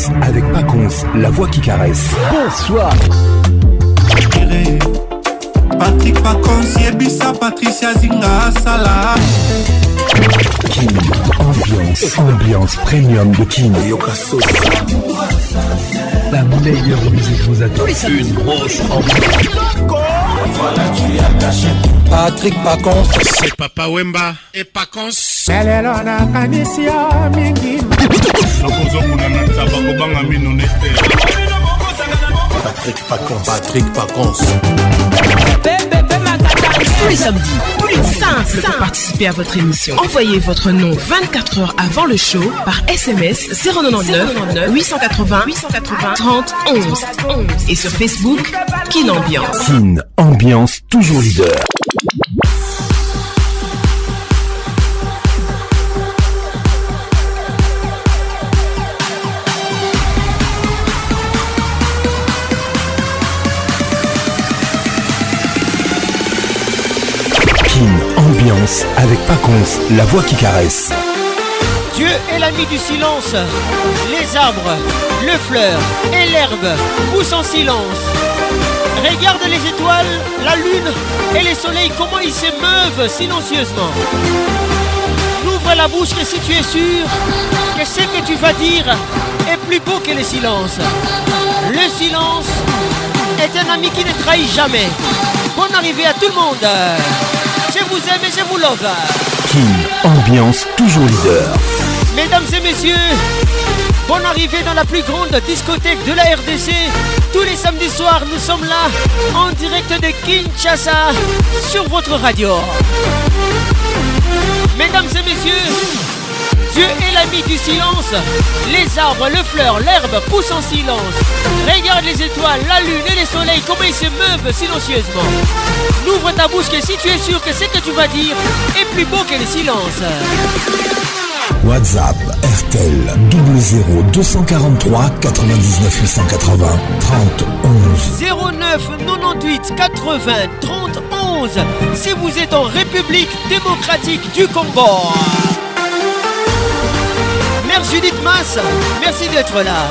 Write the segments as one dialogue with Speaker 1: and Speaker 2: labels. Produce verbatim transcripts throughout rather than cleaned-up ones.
Speaker 1: Ambiance avec Paconce, la voix qui caresse. Bonsoir.
Speaker 2: Patrick Paconce, Yebisa, Patricia Zinga, Salah.
Speaker 1: Kin, ambiance, ambiance premium de Kin. La meilleure musique vous attend. Une grosse ambiance.
Speaker 3: Patrick Paconce,
Speaker 4: c'est Papa Wemba et Paconce.
Speaker 3: Patrick Paconce, Patrick Paconce.
Speaker 5: Tous les samedis, tous les simples pour participer à votre émission. Envoyez votre nom vingt-quatre heures avant le show par S M S zéro neuf huit cent quatre-vingts trente onze et sur Facebook Kin Ambiance.
Speaker 1: Kin Ambiance, toujours leader. Ambiance avec Paconce, la voix qui caresse.
Speaker 6: Dieu est l'ami du silence. Les arbres, le fleur et l'herbe poussent en silence. Regarde les étoiles, la lune et les soleils, comment ils s'émeuvent silencieusement. N'ouvre la bouche que si tu es sûr que ce que tu vas dire est plus beau que le silence. Le silence est un ami qui ne trahit jamais. Bonne arrivée à tout le monde. Je vous aime et je vous love.
Speaker 1: Kin Ambiance, toujours leader.
Speaker 6: Mesdames et messieurs, bonne arrivée dans la plus grande discothèque de la R D C. Tous les samedis soirs, nous sommes là, en direct de Kinshasa, sur votre radio. Mesdames et messieurs, Dieu est l'ami du silence. Les arbres, le fleur, l'herbe poussent en silence. Regarde les étoiles, la lune et les soleils, comment ils se meuvent silencieusement. N'ouvre ta bouche que si tu es sûr que ce que tu vas dire est plus beau que le silence.
Speaker 1: WhatsApp R T L double zéro deux cent quarante-trois quatre-vingt-dix-neuf huit cent quatre-vingts trente onze
Speaker 6: zéro neuf quatre-vingt-dix-huit quatre-vingts trente onze si vous êtes en République démocratique du Congo. Mère Judith Mass, merci d'être là.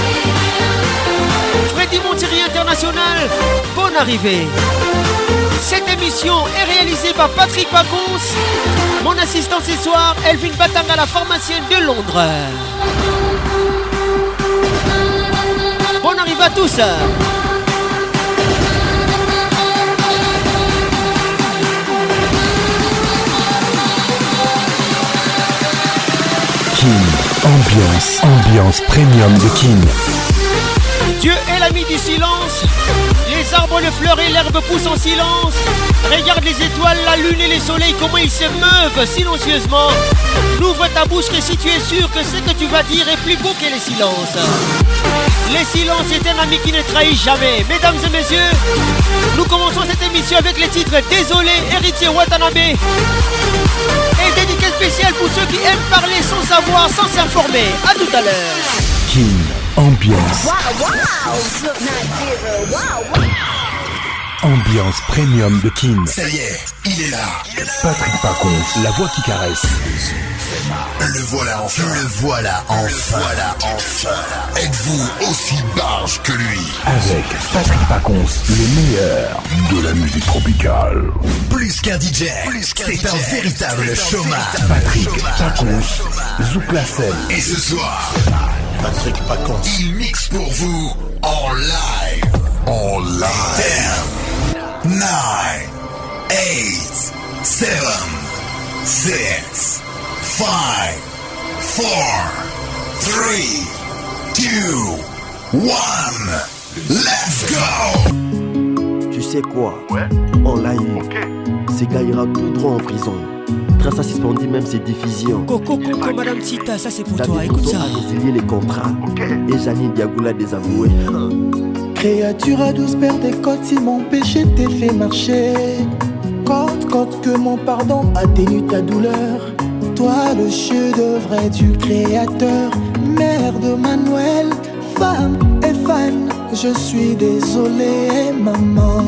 Speaker 6: Freddy Montieri International, bonne arrivée. Cette émission est réalisée par Patrick Paconce. Mon assistant ce soir, Elvin Batanga, la pharmacienne de Londres. Bonne arrivée à tous.
Speaker 1: Kin Ambiance, ambiance premium de Kin.
Speaker 6: Dieu est l'ami du silence. Les arbres, le fleur et l'herbe poussent en silence. Regarde les étoiles, la lune et les soleils, comment ils se meuvent silencieusement. N'ouvre ta bouche que si tu es sûr que ce que tu vas dire est plus beau que le silence. Le silence est un ami qui ne trahit jamais. Mesdames et messieurs, nous commençons cette émission avec le titre Désolé, Héritier Watanabe. Et dédicace spéciale pour ceux qui aiment parler sans savoir, sans s'informer. A tout à l'heure.
Speaker 1: Kin Ambiance.
Speaker 7: Wow, wow. Wow, wow.
Speaker 1: Ambiance premium de Kin.
Speaker 3: Ça y est, il est là.
Speaker 1: Patrick Paconce, la voix qui caresse.
Speaker 3: Le voilà enfin. Le voilà enfin. Le voilà enfin. Êtes-vous aussi barge que lui?
Speaker 1: Avec Patrick Paconce, le meilleur de la musique tropicale.
Speaker 3: Plus qu'un D J, c'est un véritable showman.
Speaker 1: Patrick Paconce, zouk la scène.
Speaker 3: Et ce soir, Patrick Paconce, il mixe pour vous en live. En live. ten, nine, eight, seven, six, five, four, three, two, one. Let's go.
Speaker 8: Tu sais quoi?
Speaker 9: Ouais.
Speaker 8: En live,
Speaker 9: okay.
Speaker 8: Ces gars ira tout droit en prison. Trace a suspendu même ses diffusions.
Speaker 6: Coco, Coco, Madame Sita, ça c'est pour
Speaker 8: David
Speaker 6: toi, écoute
Speaker 8: Couton
Speaker 6: ça.
Speaker 8: a résilié les contrats.
Speaker 9: Okay.
Speaker 8: Et Janine Diagoula désavoué.
Speaker 10: Créature à douce père des côtes, si mon péché t'est fait marcher. Côte, côte, que mon pardon atténue ta douleur. Toi le chef-d'œuvre du créateur. Mère de Manuel, femme et fan. Je suis désolé, maman.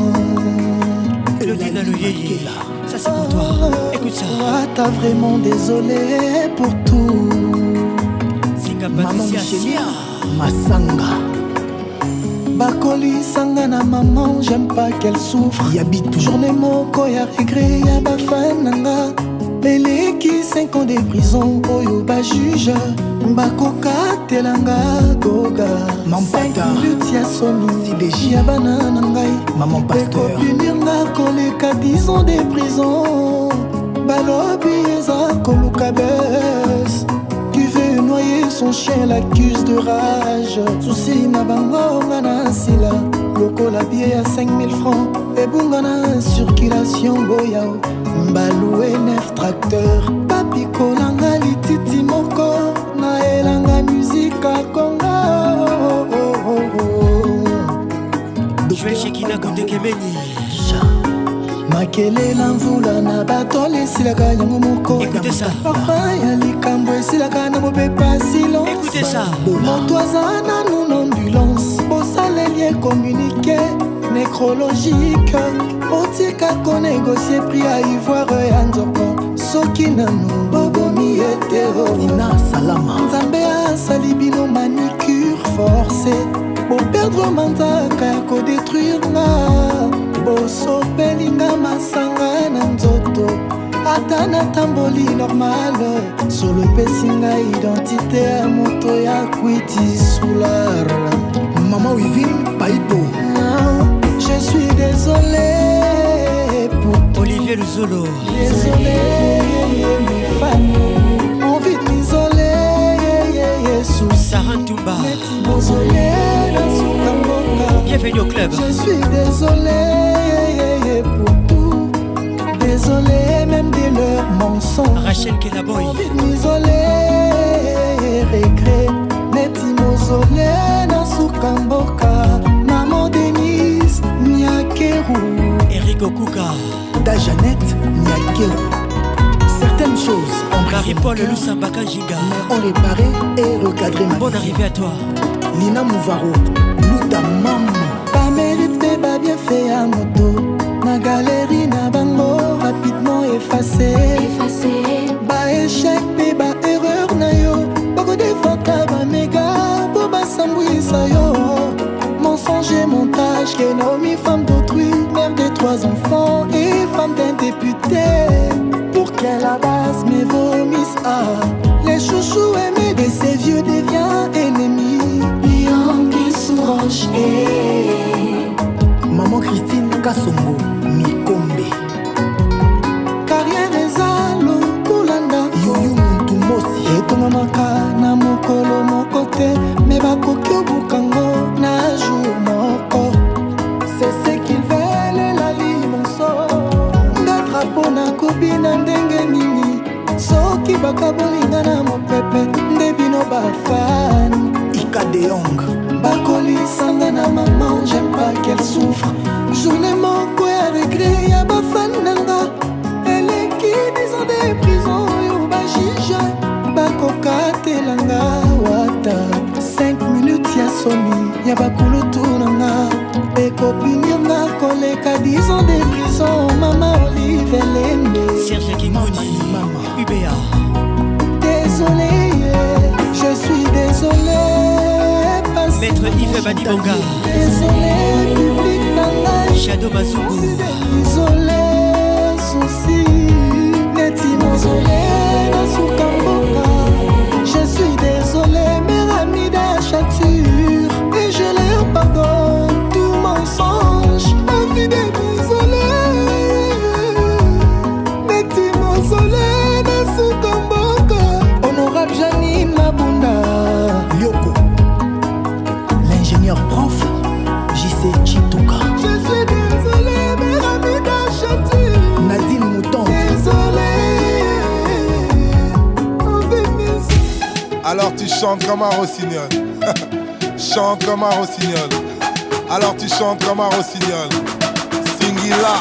Speaker 6: Le dîner, le yéyé, ça c'est pour toi, écoute ça.
Speaker 10: Toi t'as vraiment désolé pour tout.
Speaker 6: Patricia Sia
Speaker 10: Masanga Bakoli sanga na maman, j'aime pas qu'elle souffre. Yabit journée moko ya regret ya bafananga. Beleki cinq ans de prison, oyo ba juge. Bakoka telanga goga. Mampata Lutia Soni, Sideji ya banana ngai. Maman pasteur. Eko punir nga koleka dix ans de prison. Balobi eza koluka bes. Tu veux noyer son chien, l'accuse de rage. Souci na bango ngana sila. Loko la billet à cinq mille francs. Et bungana circulation boyao. Mbaloué neuf tracteurs. Papi kolanga lititi moko. Na elanga musique à Congo.
Speaker 6: Je vais chez Kina Kote Kemeni.
Speaker 10: Makele l'envoula na batole silaka yango moko.
Speaker 6: Écoutez ça.
Speaker 10: Papa ya likambo silaka na mopepa silence.
Speaker 6: Écoutez ça.
Speaker 10: Motoazana nous ambulance. Bosalelier communiqué nécrologique. Otika ko négocier prix à ivoire ya nzoko. Soki nanu bobomi hétéro. Nina salama. Nzambe asali bino manicure forcée. Bo perdre manzaka ya ko détruire nga. Boso pelinga masanga na nzoto. Ata na tamboli normal. Solo pesinga identité à moto ya kwiti soulard. Maman Wivine Paipo. Je suis désolé pour
Speaker 6: Olivier Luzolo.
Speaker 10: Désolé mes fans. Envie de m'isoler sous
Speaker 6: Sarah Toumba. Bienvenue au club.
Speaker 10: Je suis désolé pour tout. Désolé même de leurs mensonges.
Speaker 6: Rachel Kenaboy.
Speaker 10: Envie de m'isoler, regret. Neti mozolé na sukamboka. Maman Denise Nyakeru.
Speaker 6: Eric Okuka.
Speaker 10: Da Jeannette Nyakeru. Certaines choses ont
Speaker 6: Marie-Paul Lusambaka Jinga.
Speaker 10: Mais ont réparé et recadré ma vie.
Speaker 6: Bonne arrivée à toi.
Speaker 10: Nina Mouvaro. Luta Maman. Pas mérité, pas bien fait à moto. Na galerie na bango rapidement effacé. Effacé. Ba échec, pe ba erreur na yo. Beaucoup de fata ba méga. Pour ba sambouissa yo. Mensonge et montage. Que Naomi, femme d'autrui. Mère de trois enfants et femme d'un député. Pour qu'elle à base me vomisse. Ah. Les chouchous aimés de ces vieux deviennent ennemis. Lion qui sourange. Maman Christine Kassongo Mikombe. Carrière ezalo kulanda. Yoyo muntu mosi. Etonga maka na mokolo mokote. Me bakoki obukango na jour moko. C'est ce qu'ils veulent la limonso. Nga drapo na kobi na ndenge nini. Soki bakabolinga na mopepe. Ndebino bafan. Ika de Yong. Bakoli sanga na maman, j'aime pas qu'elle souffre. Journée moko ya regret ya bafananga. Elle est qui dix ans de prison yo ba juge. Bakoka telanga wata. Cinq minutes ya soni ya bakulutu nanga. Eko punir nga koleka dix ans de prison. Mama Olive Lembe.
Speaker 6: Serge Kimoni. U B A.
Speaker 10: Désolé, je suis désolé.
Speaker 6: Maître Yves Badibanga.
Speaker 10: Désolé, public nanga.
Speaker 6: Shadow Mazungu.
Speaker 10: Isolé, souci. Neti mozolé, na sukamboka. Je suis désolé, mes amis d'achature. Et je leur pardonne tout mensonge. Envie de m'isoler. Neti mozolé, na sukamboka. Honorable Janine Mabunda. Lyoko. L'ingénieur prof, J C Chituka. Je suis désolé, mes amis d'achature. Nadine Mouton. Désolé.
Speaker 9: Alors tu chantes comme un rossignol. Chante comme un rossignol. Alors tu chantes comme un rossignol. Singila.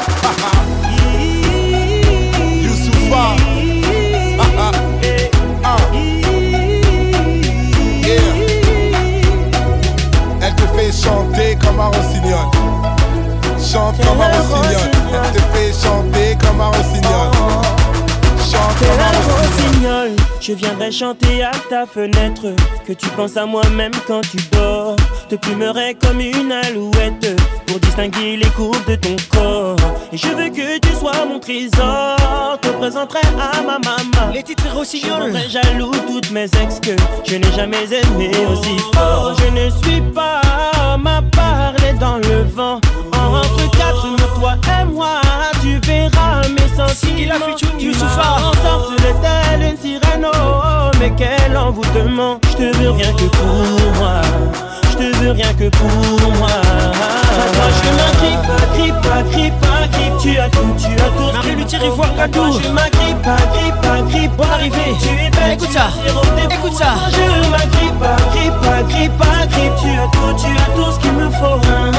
Speaker 9: Youssoufa. Yeah. Elle te fait chanter comme un rossignol. Chante comme un rossignol. Elle te fait chanter comme un rossignol. Chante comme un rossignol.
Speaker 11: Je viendrai chanter à ta fenêtre, que tu penses à moi même quand tu dors. Te plumerai comme une alouette pour distinguer les courbes de ton corps. Et je veux que tu sois mon trésor. Te présenterai à ma maman.
Speaker 6: Les titres Rossignol.
Speaker 11: Je rendrai jaloux toutes mes ex que je n'ai jamais aimé aussi fort. Je ne suis pas homme à parler dans le vent. En rentre quatre murs, toi et moi, tu verras mes sentiments. Tu m'as ensorcelé telle une sirène, oh, mais quel envoûtement. Je te veux rien que pour moi, je te veux rien que pour moi. Moi je m'agrippe, agrippe, agrippe, agrippe. Tu as tout, tu as tout.
Speaker 6: Marie Luthier Ivoire Gadou.
Speaker 11: Je m'agrippe, agrippe, agrippe.
Speaker 6: Bonne arrivée.
Speaker 11: Tu es belle,
Speaker 6: écoute ça, écoute ça.
Speaker 11: Je m'agrippe, agrippe, agrippe, agrippe. Tu as tout, tu as tout ce qu'il me faut.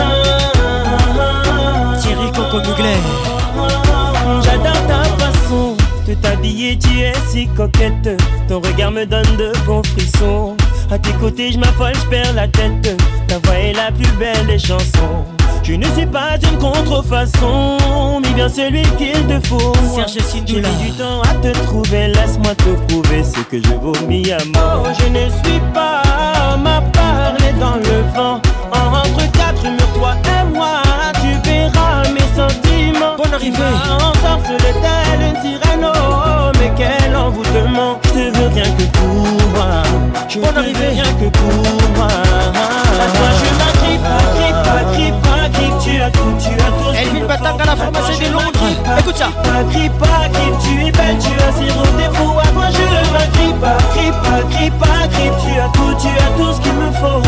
Speaker 6: Thierry Coco Mugler.
Speaker 11: J'adore ta façon de t'habiller, tu es si coquette. Ton regard me donne de bons frissons. À tes côtés je m'affole, je perds la tête. Ta voix est la plus belle des chansons. Je ne suis pas une contrefaçon, mais bien celui qu'il te faut.
Speaker 6: Serge Sindoula.
Speaker 11: J'ai mis du temps à te trouver, laisse-moi te prouver ce que je vaux mis à mort. Oh, je ne suis pas homme à parler dans le vent. En rentre quatre murs, toi et moi, tu verras mes sentiments.
Speaker 6: Bonne arrivée.
Speaker 11: Ensemble, le tel une sirène, oh, mais quel envoûtement. Je te veux rien que pour moi. Je
Speaker 6: Bonne
Speaker 11: te
Speaker 6: arrivée.
Speaker 11: veux rien que pour moi. À toi je m'agrippe, agrippe, agrippe, agrippe. Tu as tout, tu as tout.
Speaker 6: Elvin Batanga, la pharmacie de Londres. Écoute ça.
Speaker 11: Agrippe, agrippe, tu es belle, tu as zéro défaut. À toi je m'agrippe, agrippe, agrippe, agrippe. Tu as tout, tu as tout ce qu'il me faut.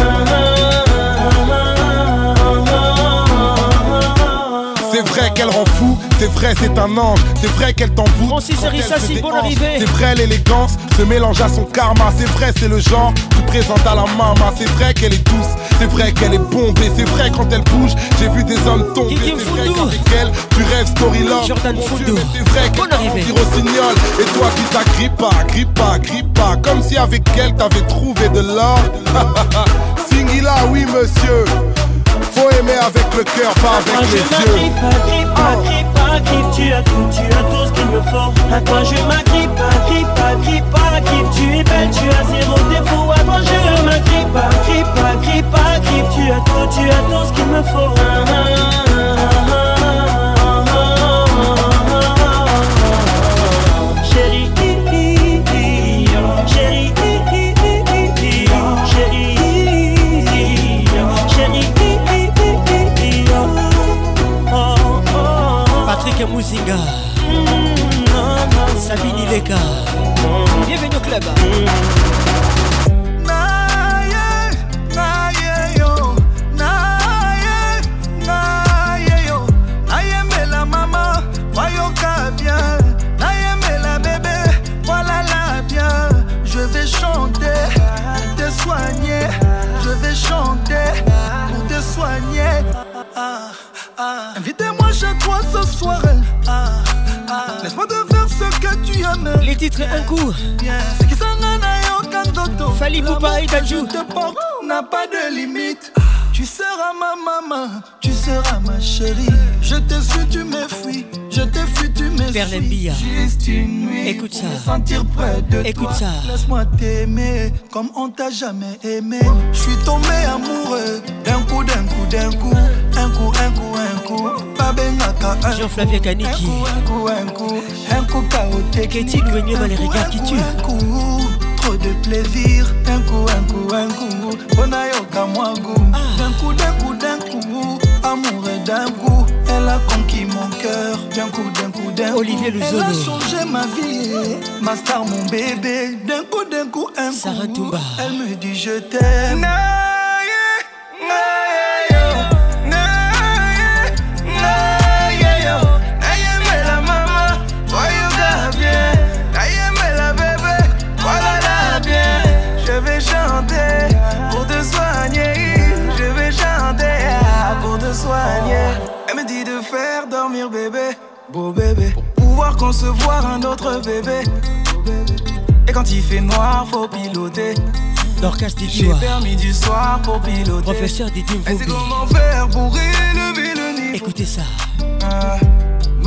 Speaker 9: C'est vrai qu'elle rend fou, c'est vrai c'est un ange, c'est vrai qu'elle t'envoûte.
Speaker 6: Francis Rissassi, bonne arrivée.
Speaker 9: C'est vrai l'élégance se mélange à son karma. C'est vrai c'est le genre qui présente à la maman. C'est vrai qu'elle est douce, c'est vrai qu'elle est bombée. C'est vrai quand elle bouge, j'ai vu des hommes tomber. C'est vrai qu'avec elle, tu rêves story love.
Speaker 6: Jordan Foudou,
Speaker 9: c'est vrai qu'elle t'a rossignol. Et toi qui t'agrippe pas, grippe pas, grippe pas. Comme si avec elle t'avais trouvé de l'or. Singila, oui monsieur. Faut aimer avec le cœur, pas avec
Speaker 11: moi,
Speaker 9: les
Speaker 11: yeux. Agrippe, agrippe, agrippe, agrippe. Tu as tout, tu as tout ce qu'il me faut. À toi je m'agrippe, agrippe, agrippe, agrippe. Tu es belle, tu as zéro défaut. À toi je m'agrippe, agrippe, agrippe, agrippe. Tu as tout, tu as tout ce qu'il me faut. Chérie, chérie,
Speaker 6: Patrick Mouzinga, Sabine Ileka, bienvenue au club.
Speaker 10: Je vais chanter pour te soigner. Je vais chanter pour te soigner. Ah, ah. Invitez-moi chez toi ce soir. Ah, ah. Laisse-moi te faire ce que tu aimes.
Speaker 6: Les titres un coup.
Speaker 10: C'est qui s'en a aucun d'auto.
Speaker 6: Fali Poupa et Dadjou.
Speaker 10: Je te porte n'a pas de limite. Tu seras ma maman, tu seras ma chérie. Je te suis, tu me fuis. Je te fuis, tu me
Speaker 6: suis.
Speaker 10: Juste une nuit.
Speaker 6: Écoute ça.
Speaker 10: Me sentir près de
Speaker 6: Écoute
Speaker 10: toi.
Speaker 6: ça.
Speaker 10: Laisse-moi t'aimer comme on t'a jamais aimé. Je suis tombé amoureux d'un coup, d'un coup, d'un coup. Un coup, un coup, un coup. Pas
Speaker 6: Jean-Flavien Kaniki.
Speaker 10: Un coup, un coup, un coup. Un coup, chaotique.
Speaker 6: Qu'est-il venu dans les regards qui tuent?
Speaker 10: Un coup, trop de plaisir. Un coup, un coup, un coup. Bonayoka moi goût. D'un coup, d'un coup, d'un coup. Amoureux d'un coup. Elle a conquis mon cœur. D'un coup, d'un coup, d'un coup.
Speaker 6: Olivier Luzolo.
Speaker 10: Elle a changé ma vie. Ma star, mon bébé. D'un coup, d'un coup, un
Speaker 6: Sarah
Speaker 10: coup.
Speaker 6: Toumba.
Speaker 10: Elle me dit je t'aime.
Speaker 12: Je vais chanter pour te soigner. Je vais chanter pour te soigner. Elle me dit de faire dormir bébé, beau bébé, pour pouvoir concevoir un autre bébé. Et quand il fait noir, faut piloter.
Speaker 6: Dorcas
Speaker 12: J'ai permis du soir pour piloter.
Speaker 6: Professeur Didier
Speaker 12: Elle sait comment faire pour élever le niveau.
Speaker 6: Écoutez ça.
Speaker 12: Ah,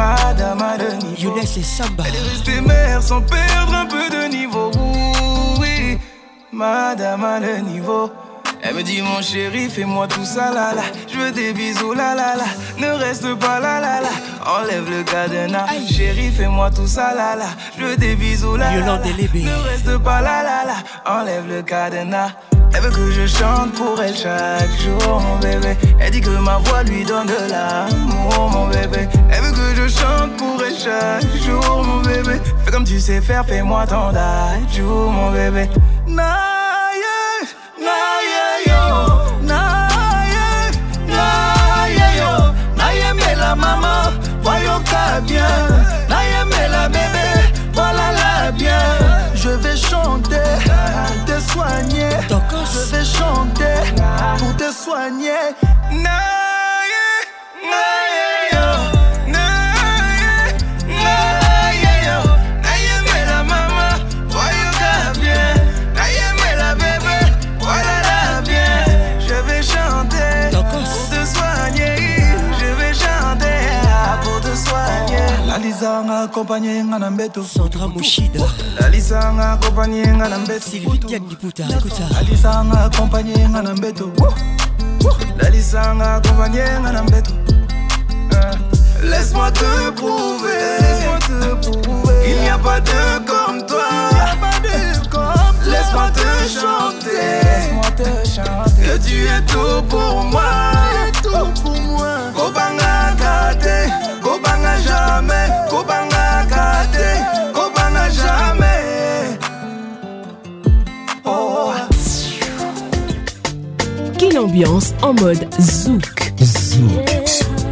Speaker 12: Madame a le niveau.
Speaker 6: Younes et Samba.
Speaker 12: Elle est restée mère sans perdre un peu de niveau. Oui, Madame a le niveau. Elle me dit mon chéri, fais-moi tout ça là là. Je veux des bisous là là là. Ne reste pas là là là. Enlève le cadenas. Aïe. Chéri, fais-moi tout ça là là. Je veux des bisous là là là. Ne reste pas là là là. Enlève le cadenas. Elle veut que je chante pour elle chaque jour, mon bébé. Elle dit que ma voix lui donne de l'amour, mon bébé. Elle veut que je chante pour elle chaque jour, mon bébé. Fais comme tu sais faire, fais-moi ton dadju, mon bébé. Naïe, naïe, yo. Naïe, naïe, yo. Naïe, mais la maman, voyons qu'à bien. Naïe, mais la bébé, voilà la bien. Je vais chanter pour te soigner. Je vais chanter pour te soigner. Naïe, naïe, yo. Naïe, naïe, yo. Naïe, mais la maman, voyons qu'à bien. Naïe, mais la bébé, voilà la bien. Je vais chanter pour te soigner. Je vais chanter pour te soigner. La Lisa m'a accompagné à Nambeto.
Speaker 6: Sandra Mouchida.
Speaker 12: La Lisa m'a accompagné à Nambeto.
Speaker 6: Sylvie Diagniputa, écoute ça.
Speaker 12: La Lisa m'a accompagné à Nambeto. La Lisa m'a accompagné à Nambeto. Laisse-moi te prouver, laisse-moi te prouver. Il n'y a pas de comme toi. Laisse-moi te chanter, laisse-moi te chanter. Que tu es tout pour moi, tu es tout pour moi. Kobanga kate, Kobanga jamais, Kobanga kate, Kobanga jamais. Oh.
Speaker 5: Quelle ambiance en mode zouk. Zouk.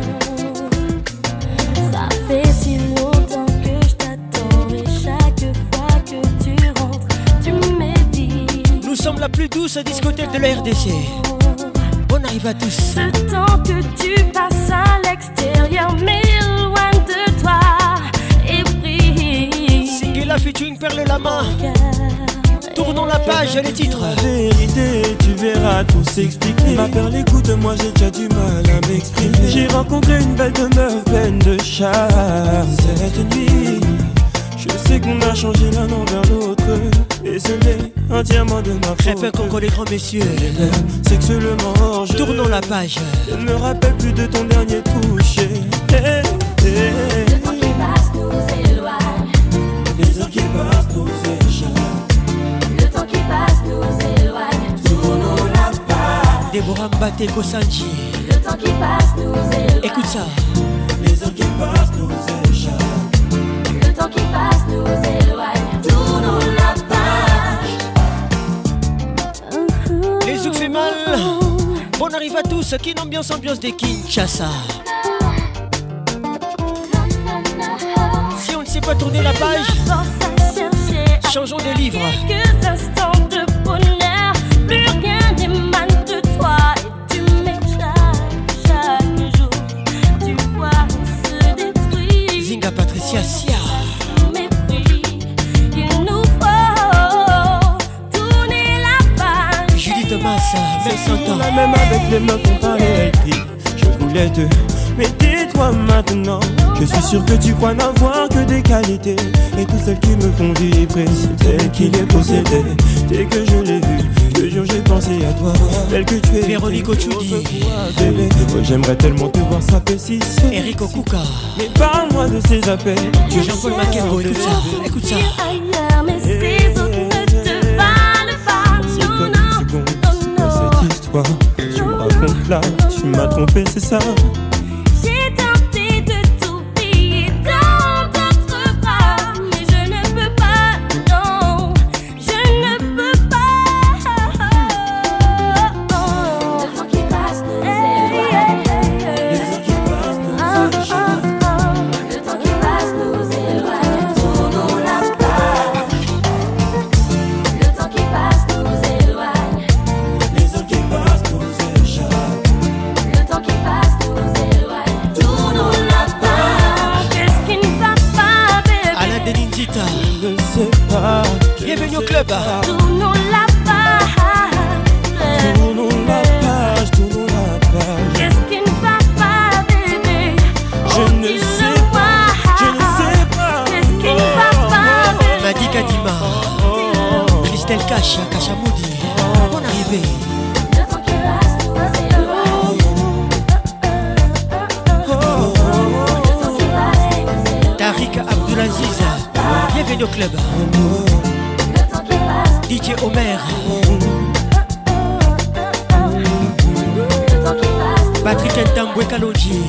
Speaker 13: Ça fait si longtemps que je t'attends et chaque fois que tu rentres, tu m'évites.
Speaker 6: Nous sommes la plus douce discothèque de la R D C. On arrive à tous.
Speaker 13: Ce temps que tu passes à l'extérieur m'éloigne de toi et brille.
Speaker 6: Singela featuring Perle la main. Tournons la page, les titres.
Speaker 11: La vérité, tu verras tout s'expliquer. Ma perle, écoute-moi, j'ai déjà du mal à m'exprimer. J'ai rencontré une belle demeure pleine de charme. Cette nuit, je sais qu'on a changé l'un envers l'autre. Et ce n'est entièrement de ma faute.
Speaker 6: Répète encore les grands messieurs.
Speaker 11: Sexuellement, je
Speaker 6: tournons la page.
Speaker 11: Je ne me rappelle plus de ton dernier toucher. Hey, hey.
Speaker 13: Le temps qui passe nous éloigne.
Speaker 11: Les heures qui passent nous échappent.
Speaker 13: Le temps qui passe nous éloigne. Tournons la page.
Speaker 6: Déborah Mbaté Kosanji.
Speaker 13: Le temps qui passe nous éloigne.
Speaker 6: Écoute ça.
Speaker 11: Les heures qui passent nous échappent.
Speaker 13: Le temps qui passe nous éloigne. Tournons la page.
Speaker 6: Les zouk fait mal. Bon arrive à tous. Kin ambiance, ambiance des Kinshasa. Si on ne sait pas tourner la page, changeons de livre.
Speaker 13: Quelques instants de bonheur, plus rien n'émane de toi. Et tu m'échappes chaque jour. Tu vois, on se détruit.
Speaker 6: Zinga Patricia Sia.
Speaker 13: Mépris, il nous faut tourner la page.
Speaker 6: Julie Thomas, mais sans temps.
Speaker 11: La même avec les meufs, on parlait écrit. Je voulais te. Mais dis-toi maintenant, je suis sûr que tu crois n'avoir que des qualités. Et toutes celles qui me font vibrer, c'est elle qui les possédait. Dès que je l'ai vue, le jour j'ai pensé à toi. Telle que tu es,
Speaker 6: Véronique Ochudi.
Speaker 11: Bébé, moi j'aimerais tellement te voir s'appeler si c'est
Speaker 6: Eric Okuka.
Speaker 11: Mais parle-moi de ces appels.
Speaker 6: Tu Jean-Paul Mackenro, écoute ça, écoute ça.
Speaker 13: Ailleurs, mais ces autres ne te valent pas. Non, non, non, non.
Speaker 11: Cette histoire, tu me racontes là, tu m'as trompé, c'est ça.
Speaker 13: J'ai tenté de t'oublier dans d'autres bras, mais je ne peux pas, non, je ne peux pas. Oh. Le temps qui passe nous éloigne.
Speaker 11: Les heures qui passent nous échappent.
Speaker 13: Le temps qui passe nous éloigne. Tournons la page. Le temps qui passe nous éloigne.
Speaker 11: Les heures qui passent nous échappent.
Speaker 13: Le temps qui passe nous éloigne.
Speaker 6: Kacha, Kacha Moudi. Bonne arrivée. Tariq Abdulaziz, bienvenue au club. D J Omer, Patrick Ntambwe Kalonji,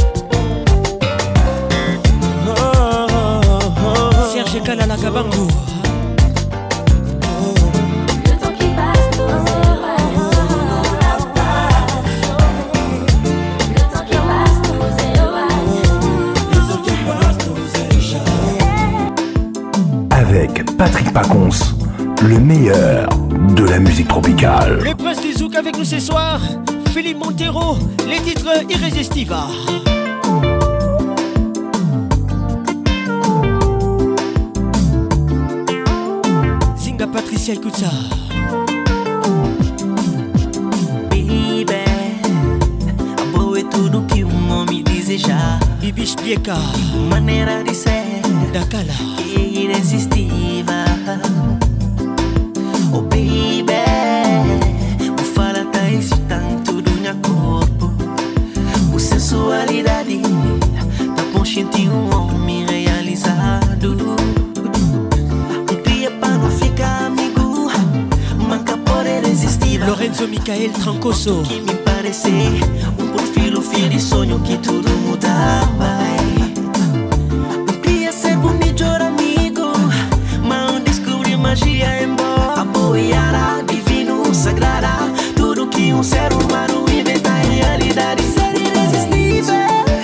Speaker 6: Serge Kalala Kabango.
Speaker 1: Avec Patrick Pacons, le meilleur de la musique tropicale.
Speaker 6: Le prince du zouk avec nous ce soir, Philippe Montero, les titres irrésistibles. Zinga Patricia, écoute ça.
Speaker 14: Baby, amor é tudo que um homem deseja.
Speaker 6: Bibish Bieka,
Speaker 14: maneira de ser
Speaker 6: Dakala,
Speaker 14: irresistível. Oh baby, o fala tá excitando do meu corpo. O sensualidade tá bom sentir um homem realizado. Um cria pra não ficar amigo, manca por irresistível.
Speaker 6: Lorenzo Michael Trancoso,
Speaker 14: que me parecer um perfil filho de sonho que tudo mudava. Queria ser o melhor amigo, mas descobri magia em boa. Apoiar divino, sagrada, tudo que um ser humano inventa em realidade. Ser irresistível,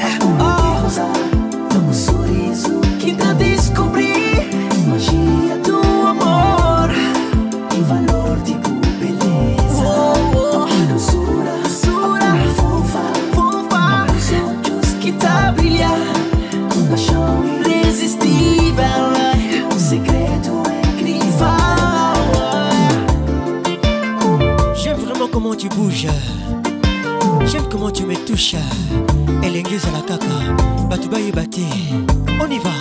Speaker 14: oh, um sorriso que dá descobrir magia do amor e valor de beleza. Oh, oh, doçura, doçura, fofa, fofa, olhos que tá brilhando. Paixão irresistível, um segredo incrível.
Speaker 6: J'aime vraiment comment tu bouges. J'aime comment tu me touches. Elenguez à la caca, Batouba et Baté. On y va.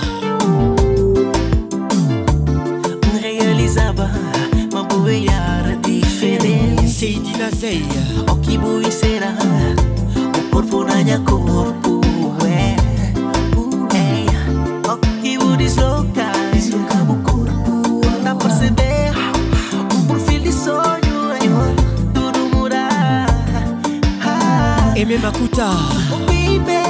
Speaker 14: Realizava uma boiara diferente.
Speaker 6: Seydina Zey,
Speaker 14: o que boi será? O corpo na minha corpo, é. Deslocar, deslocar o corpo, dá pra perceber um perfil de sonho, tudo mudar.
Speaker 6: E mesmo a Kuta,
Speaker 14: oh baby,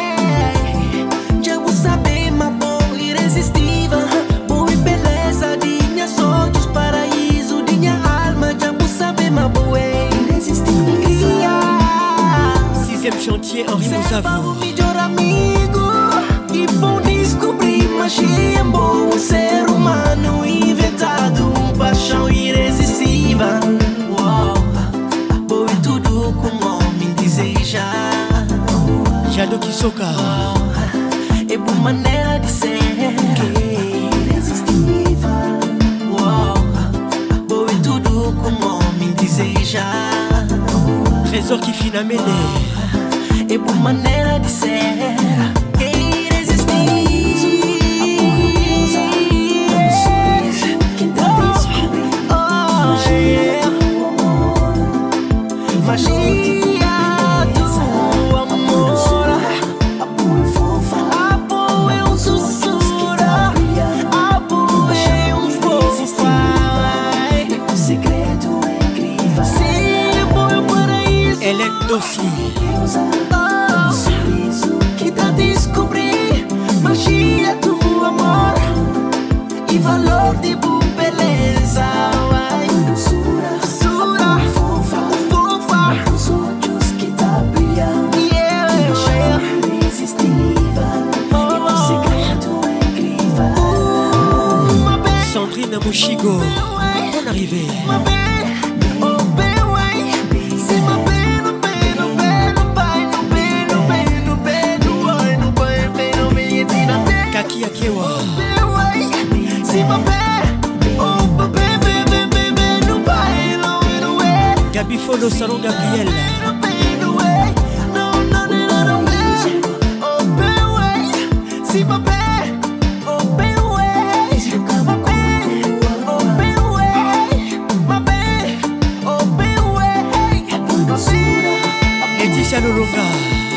Speaker 14: já vou saber, mas bom, irresistível, boa e beleza de minhas olhos, paraíso de minha alma, já vou saber, mas boa é irresistível.
Speaker 6: Sixième chantier, Henri Mousavou.
Speaker 14: O melhor amigo que vão descobrir magia em bom ser humano inventado, paixão irresistível. Uau, boa e tudo como homem deseja.
Speaker 6: Jado Kisoka,
Speaker 14: é boa maneira de ser irresistível. Uau, boa e tudo como homem deseja.
Speaker 6: Trésor qui finit à mêler.
Speaker 14: É boa maneira de ser. Magia do amor, amor é um sussurro, amor é um fofo, um segredo incrível. Sim, amor é um paraíso.
Speaker 6: Hélène Dossi,
Speaker 14: um sorriso que dá a descobrir magia do amor e valor de beleza.
Speaker 6: Sandrine Mouchigo, bonne arrivée. Kaki Akewa, Gabi Fono, Salon Gabriel. Lolonga.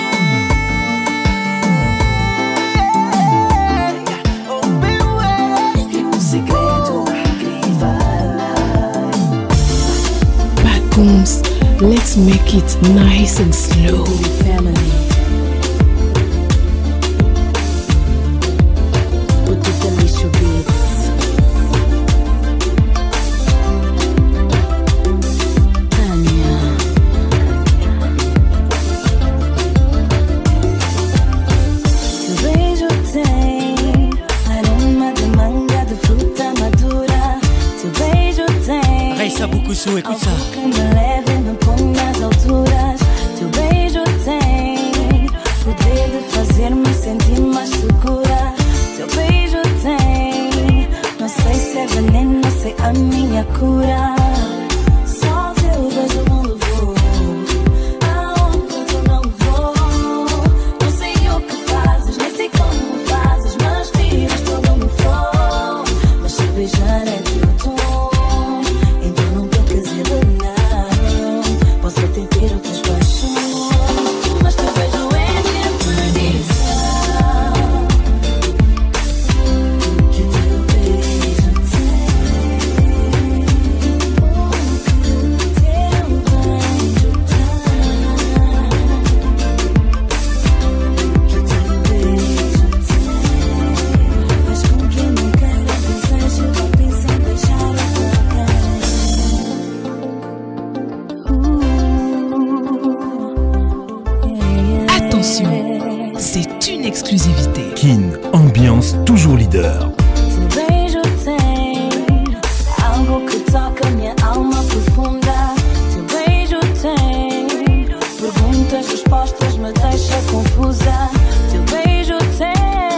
Speaker 5: Pacons, let's make it nice and slow. Family.
Speaker 6: Écoute ça.
Speaker 13: Que me lève e me põe nas alturas. Teu beijo tem poder de fazer-me sentir mais segura. Teu beijo tem, não sei se é veneno, não sei a minha cura. Só teu beijo não levou aonde eu não vou. Não sei o que fazes, nem sei como fazes, mas tiras todo o meu flow. Mas se beijar é teu tom.
Speaker 5: Exclusivité.
Speaker 1: Kin, ambiance toujours leader.
Speaker 13: Teu beijo tem algo que toca minha alma profunda. Teu beijo tem perguntas, respostas, me deixa confusa. Teu beijo tem,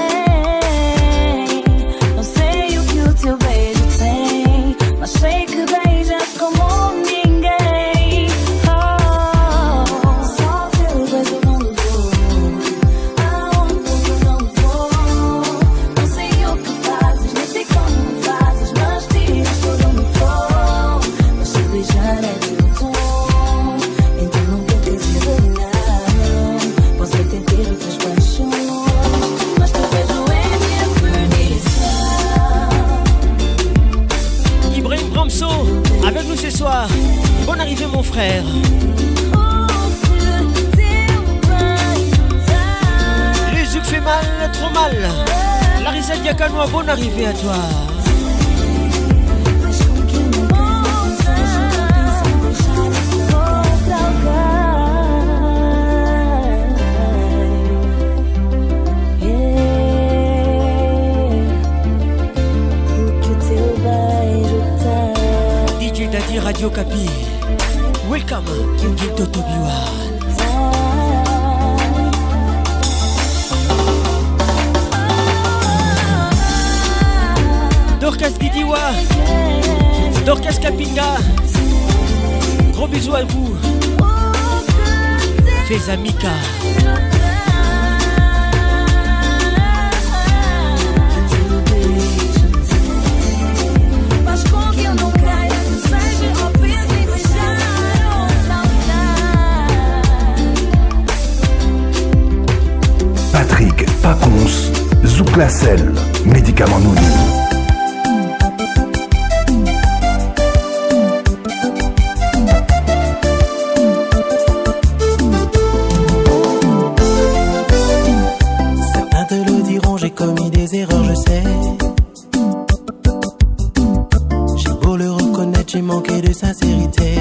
Speaker 13: não sei o que o teu beijo tem, mas sei que beijas como ninguém. Oh, só teu beijo não levou.
Speaker 6: Avec nous ce soir, bonne arrivée mon frère. Le zouk fait mal, trop mal. Larissa Diakanoa, bonne arrivée à toi. Radio Capi, welcome, Guido Tobiwa. Dorcas Didiwa, Dorcas Kapinga, gros bisous à vous. Fezamika.
Speaker 1: Patrick Pacons, Zouklacel, médicament Nouni.
Speaker 14: Certains te le diront, j'ai commis des erreurs, je sais. J'ai beau le reconnaître, j'ai manqué de sincérité.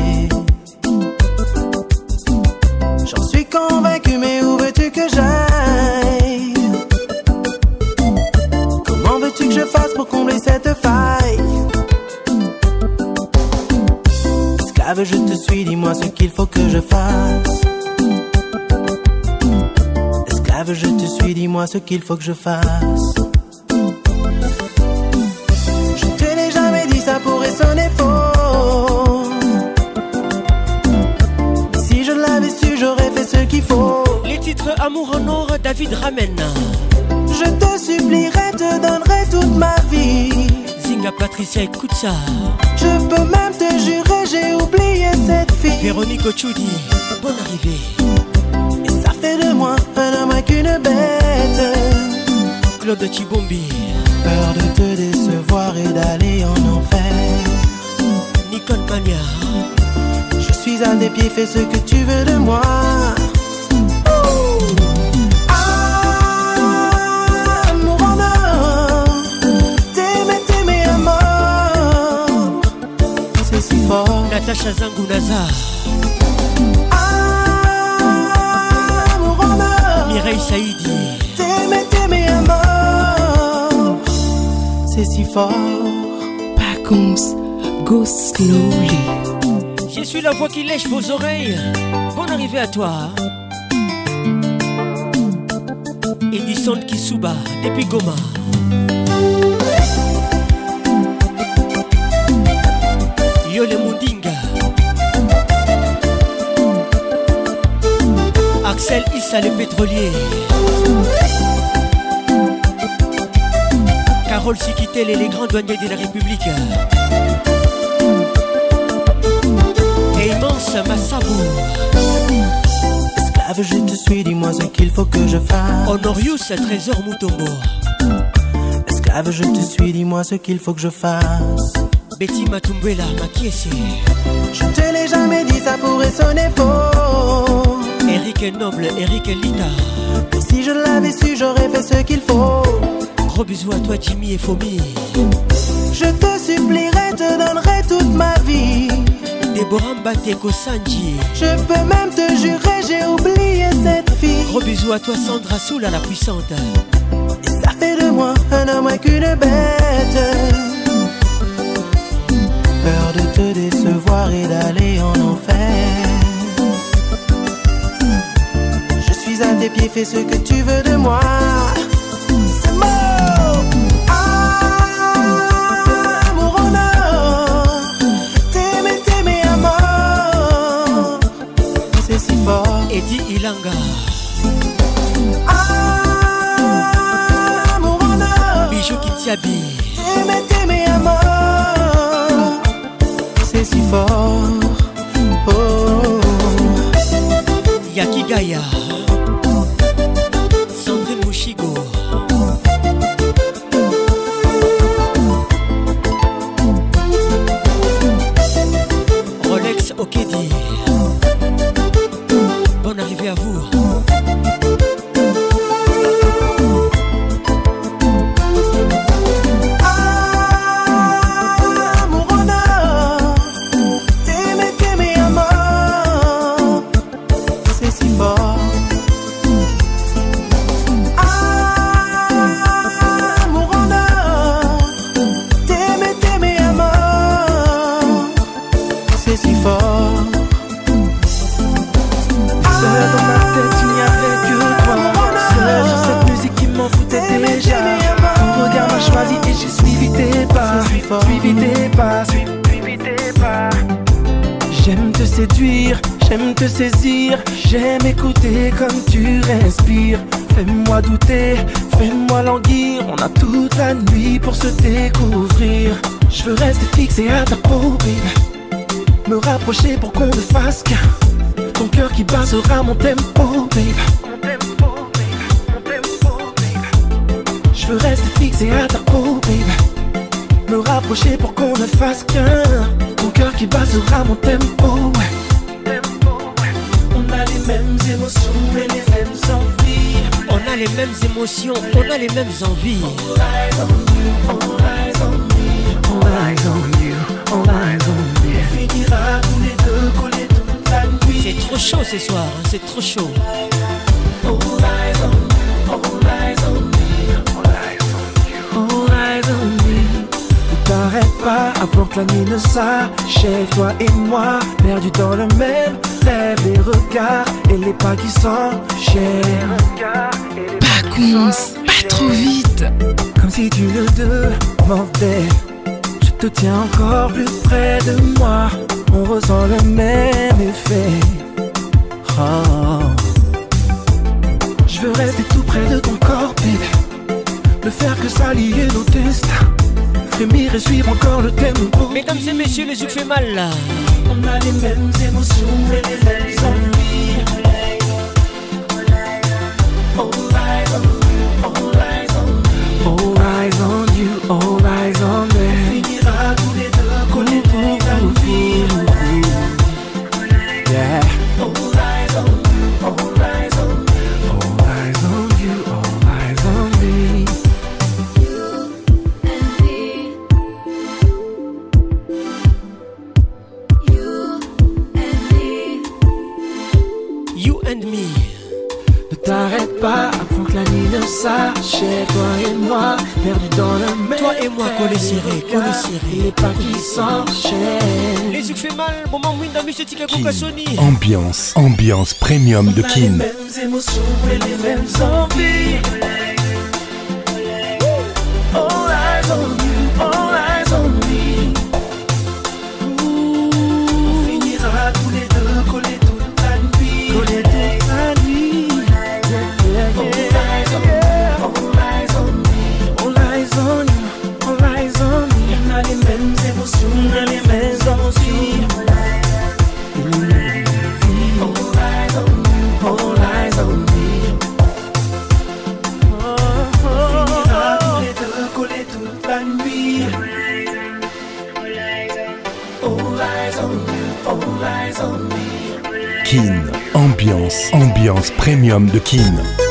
Speaker 14: J'en suis convaincu, mais où veux-tu que j'aille? Comment veux-tu que je fasse pour combler cette faille? Esclave, je te suis, dis-moi ce qu'il faut que je fasse. Esclave, je te suis, dis-moi ce qu'il faut que je fasse. Je te l'ai jamais dit, ça pourrait sonner faux. Si je l'avais su, j'aurais fait ce qu'il faut.
Speaker 6: Les titres Amour en or, David ramène.
Speaker 14: Je te supplierai, te donnerai toute ma vie.
Speaker 6: Zinga Patricia, écoute ça.
Speaker 14: Je peux même te jurer, j'ai oublié cette fille.
Speaker 6: Véronique Ochudi, bonne arrivée.
Speaker 10: qu'une bête.
Speaker 6: Claude Chibombi.
Speaker 10: Peur de te décevoir et d'aller en enfer.
Speaker 6: Nicole Mania.
Speaker 10: Je suis à tes pieds, fais ce que tu veux de moi. Amour en or, t'aimer, t'aimer à mort. C'est si fort.
Speaker 6: Natacha Zangounaza.
Speaker 10: Amour en or,
Speaker 6: Mireille Saïdi.
Speaker 10: T'aimer, t'aimer à mort. C'est si fort.
Speaker 5: Paconce, go slowly.
Speaker 6: Je suis la voix qui lèche vos oreilles. Bonne arrivée à toi. Edison Kisuba, depuis Goma. Yole Mundinga. Axel Issa le pétrolier. Carole Sikitel et les grands douaniers de la République. Et immense Massabou.
Speaker 10: Esclave, je te suis, dis-moi ce qu'il faut que je fasse.
Speaker 6: Honorius Trésor Mutombo.
Speaker 10: Esclave, je te suis, dis-moi ce qu'il faut que je fasse.
Speaker 6: Betty Matumbela, Makiesi.
Speaker 10: Je te l'ai jamais dit, ça pourrait sonner faux.
Speaker 6: Eric Noble, Eric Lita.
Speaker 10: Mais si je l'avais su, j'aurais fait ce qu'il faut.
Speaker 6: Gros bisous à toi, Jimmy et Fomi.
Speaker 10: Je te supplierai, te donnerai toute ma vie.
Speaker 6: Déborah Mbateko Sanji.
Speaker 10: Je peux même te jurer, j'ai oublié cette fille.
Speaker 6: Gros bisous à toi, Sandra Soula, la puissante.
Speaker 10: Et ça fait de moi un homme moins qu'une bête. Peur de te décevoir et d'aller en enfer. Je suis à tes pieds, fais ce que tu veux de moi. C'est mort. Amour en or, t'aimer, t'aimer à mort. C'est si fort.
Speaker 6: Eddie Ilanga.
Speaker 10: Amour en or,
Speaker 6: Bijou Kitiabi.
Speaker 10: t'aimer, t'aimer à mort. C'est si fort. Oh.
Speaker 6: Yaki Gaia. Sandrine Mouchigo. Rolex Okedi. Bonne arrivée à vous.
Speaker 10: Amour en or, t'aimer, t'aimer à mort. C'est si fort. Amour en or, t'aimer, t'aimer à mort. C'est si fort.
Speaker 12: Seul dans ma tête, il n'y avait que toi. Seul sur cette musique qui m'en foutait déjà. Ton regard m'a choisi et j'ai suivi tes pas. Suivi tes pas, suivi tes pas. J'aime te séduire, j'aime te saisir. J'aime écouter comme tu respires. Fais-moi douter, fais-moi languir. On a toute la nuit pour se découvrir. Je veux rester fixé à ta peau, baby. Me rapprocher pour qu'on ne fasse qu'un. Ton cœur qui bat sera mon tempo, baby. Mon tempo, baby. Mon tempo, baby. Je veux rester fixé à ta peau, baby. Me rapprocher pour qu'on ne fasse qu'un. Ton cœur qui bat sera mon tempo, ouais. Tempo, ouais. On a les mêmes émotions et les mêmes envies.
Speaker 6: On a les mêmes émotions, on a les mêmes envies.
Speaker 12: All eyes on you, all eyes on me. All eyes on you, all eyes on me. On finira tous les deux collés toute la nuit.
Speaker 6: C'est trop chaud ce soir, hein, c'est trop chaud.
Speaker 12: All eyes on you, all eyes on me. All eyes on you, all eyes on me. Ne t'arrête pas avant que la nuit ne s'achève. Toi et moi, perdus dans le même rêve. Les regards et les pas qui s'enchaînent.
Speaker 5: Paconce, pas trop vite.
Speaker 12: Comme si tu le demandais. Je te tiens encore plus près de moi. On ressent le même effet. Oh. Je veux rester tout près de ton corps, baby. Ne faire que s'allier nos destins. Frémir et suivre encore le tempo.
Speaker 6: Mesdames et messieurs, les yeux fait mal là.
Speaker 12: On a les mêmes émotions et les mêmes envies. All
Speaker 6: and me.
Speaker 10: Ne t'arrête pas avant que la nuit ne s'achève. Toi et moi, perdus dans le même.
Speaker 6: Toi et moi, collés serrés, collés serrés.
Speaker 10: Les pas qui s'enchaînent.
Speaker 6: Les yeux fait mal, moment Winda Music et Coca Sony.
Speaker 1: Ambiance, ambiance premium de
Speaker 10: On a
Speaker 1: Kin.
Speaker 10: les mêmes émotions et les mêmes envies. All eyes on you, all eyes on me. On finira tous les deux collés toute la nuit. Collés toute la nuit. All eyes on you, all eyes on me. All eyes on you, all eyes on me. On a les mêmes émotions, on a les mêmes envies. All eyes on you, all eyes on me. La nuit. All eyes on you, all eyes on me.
Speaker 1: Kin, ambiance, ambiance premium de Kin.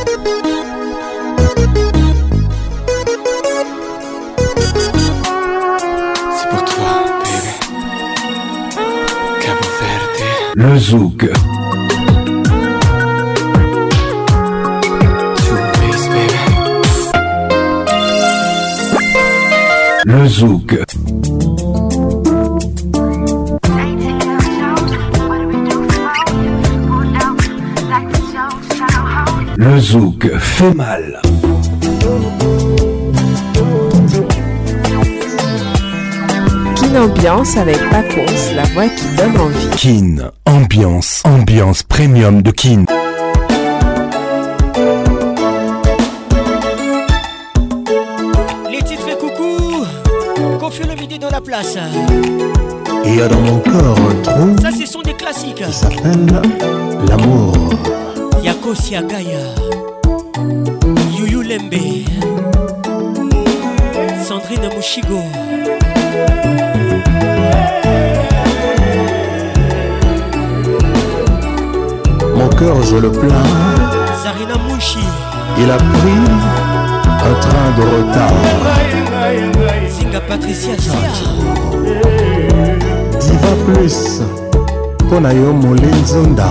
Speaker 10: C'est pour toi, baby. Cabo Verde.
Speaker 1: Le Zouk. Le Zouk. Le Zouk fait mal.
Speaker 5: Kin Ambiance avec Paconce, la voix qui donne envie.
Speaker 1: Kin, ambiance, ambiance premium de Kin.
Speaker 6: Dans la place.
Speaker 15: Il y a dans mon corps un trou.
Speaker 6: Ça, ce sont des classiques.
Speaker 15: Qui s'appelle l'amour.
Speaker 6: Yako Siagaya, Yuyu Lembe, Sandrine Mouchigo.
Speaker 15: Mon cœur, je le plains.
Speaker 6: Zarina Mouchi.
Speaker 15: Il a pris un train de retard.
Speaker 6: Zinga Patricia Sia.
Speaker 15: Diva plus Ponayo Molenzonda.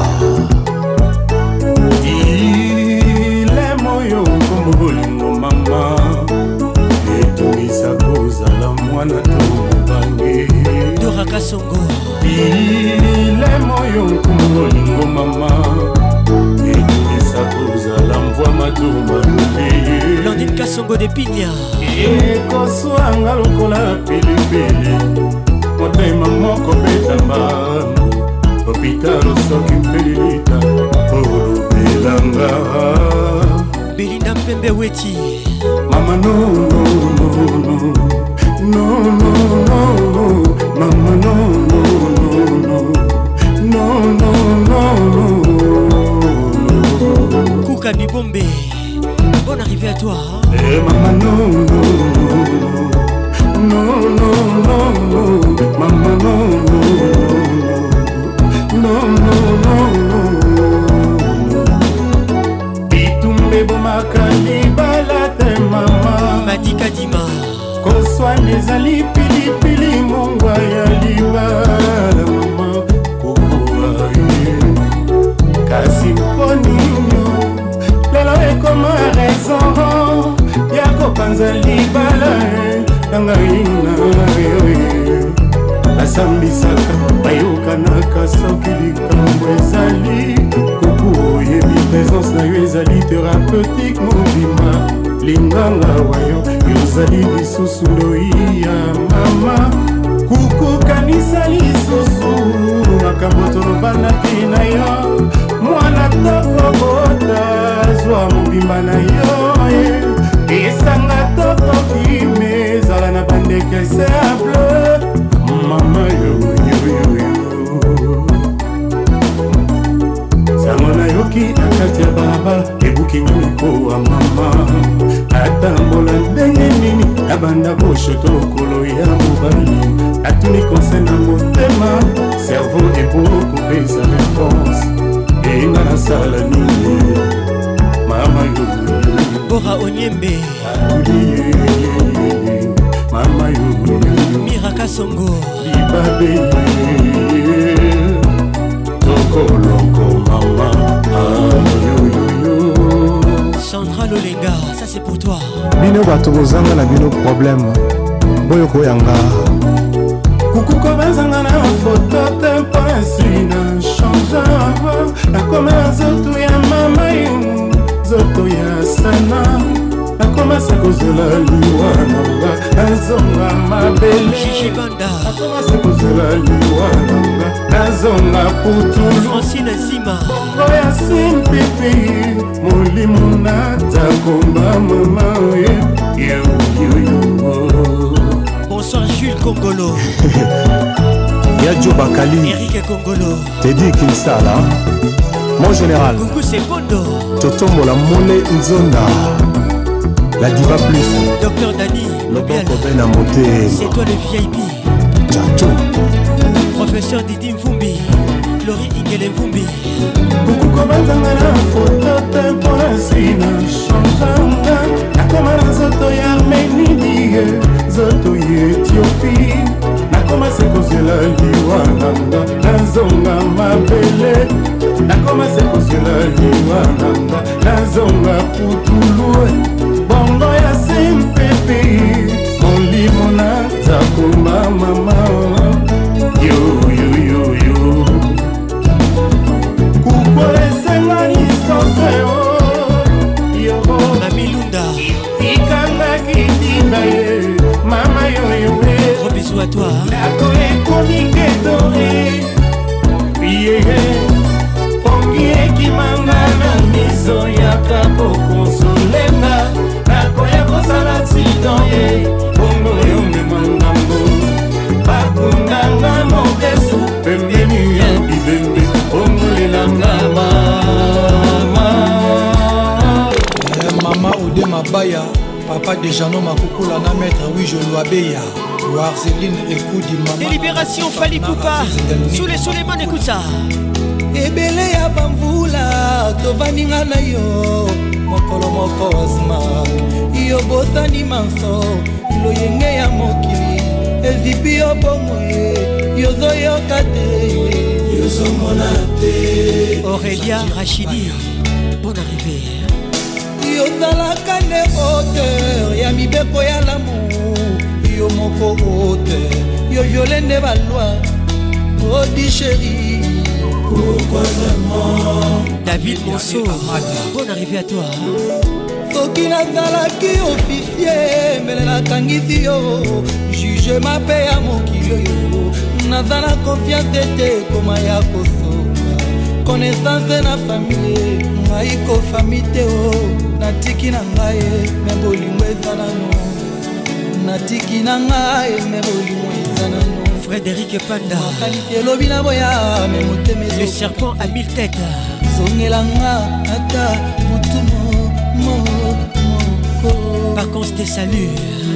Speaker 2: Ile moyo kombolingo mama. Etumisa kozala mwana to bange.
Speaker 6: Dora Kasongo.
Speaker 2: Ile moyo kombolingo mama. Etumisa kozala mvwa matuma nde.
Speaker 6: Landine Kasongo de Pigna.
Speaker 2: Ekoswanga lokola pilipili. Motema moko betamba. Hôpital soki mpelilita. Olobelanga.
Speaker 6: Belinda Mpembe Weti.
Speaker 2: Mama no no no no. No no no no. Mama no no no no. No no no no.
Speaker 6: Kouka Nibombe. Bonne arrivée à toi.
Speaker 2: Eh mama no no no. No no no no. Mama no no no. No no no no. Bitumbe bomakani balate mama.
Speaker 6: Madika Dima.
Speaker 2: Koswani ezali pilipili mongwa ya libala mama. Kukua ye. Kasi mponinyo. Lelo ekoma raison. Yako panza libala e. Nangaina yoye. Asambisaka bayokanaka soki likambo ezali. Kuku oyebi présence na yo ezali thérapeutique mobima. Linganga wayo yozali lisusu loi ya mama. Kuku kanisa lisusu makambo tolobanaki na yo. Mwana tokobota zwa mobimba na yo esanga tokoki mezala na bandeke simple. Mama yo yo yo yo. Sango na yoki na kati ya balabala ebuki nyoniko wa mama. Atambola ndenge nini abanda boshoto lokolo ya mobali. Atuni konse na motema cerveau ebokopesa réponse. Enga na sala nini mama yo.
Speaker 6: Bora Onyembe.
Speaker 2: Atulie mama yo.
Speaker 6: Mira Kasongo.
Speaker 2: Ibabe Toko loko mama.
Speaker 15: bino bato bozanga na bino problème boyo koyanga
Speaker 2: kukuko bazanga na foto te mpasi na change nakoma na zoto ya mama yo zoto ya sana nakomasa kozela liwa nanga nazonga mabele nakomasa kozela liwa nanga nazonga putulu
Speaker 6: Francine Zima
Speaker 2: bongo ya simpipi molimo natakomba mama yo yo.
Speaker 6: Bonsoir Jules Congolo
Speaker 15: Yadjo Bakali
Speaker 6: Eric Congolo
Speaker 15: Teddy Kinsala mon général
Speaker 6: Coucou c'est Bondo
Speaker 15: Totombo la Mole Nzonda la diva plus
Speaker 6: Docteur Dani
Speaker 15: Lobial Moté
Speaker 6: c'est toi le V I P
Speaker 15: Tchacho
Speaker 6: Professeur Didi Mvumbi Laurie Ingele Mvumbi
Speaker 2: kukuko bazanga na foto te mpasi na changanga nakoma na zoto ya Armenidie zoto ya Ethiopie nakomasa kozela liwa nanga nazonga mabele nakomasa kozela liwa nanga nazonga putulu bongo ya simpepe molimo natakoma mama yo yo yo yo kuko esenga nisonseo yo
Speaker 6: Mamilunda
Speaker 2: ikanga kitinga ye mama yo yo
Speaker 6: gros bisous à toi
Speaker 2: Nako ekomi ketore Yeye Pongi ekimanga na miso yaka pokonsolenga Nako ya kosala accident ye Bongo yonde mangambo Bakundanga modesu Pembeni ya bibembe Bongo lelanga mama
Speaker 10: Mama Ode Mabaya Papa Dejano Makukula na maître oui je dois beya Arzeline écoute maman
Speaker 6: Délibération Fali Poupa Sous les Soleiman écoute ça
Speaker 10: Ebele ya bamvula Tovaninga na yo Mokolo moko asma Iyo botani manso Ilo yenge ya mokili Ezipi yo bongoye Yozo yo kate Yozo monate
Speaker 6: Aurélia Rachidi Bonne arrivée
Speaker 10: Yozalaka ne auteur Ya mibeko ya l'amour Yo moko haute, yo violé ne baloi, oh di chérie. Pourquoi vraiment?
Speaker 6: David Monceau, bonne arrivée à toi.
Speaker 10: Soki nazalaki officier, mais la kangisi yo, juge ma paix à mokili yo. Nazala confiance te koma ya kosoka, connaissance na famille, ngai ko famille te o, natiki na ngai, me bolingo ezana no. Natiki na ngai me bolimo ezana no
Speaker 6: Frédéric Panda
Speaker 10: elobi na boya me moteme
Speaker 6: le serpent à mille têtes
Speaker 10: zongelanga ata mutumo mo mo
Speaker 6: vacances tes saluts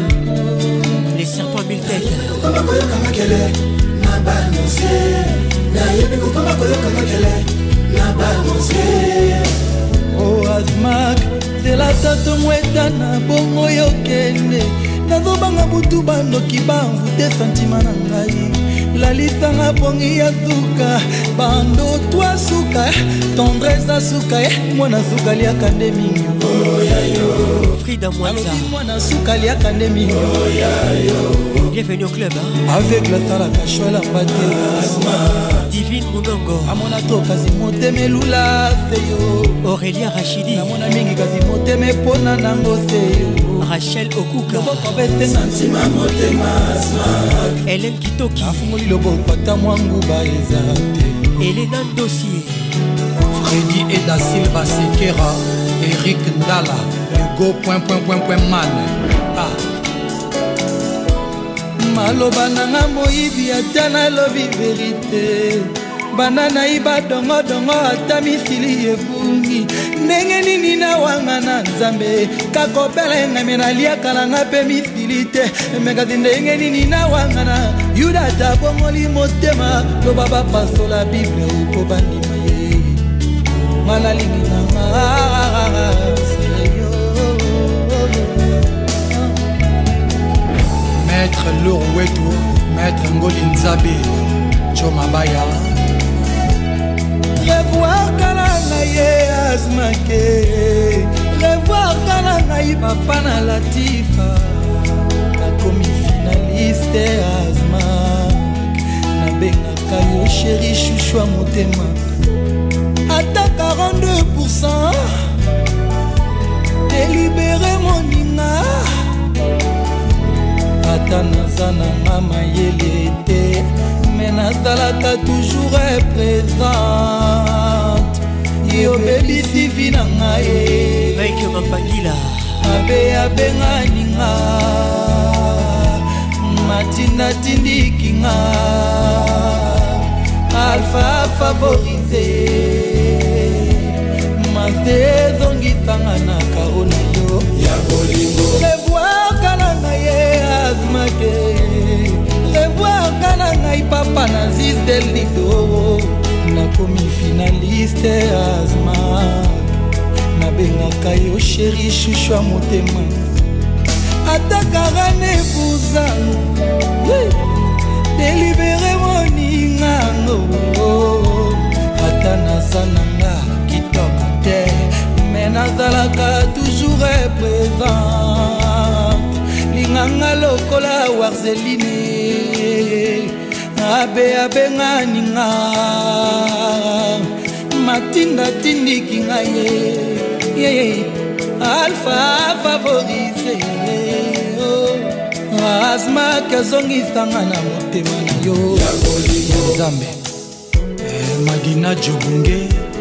Speaker 6: les serpents à mille têtes
Speaker 10: kama koyo kama kele na banose na yebi ko kama koyo kama kele na banose oh azmak c'est la tante mweta na bongo yo kende nazobanga butu bandoki bamvute santima na ngai lalisanga pongi ya suka bando twa suka tendresse suka mwana suka liaka nde mingi
Speaker 6: Frida Mwanza
Speaker 10: mwana suka liaka nde mingi
Speaker 6: bienvenue au club hein?
Speaker 10: avec la sala kashwela mbate
Speaker 6: Divine Munongo
Speaker 10: amona to kasi moteme lula seyo
Speaker 6: Aurélia Rachidi
Speaker 10: amona mingi kasi moteme pona nango seyo
Speaker 6: Rachel Okuka Hélène Kitoki Elena Dossier
Speaker 10: Freddy Eda Silva Sekera Eric Ndala Hugo point point point point man ah. Maloba nanga moyibi ata nalobi verite banana iba dongo dongo ata misili ebungi ndenge nini nawanga na nzambe kakopela ngame naliaka nanga mpe misili te mekasi ndenge nini nawanga na yuda tabongoli motema loba bapasola bible uko bandima ye ngana lingi nanga Maître Lourwetou, Maître Ngoli Nzabe, Joe Mabaya Revoir Kalanga ye Azmake revoir kana ngai papa na Latifa nakomi finaliste Azmak nabengaka yo chéri chouchou ya motema ata quarante-deux pour cent délibéré moninga ata naza nanga mayele te me nazalaka toujours présente yo bebisi vi na ngai
Speaker 6: Mike Mapangila
Speaker 10: abe abenganinga matinda tindikinga alpha favorisé mate zongisanga na karona yo ya bolingo revoir kana ngai Azmake revoir kana ngai papa na Ziz del Lido nakomi finaliste Azmak nabengaka yo chéri chouchou ya motema ata karane buzalo délibéré moningango ata naza nanga kitoko te me nazalaka toujours présente linganga lokola warzeline abe abenganinga matinda tindiki ngaye alpha favorisé Azmak azongisanga na motema na yo Nzambe Madina Jobunge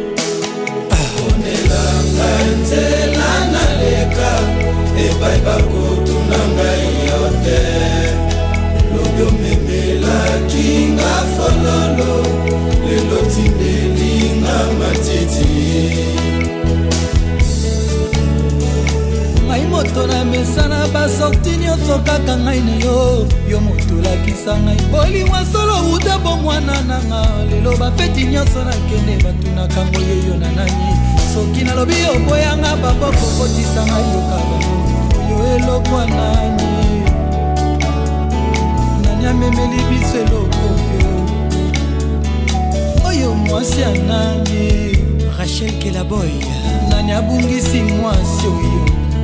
Speaker 10: onelanga nzela naleka epai bakotuna ngai yo te lobi omemelaki nga fololo lelo tindelinga matiti ngai moto na mesana basorti nyonso kaka ngai na yo yo moto olakisa ngai bolimwa solo uta bomwana nanga lelo bafeti nyonso nakende batunaka ngo yoyo na nani soki nalobi oboyanga baboko kotisa ngai yokaba yo elokwa nani nani amemeli biso eloko oyo mwasi ya nani
Speaker 6: Rachel Kelaboy
Speaker 10: nani abungisi mwasi oyo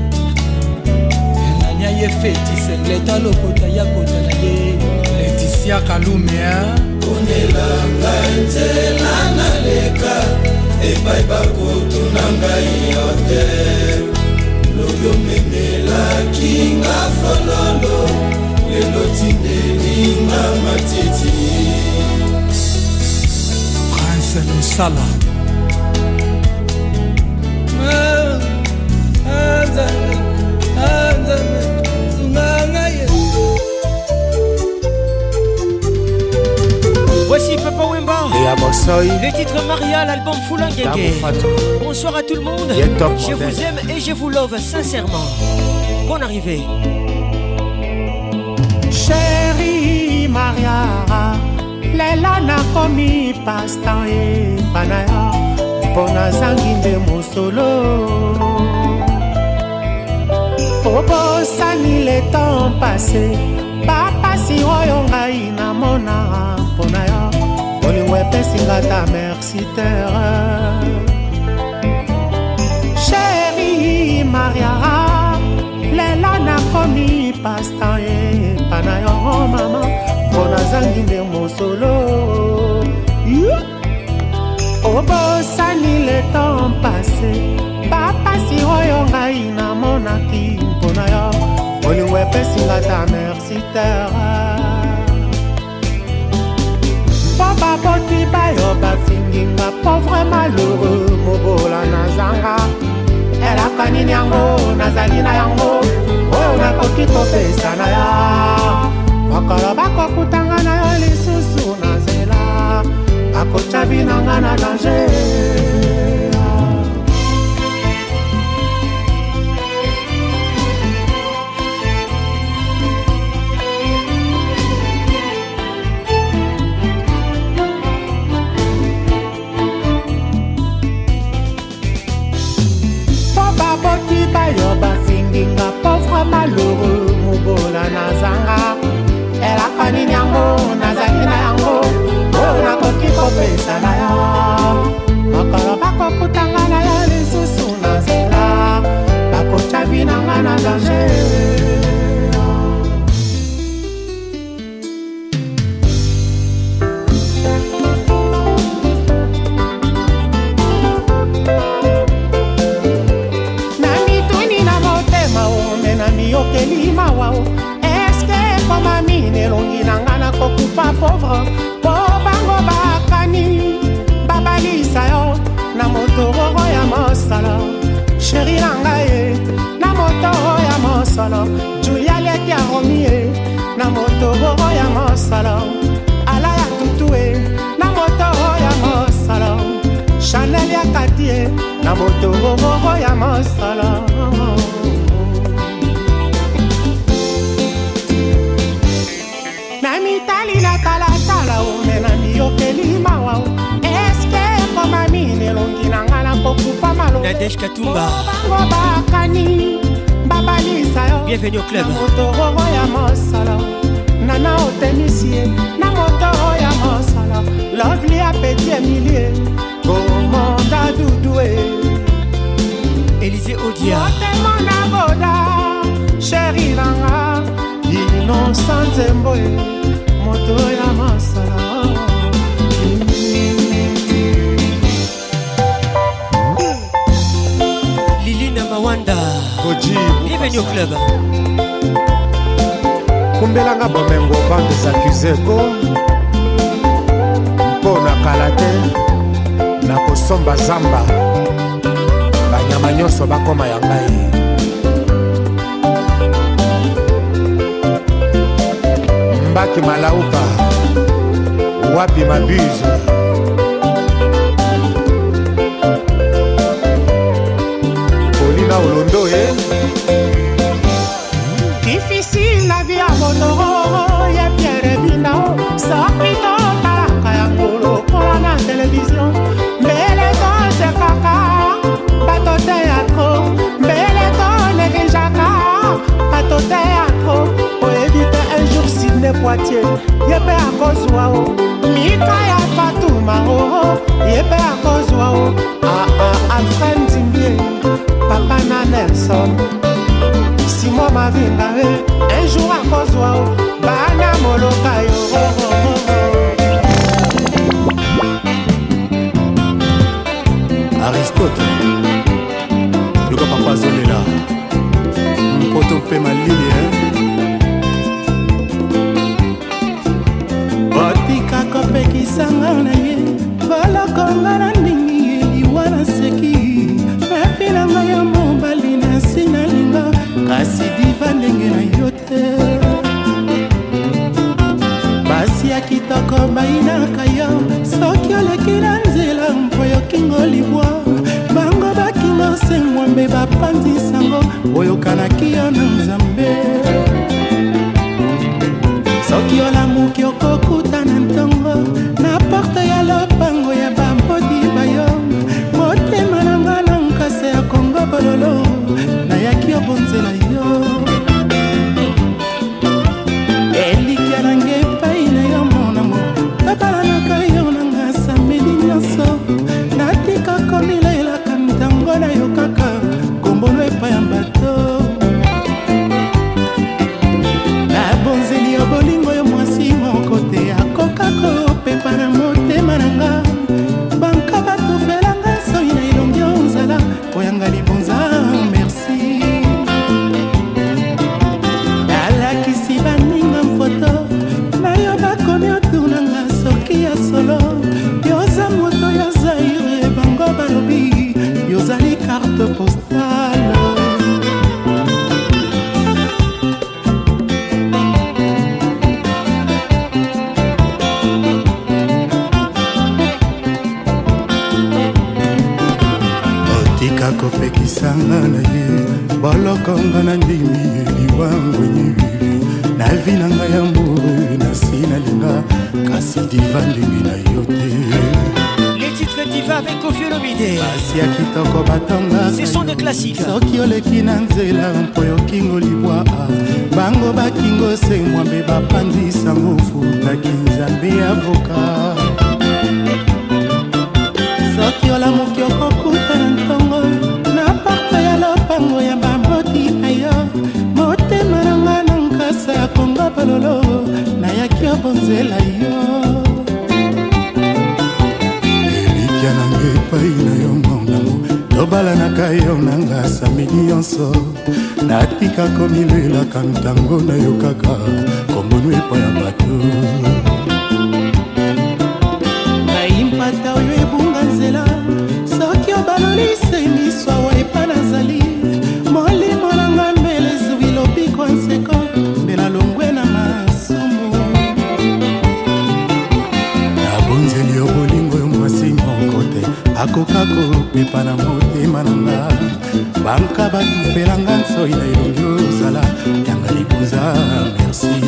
Speaker 10: nani aye feti sengleta lokota ya kota na ye Laetitia Kalume onelanga nzela naleka epai bakotuna ngai yo te lobi omemelaki nga fololo lelo tindelinga matiti Prince Lusala
Speaker 6: Voici Papa Wemba
Speaker 15: et à Boxoy.
Speaker 6: Le titre Maria, l'album Foulanguengue. Bonsoir à tout le monde. Je vous aime et je vous love sincèrement. Bonne arrivée.
Speaker 16: Chérie Maria, lela nakomi pastan e panaya pona zangi nde mosolo obosani le temps passé bapasi oyo ngai namona mpona yo bolingo epesinga ta merci terre Chérie Maria lela nakomi pastan e panayo mama mpona zangi nde mosolo obosani le temps passé bapasi oyo ngai namonaki mpona yo bolingo epesinga ta merci terre mpo baboti bayo bafinginga pauvre malheureux mobola nazanga elaka nini yango nazali na yango oyo nakoki kopesa na ya makolo bakokutanga na yo lisusu na nzela akotya binanga na danger bayo bafinginga pauvre malheureux mobola nazanga elaka nini yango nazali na yango oyo nakoki kopesa na yo mosala ala ya tutue na moto ya mosala Chanel ya Cartier na moto ya mosala na mitali na talatala omena miyokeli mawa eske koma mine longi na ngana pokufa malo
Speaker 6: Nadej Katumba
Speaker 16: bango bakani babalisa yo
Speaker 6: bienvenue au club
Speaker 16: na moto ya mosala Nana Otemisie na moto ya mosala Lovely a petit Emilie Komanda Doudoué
Speaker 6: Élisée Odia
Speaker 16: Motemona Boda Chéri Langa Innocent Zemboe moto ya mosala
Speaker 6: Lili Namawanda bienvenue au club
Speaker 16: kumbelanga bomengo bande zakuzeko mpo na kala te na kosomba zamba banyama nyonso bakoma ya ngai mbaki malauka wapi mabuse kolina olondo e difficile la vie à Bondoro, y'a Pierre Binao, Saprito, Talaka Yangolo, pour la télévision, mais les temps c'est caca, bateau théâtre, mais les temps négligaka, bateau théâtre, pour éviter un jour Sidney Poitiers, y'a pas à cause wao, Mika ya Fatouma, y'a pas à cause wao, ah ah, Alfred Zimbier, Papa na Nelson. Si moi ma vie un jour à cause de Bana Moloka Aristote le gars papa zoné là mon poteau fait ma ligne Botika kope kisanga na ye Bala konga na ningi Iwana seki Mepila maya mobali na sinalinga kasi diva ndenge na yo te basi ya kitoko bayinaka yo soki oleki na nzela mpo yokingo libwa bango bakingo se mwambe bapanzisango oyokanaki yo na nzambe soki olamuki okokuta na ntongo na porte ya lopango ya bampoti bayo motema na nga na nkase ya kongo bololo nayaki obonzela yo elikia nange epai na yo monamo tabalanaka yo nanga samedi nyonso natika komilelaka ntango na yo kaka kombono epai ya bato nabonzeli yo bolingo yo mwasi moko te akokako pepa na motema nanga banka batufelanga soi na elongi ozala oyanga libonza merci alakisi baninga mfoto na yo bakomi otunanga soki ya solo yoza moto ya zaire bango balobi yozali carte postale otika kopekisanga na ye bolokonga na ndimi eliwangwenyi na vi na ngai ya mburu na si nalinga kasi diva ndenge na yo te
Speaker 6: les titres diva avec Koffi Olomide
Speaker 16: basi ya kitoko batonga
Speaker 6: ce sont des classiques
Speaker 16: soki oleki na nzela mpo yokingo libwa bango bakingo se mwambe bapanzisango futaki nzambe avoka soki olamuki okokuta na ntongo na porte ya lopango ya bamboti ayo motema nanga na nkasa ya kongo bololo nayaki obonzela yo elikia nanga epai na yo monamo tobalanaka yo nanga samedi nyonso natika komilelaka ntango na yo kaka kombonu epai ya bato naimpata oyo ebunga nzela soki obalolise miswa wa epa nazali molimo nanga mbele ezwi lobiko nseko mbe nalongwe na masumu
Speaker 2: bolingo yo mwasi moko te akoka kopepa na motema na nga banka batufelanga nsoi na elongi ozala yanga libuza merci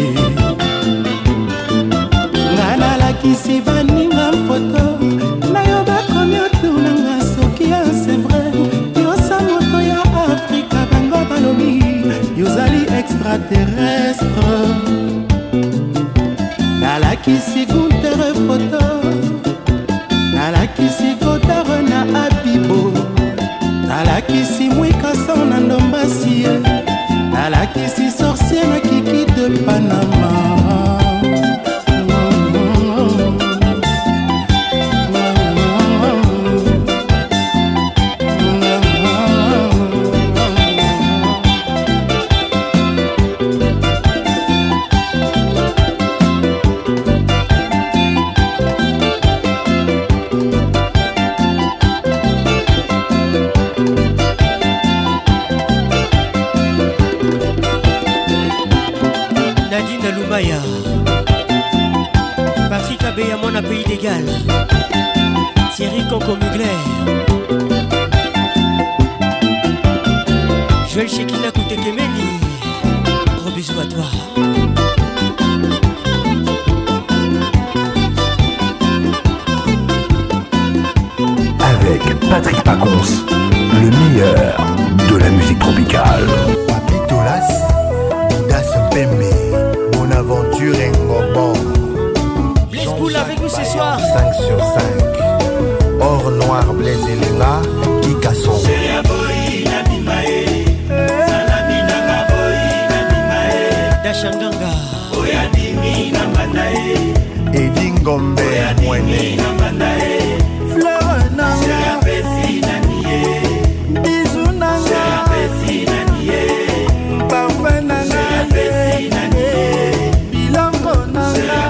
Speaker 2: nga nalakisi baninga foto na yo bakomi otunanga soki ya c'est vrai yosa moto ya afrika bango balobi yozali extraterrestre nalakisi guntere foto nalakisi kodare na abibo nalakisi mwikaso na ndombasie nalakisi sorcier na kiki de Panama
Speaker 6: Patrick Abeyamon à Pays d'Égal, Thierry Conco-Mugler, Joël Chekina Koutekemeni, gros bisous à toi.
Speaker 1: Avec Patrick Pacons, le meilleur de la musique tropicale.
Speaker 17: Papitolas, Didas Pembe, Bonaventure Ngobo.
Speaker 6: Blaise Boule avec nous ce soir.
Speaker 17: cinq sur cinq. Or noir, Blaise Elenga, Kikasson.
Speaker 6: Dachanganga.
Speaker 17: Edi Ngombe, Mwene.
Speaker 10: Fleur Nanga. Bisou Nanga. Parfait Nanga. Bilongo Nanga.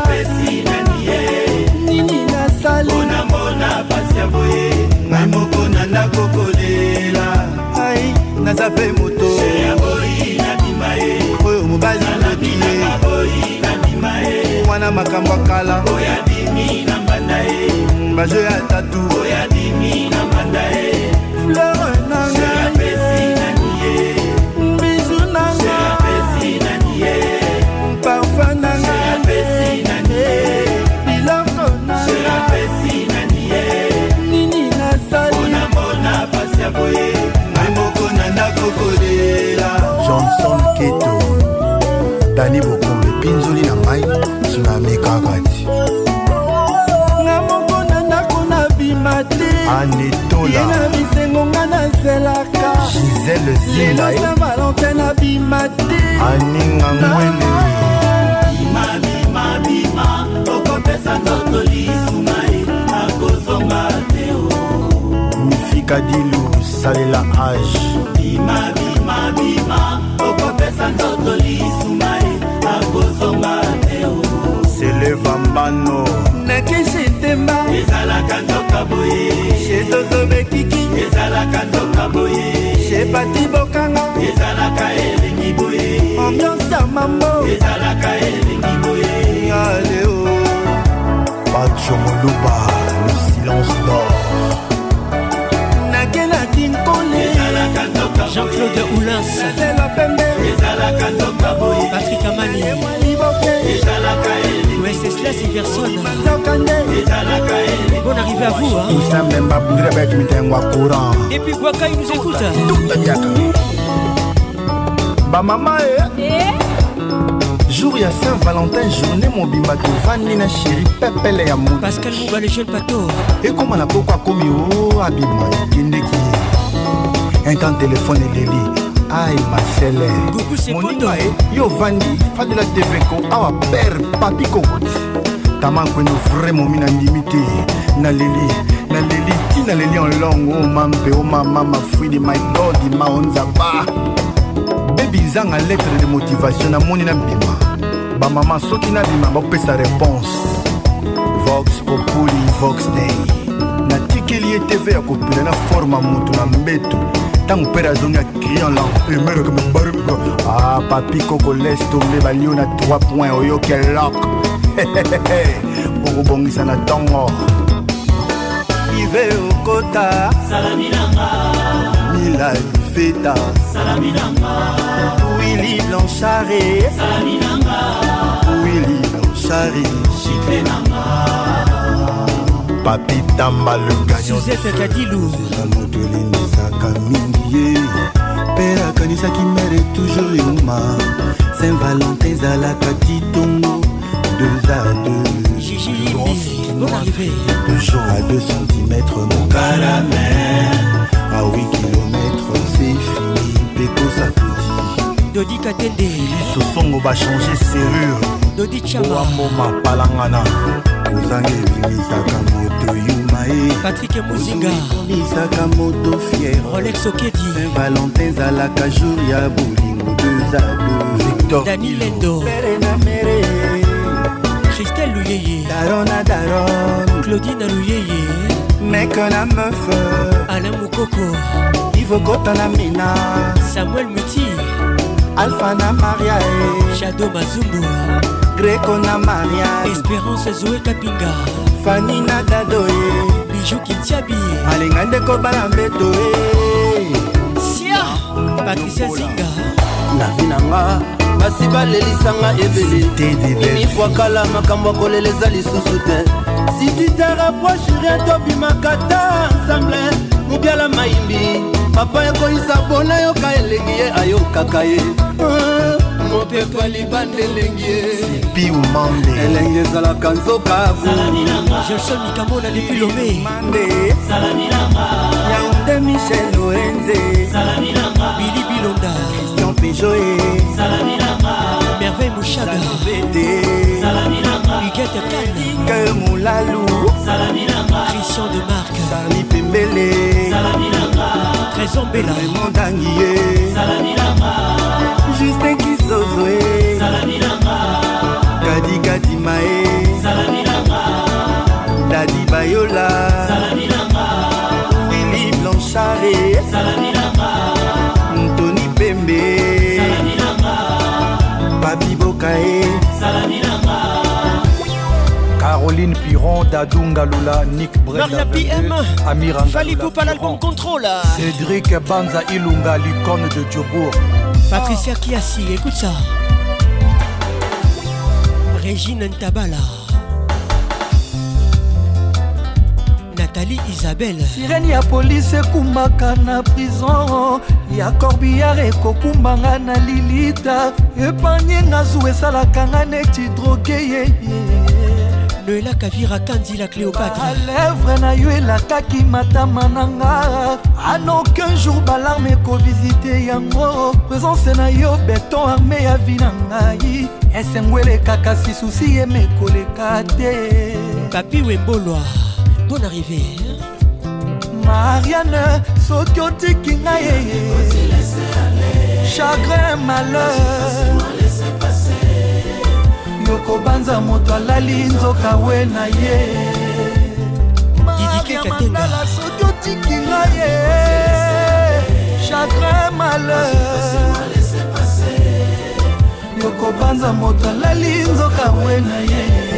Speaker 10: Nini Nasali.
Speaker 12: Mamoko nanda kokolela.
Speaker 10: Ai, nazape moto. Oyo mobali motiye. Mwana makambo akala. Bajo ya tatu. Fleur Nanga. Bisou Nanga. Parfum Nanga. Bilongo Nanga. Nini Nasali.
Speaker 17: Johnson Keto, Dani Bokombe, Pinzoli na Mai, Tsunami Kakati.
Speaker 10: Ngamoko nanda kuna bimate.
Speaker 17: Anetola.
Speaker 10: Yena bisengo ngana zelaka.
Speaker 17: Gisèle Zila.
Speaker 10: Yena Saint Valentin na bimate.
Speaker 17: Aninga Mwele.
Speaker 12: Bima bima bima, okopesa ndoto lisumai, akozonga teo.
Speaker 17: Mifika Dilu, Salela Age.
Speaker 12: Bima bima bima, okopesa ndoto lisumai, akozonga teo.
Speaker 17: Seleva Mbano.
Speaker 10: Nakisi temba.
Speaker 12: Ezalaka nzoka boye.
Speaker 10: Chez Zozo Bekiki.
Speaker 12: Ezalaka nzoka boye.
Speaker 10: Chez Pati Bokanga.
Speaker 12: Ezalaka elengi boye.
Speaker 10: Ambiance ya mambo.
Speaker 12: Ezalaka elengi boye.
Speaker 10: Allez oh.
Speaker 17: Pacho Moluba, le silence d'or.
Speaker 10: Nakela Kinkole.
Speaker 12: Ezalaka nzoka boye.
Speaker 6: Jean-Claude Oulins.
Speaker 10: Nazela Pembe.
Speaker 12: Ezalaka nzoka boye.
Speaker 6: Patrick Amani.
Speaker 12: Ezalaka elengi.
Speaker 6: Wenceslas Iverson.
Speaker 10: Manzokande.
Speaker 12: Ezalaka elengi.
Speaker 6: Bonne arrivée à vous, hein.
Speaker 17: Issa Mbemba Boudre Bek Mitengwa Courant.
Speaker 6: Et puis Guaka, il nous écoute.
Speaker 17: Ba maman eh. Jour ya Saint-Valentin, journée mon bimato Vanni na chéri pepele ya mou.
Speaker 6: Pascal Mouba le jeune pato.
Speaker 17: Et comment la poko a commis oh abima Kindeki. Un temps téléphone et Lili. Aïe ma célè.
Speaker 6: Coucou c'est Pondo.
Speaker 17: Yo Vanni, fa de la T V ko awa père papi kokoti. Tama kwenu vraiment mina limité. Na Lili, na Lili, ti na Lili en long oh mampe oh mama ma fouille my god ma onza ba. Baby zanga lettre de motivation na moni na bima. Ba mama soki na bima ba pesa réponse. Vox Populi Vox Day. Na tikeli T V ya kopila na forma mutu na mbeto. Tango pera zonga client là. Et mère que me barre. Ah papi Coco laisse tomber ba lion à trois points oyo ke lock. Bongo bongisa na tongo. Feta
Speaker 12: Salaminanga
Speaker 17: Mila Feta
Speaker 12: Salaminanga
Speaker 17: Willy Blanchard
Speaker 12: Salaminanga
Speaker 17: Willy Blanchard
Speaker 12: Chiklenanga
Speaker 17: Papi Tamba le gagnant
Speaker 6: Suzette Kadilou
Speaker 17: Saka mingi Père akanisaki mere toujours yuma Saint-Valentin zalaka titongo deux à deux
Speaker 6: Gigi Yimbi, bon arrivé
Speaker 17: Toujours à deux centimètres mon caramel à huit kilomètres c'est fini Péco s'applaudit
Speaker 6: Dodi Katende
Speaker 17: Sosongo va changer serrure
Speaker 6: Dodi Chama
Speaker 17: Moma Palangana Ozange bimisaka moto yumae
Speaker 6: Patrick Muzinga
Speaker 17: Misaka moto fier
Speaker 6: Rolex Okedi
Speaker 17: Saint-Valentin zalaka jour ya bolingo deux à deux Victor
Speaker 6: Dani Lendo
Speaker 17: Perena mere
Speaker 6: Christelle Louyeye
Speaker 17: Darona Daron
Speaker 6: Claudine Louyeye
Speaker 17: Mec na meuf
Speaker 6: Alain Moukoko
Speaker 17: Ivo Kota na Mina
Speaker 6: Samuel Muti
Speaker 17: Alpha na Maria
Speaker 6: Shadow Mazumbu
Speaker 17: Greco na Maria
Speaker 6: Espérance Zoé Kapinga
Speaker 17: Fanny na Dadoe
Speaker 6: Bijou Kintiabi
Speaker 17: Alinga ndeko bala mbeto
Speaker 6: Sia Patricia Zinga
Speaker 18: na vinanga basi balelisanga ebele mifwakala makambo akoleleza lisusu te si tu te rapproche rien tobimaka ta ensemble mobiala mayimbi papa ekoyisa bona yoka elengi ye ayokaka ye mopepa libanda elengi ye
Speaker 17: piumande
Speaker 18: elengi ezalaka nzokavu
Speaker 6: Gelson Mikamona depuis Lomé
Speaker 17: Yaoundé Michel Oenze
Speaker 6: Billy Bilonda
Speaker 17: Christian Péjoé
Speaker 6: Merveille Mouchaga Huguette Kane
Speaker 17: Que Moulalou
Speaker 6: Christian de Marc
Speaker 17: Charlie Pembele
Speaker 6: Trésor Bella
Speaker 17: Raymond Danguier Justin Kisozoé Kadi Kadi Mae Dadi Bayola Willy Blanchard Tony Pembe Papi Bokae
Speaker 15: Caroline Piron, Dadunga Lula, Nick Brenda
Speaker 6: Maria P M
Speaker 15: Amiranga
Speaker 6: Fali Poupa l'album Contrôle
Speaker 15: Cédric Banza Ilunga, l'icône de Djobourg
Speaker 6: Patricia Kiassi, écoute ça Régine Ntabala Nathalie Isabelle
Speaker 10: sirene ya polisi ekumbaka na prison ya corbillard ekokumbanga na lilita epanye nga zu esalaka nga neti droge yeye
Speaker 6: Noela Kavira Kandi la Cléopâtre
Speaker 10: alèvre na yo elakaki matama na nga an aucun jour balarme ekovisite yango présence na yo beton armé ya vi na ngai esengo elekaka sisusi yemekoleka te
Speaker 6: Papi Wembolwa bonne arrivée
Speaker 10: Marianne soki otiki ngai yeye chagrin malheur yokobanza moto alali nzoka we na ye Mariamandala soki otiki ngai yeye chagrin malheur yokobanza moto alali nzoka we na ye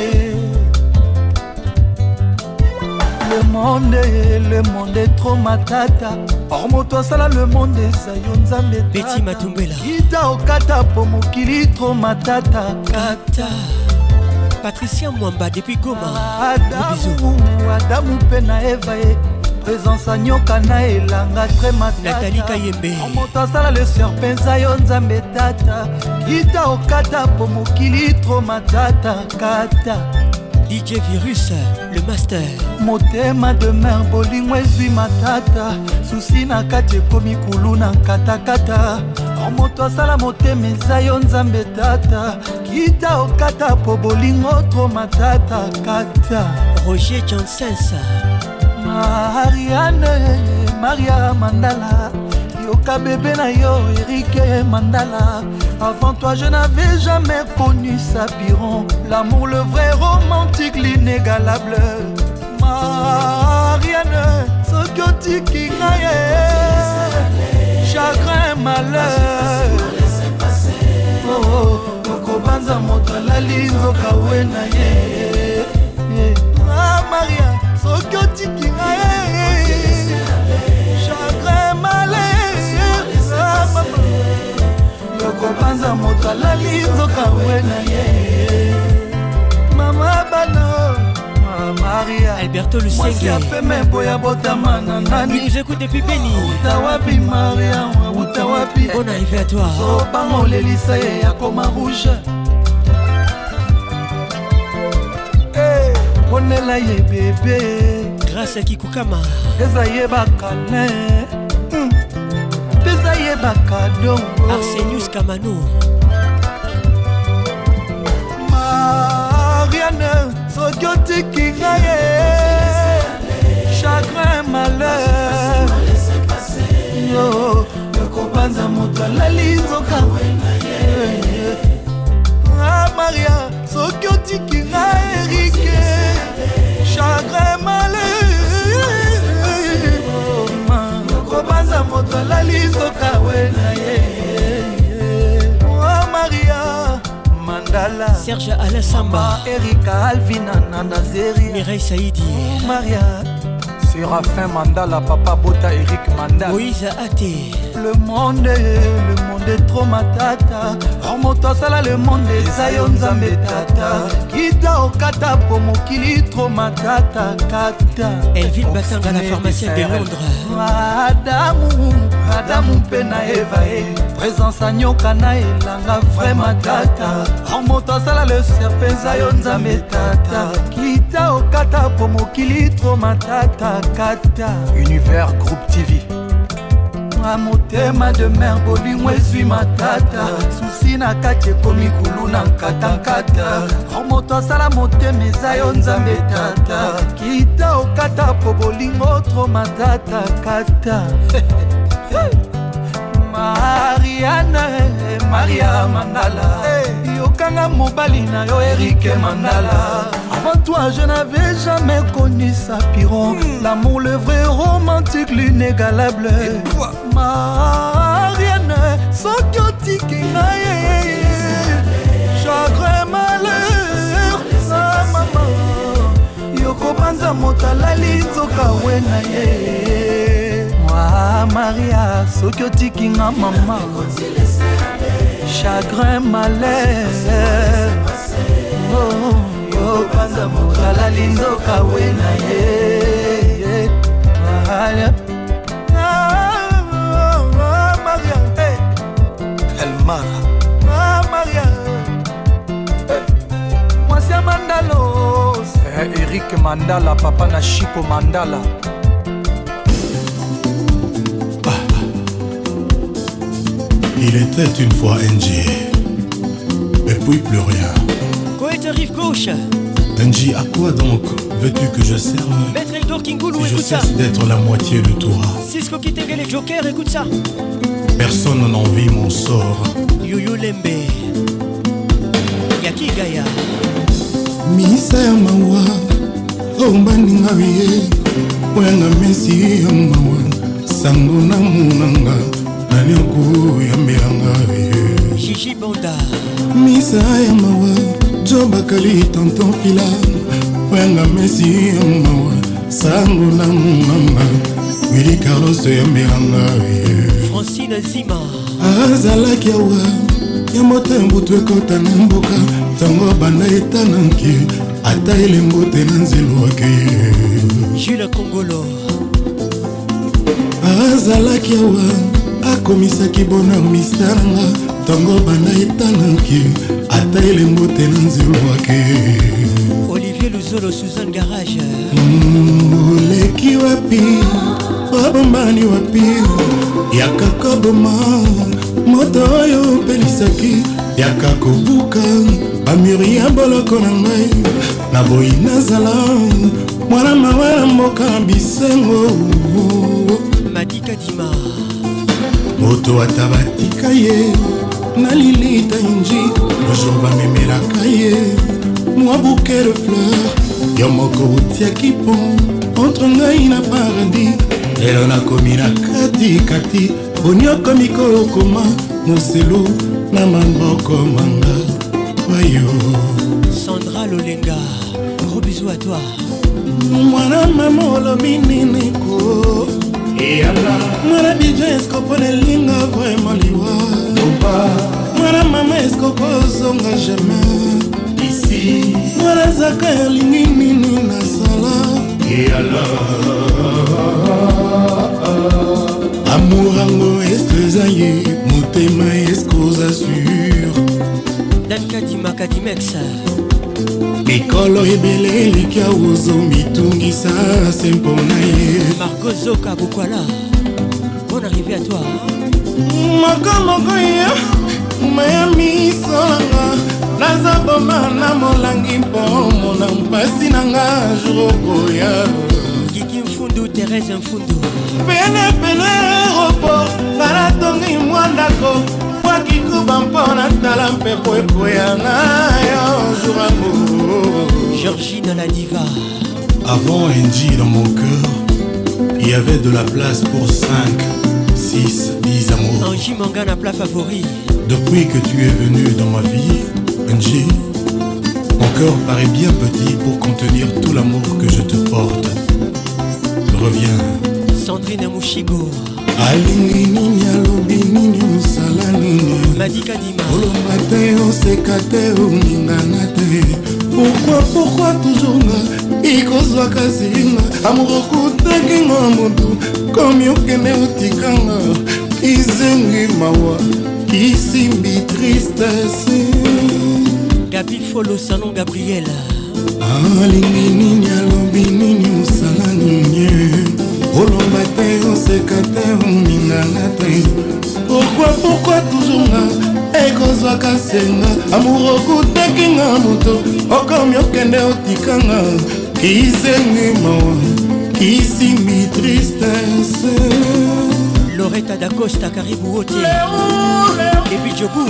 Speaker 10: Le monde, le monde est trop matata. Or moto asala le monde eza yo nzambe
Speaker 6: Betty Matumbela
Speaker 10: Kita okata po mokili trop matata
Speaker 6: Kata Patricia Mwamba depuis Goma
Speaker 10: Adamu, Adamu pe na Eva e Présence a nyoka na elanga très matata
Speaker 6: Nathalie Kayembe
Speaker 10: Or moto asala le serpent eza yo nzambe tata Kita okata po mokili trop matata Kata
Speaker 6: D J Virus, le master
Speaker 10: motema de mer bolingo ezwi matata susi na kati ekomi kulu na nkatakata or moto asala motema eza yo nzambe tata kita okata po bolingo tro matata kata
Speaker 6: Roger Johnsens
Speaker 10: Marianne Maria Mandala yoka bébé na yo Eric Mandala. Avant toi je n'avais jamais connu Sapiron, l'amour le vrai romantique l'inégalable. Marianne Sokotiki Ngaye, chagrin malheur. Oh oh, Kokobanza moto lali nzoka wena ye. Ah Maria Sokotiki Ngaye.
Speaker 18: lali nzoka wena ye mama bana Maria
Speaker 6: Alberto Lusenge
Speaker 18: boya botamana nani
Speaker 6: il nous écoute depuis Béni
Speaker 18: utawapi Maria utawapi
Speaker 6: on arrive à toi
Speaker 18: so bango lelisa ye ya koma rouge eh onela ye bébé
Speaker 6: grâce à Kikukama
Speaker 18: eza ye bakale eza ye bakado
Speaker 6: Arsenius Kamano
Speaker 18: Marianne soki otiki ngai chagrin malheur yo yokobanza moto alali nzoka ah Maria soki otiki ngai Erike chagrin malheur yokobanza moto alali nzoka wena ye oh Maria Mandala
Speaker 6: Serge Alassamba
Speaker 18: Erika Alvina Nanazeri
Speaker 6: Mireille Saïdi
Speaker 18: Maria Séraphin Mandala Papa Bota Eric Mandala
Speaker 6: Moïse Athé
Speaker 18: le monde le monde est trop matata remonte sala le monde ezayo nzambe tata kita okata po mokili trop matata kata
Speaker 6: Elvin Batanga la pharmacienne de Londres
Speaker 18: Adamu Adamu pena Eva e présence à nyoka na elanga vraiment tata remonte sala le serpent ezayo nzambe tata kita okata po mokili trop matata kata Univers Groupe T V motema de mer bolingo ezwi matata susi na kati ekomi kulu na nkatankata moto asala motema eza yo nzambe tata kita okata po bolingo tro matata kata Mariana Maria Mandala yokanga mobali na yo Erike Mandala. Avant toi je n'avais jamais connu Sapiron, l'amour le vrai romantique l'inégalable. Mariana soki otiki ngai chagrin malheur sa mama yokobanza moto alali nzoka wena ye mwa Maria soki otiki nga mama chagrin malheur yokobanza moto alali nzoka wena ye Maria Ah Maria Mwasi Mandalo c'est Eric Mandala papa na Chipo Mandala.
Speaker 2: ah. Il était une fois N J et puis plus rien.
Speaker 6: Coët rive gauche.
Speaker 2: N J, à quoi donc veux-tu que je serve?
Speaker 6: Maître Eldor Kingoulou,
Speaker 2: si
Speaker 6: écoute ça.
Speaker 2: Je cesse d'être la moitié de toi.
Speaker 6: Cisco Kitengele Joker, écoute ça.
Speaker 2: Personne n'envie mon sort.
Speaker 6: Yoyo Lembe Yaki Gaya
Speaker 2: Misa ya mawa Ombani ngawiye Oyanga mesi ya mawa Sango na munanga Nani oku ya melanga
Speaker 6: Gigi Banda
Speaker 2: Misa ya mawa Joba kali tonton fila Oyanga mesi ya mawa Sango na munanga Willy Carlos ya melanga
Speaker 6: Francine Zima
Speaker 2: azalaki awa ya motembo tu ekota na mboka ntango banda etanaki ata elembo te na nzelo akeye
Speaker 6: Jules Kongolo
Speaker 2: azalaki awa akomisaki bonheur mistaranga ntango banda etanaki ata elembo te na nzelo akeye
Speaker 6: Olivier Luzolo Suzanne Garage
Speaker 2: oleki wapi babombani wapi yaka koboma moto oyo opelisaki yaka kobuka bamuri ya boloko na ngai na boyi nazala mwana mawa na mboka na bisengo
Speaker 6: Madika Dima
Speaker 2: moto ata batika ye na lilita inji nojour bamemelaka ye mwa bouquet de fleur yo moko otiaki pont entre ngai na paradis lelo nakomi na katikati bonyokomi kokoma moselu na maboko manga wayo
Speaker 6: Sandra Lolenga, gros bisous à toi.
Speaker 2: mwana mama olobi nini ko mwana bijo esko pona elinga vraiment liwa Ngana mama esikokozonga jamais ici. Ngana zaka elingi nini nasala. Et alors amour ango eskezaye motema eskoza sur.
Speaker 6: Dan Kadima Kadimex
Speaker 2: Mikolo ebele elikia uzo mitungisa sempo na ye.
Speaker 6: Marco Zoka Bukwala, bonne arrivée à toi.
Speaker 2: Moko moko ya Miami solanga naza boma na molangi mpo mona mpasi nanga jokoya.
Speaker 6: Kiki Mfundu, Thérèse Mfundu.
Speaker 2: Pene pene aéroport ngana tongi mwandako wakikuba mpona tala mpepo ekoya na yo jour.
Speaker 6: Georgine la diva.
Speaker 2: Avant Angie dans mon cœur, il y avait de la place pour cinq, six, dix amours.
Speaker 6: Angie Mangana plat favori.
Speaker 2: Depuis que tu es venu dans ma vie, Angie, mon cœur paraît bien petit pour contenir tout l'amour que je te porte. Reviens.
Speaker 6: Sandrine Mouchigo.
Speaker 2: Alingi nini alobi nini musala nini.
Speaker 6: Madi Kadima.
Speaker 2: Olomba te oseka te oningana te. Pourquoi, pourquoi toujours nga ikozwa kasinga amour okutaki nga mutu komi okende otikanga izengi mawa isimbi tristesse.
Speaker 6: Gabi Folo Salon Gabriel.
Speaker 2: Alingi nini alobi nini musala nini. Olomba te oseka te oningana te. Pourquoi, pourquoi toujours nga ekozwa kasenga amour okutaki nga mutu okomi okende otikanga kisengi mawa kisimbi tristesse.
Speaker 6: Loretta Dacosta Caribou Wote Ebi Djobour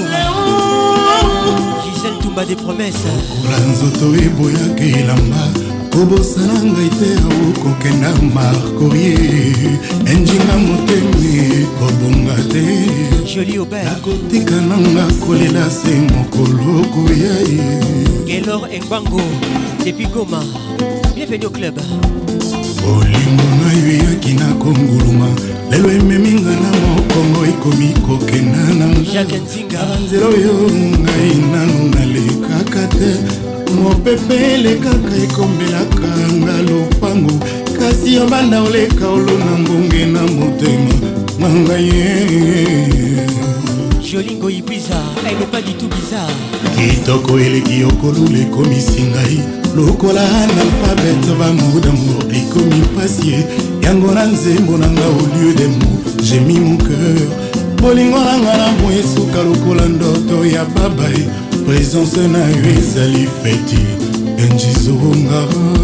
Speaker 6: Gisèle Toumba des promesses.
Speaker 2: Kula nzoto eboyaki elamba kobosana ngai te okokenda markorie enjinga motemi kobonga te.
Speaker 6: Jolie Aubert
Speaker 2: nakotika nanga kolela se mokolo koya ye.
Speaker 6: Gaylor Engbango depuis Goma. Bienvenue au club.
Speaker 2: Olingo na yo eyaki na konguluma lelo ememinga na mokongo ekomi kokenda na
Speaker 6: Jacques Nzinga.
Speaker 2: Nzela oyo ngai nanu nalekaka te mopepe elekaka ekombelaka nga lopango kasi yo banda oleka olona mbonge na motema nanga ye.
Speaker 6: Jolingo Ibiza, elle n'est pas du tout bizarre.
Speaker 2: Kitoko eleki okolula ekomisi ngai lokola analphabète bamour d'amour ekomi pasie yango na nzembo nanga au lieu des mots j'ai mis mon cœur bolingo nanga na mbo esuka lokola ndoto ya babai présence na yo ezali feti enjizonga.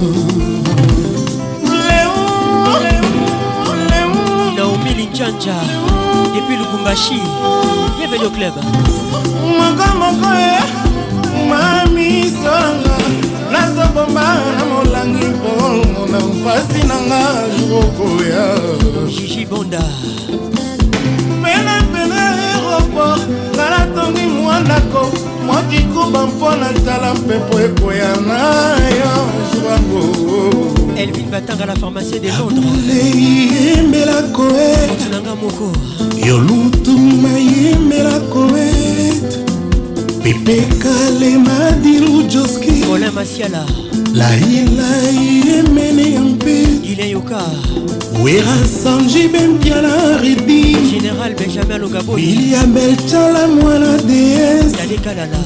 Speaker 6: Naomi Linchanja depuis Lubumbashi. Bienvenue au club.
Speaker 2: Moko moko e mami solanga nazo bomba na molangi mpo na mpasi nanga jokoya.
Speaker 6: Gigi Bonda.
Speaker 2: Pene pene aéroport ngana tongi mwandako mwakikuba mpona tala mpepo ekoya na yo jour.
Speaker 6: Elvin Batanga à la pharmacie de Londres.
Speaker 2: Yembela koet
Speaker 6: Motunanga Moko.
Speaker 2: Yolutuma yembela koet Pepe Kale Madilu Joski
Speaker 6: Colin Masiala.
Speaker 2: La ila yemene yampe
Speaker 6: Guilain Yoka.
Speaker 2: Wera Sanji Bempiana Redi
Speaker 6: Général Benjamin Logabo.
Speaker 2: William Belchala Mwana D S
Speaker 6: Dale Kalala.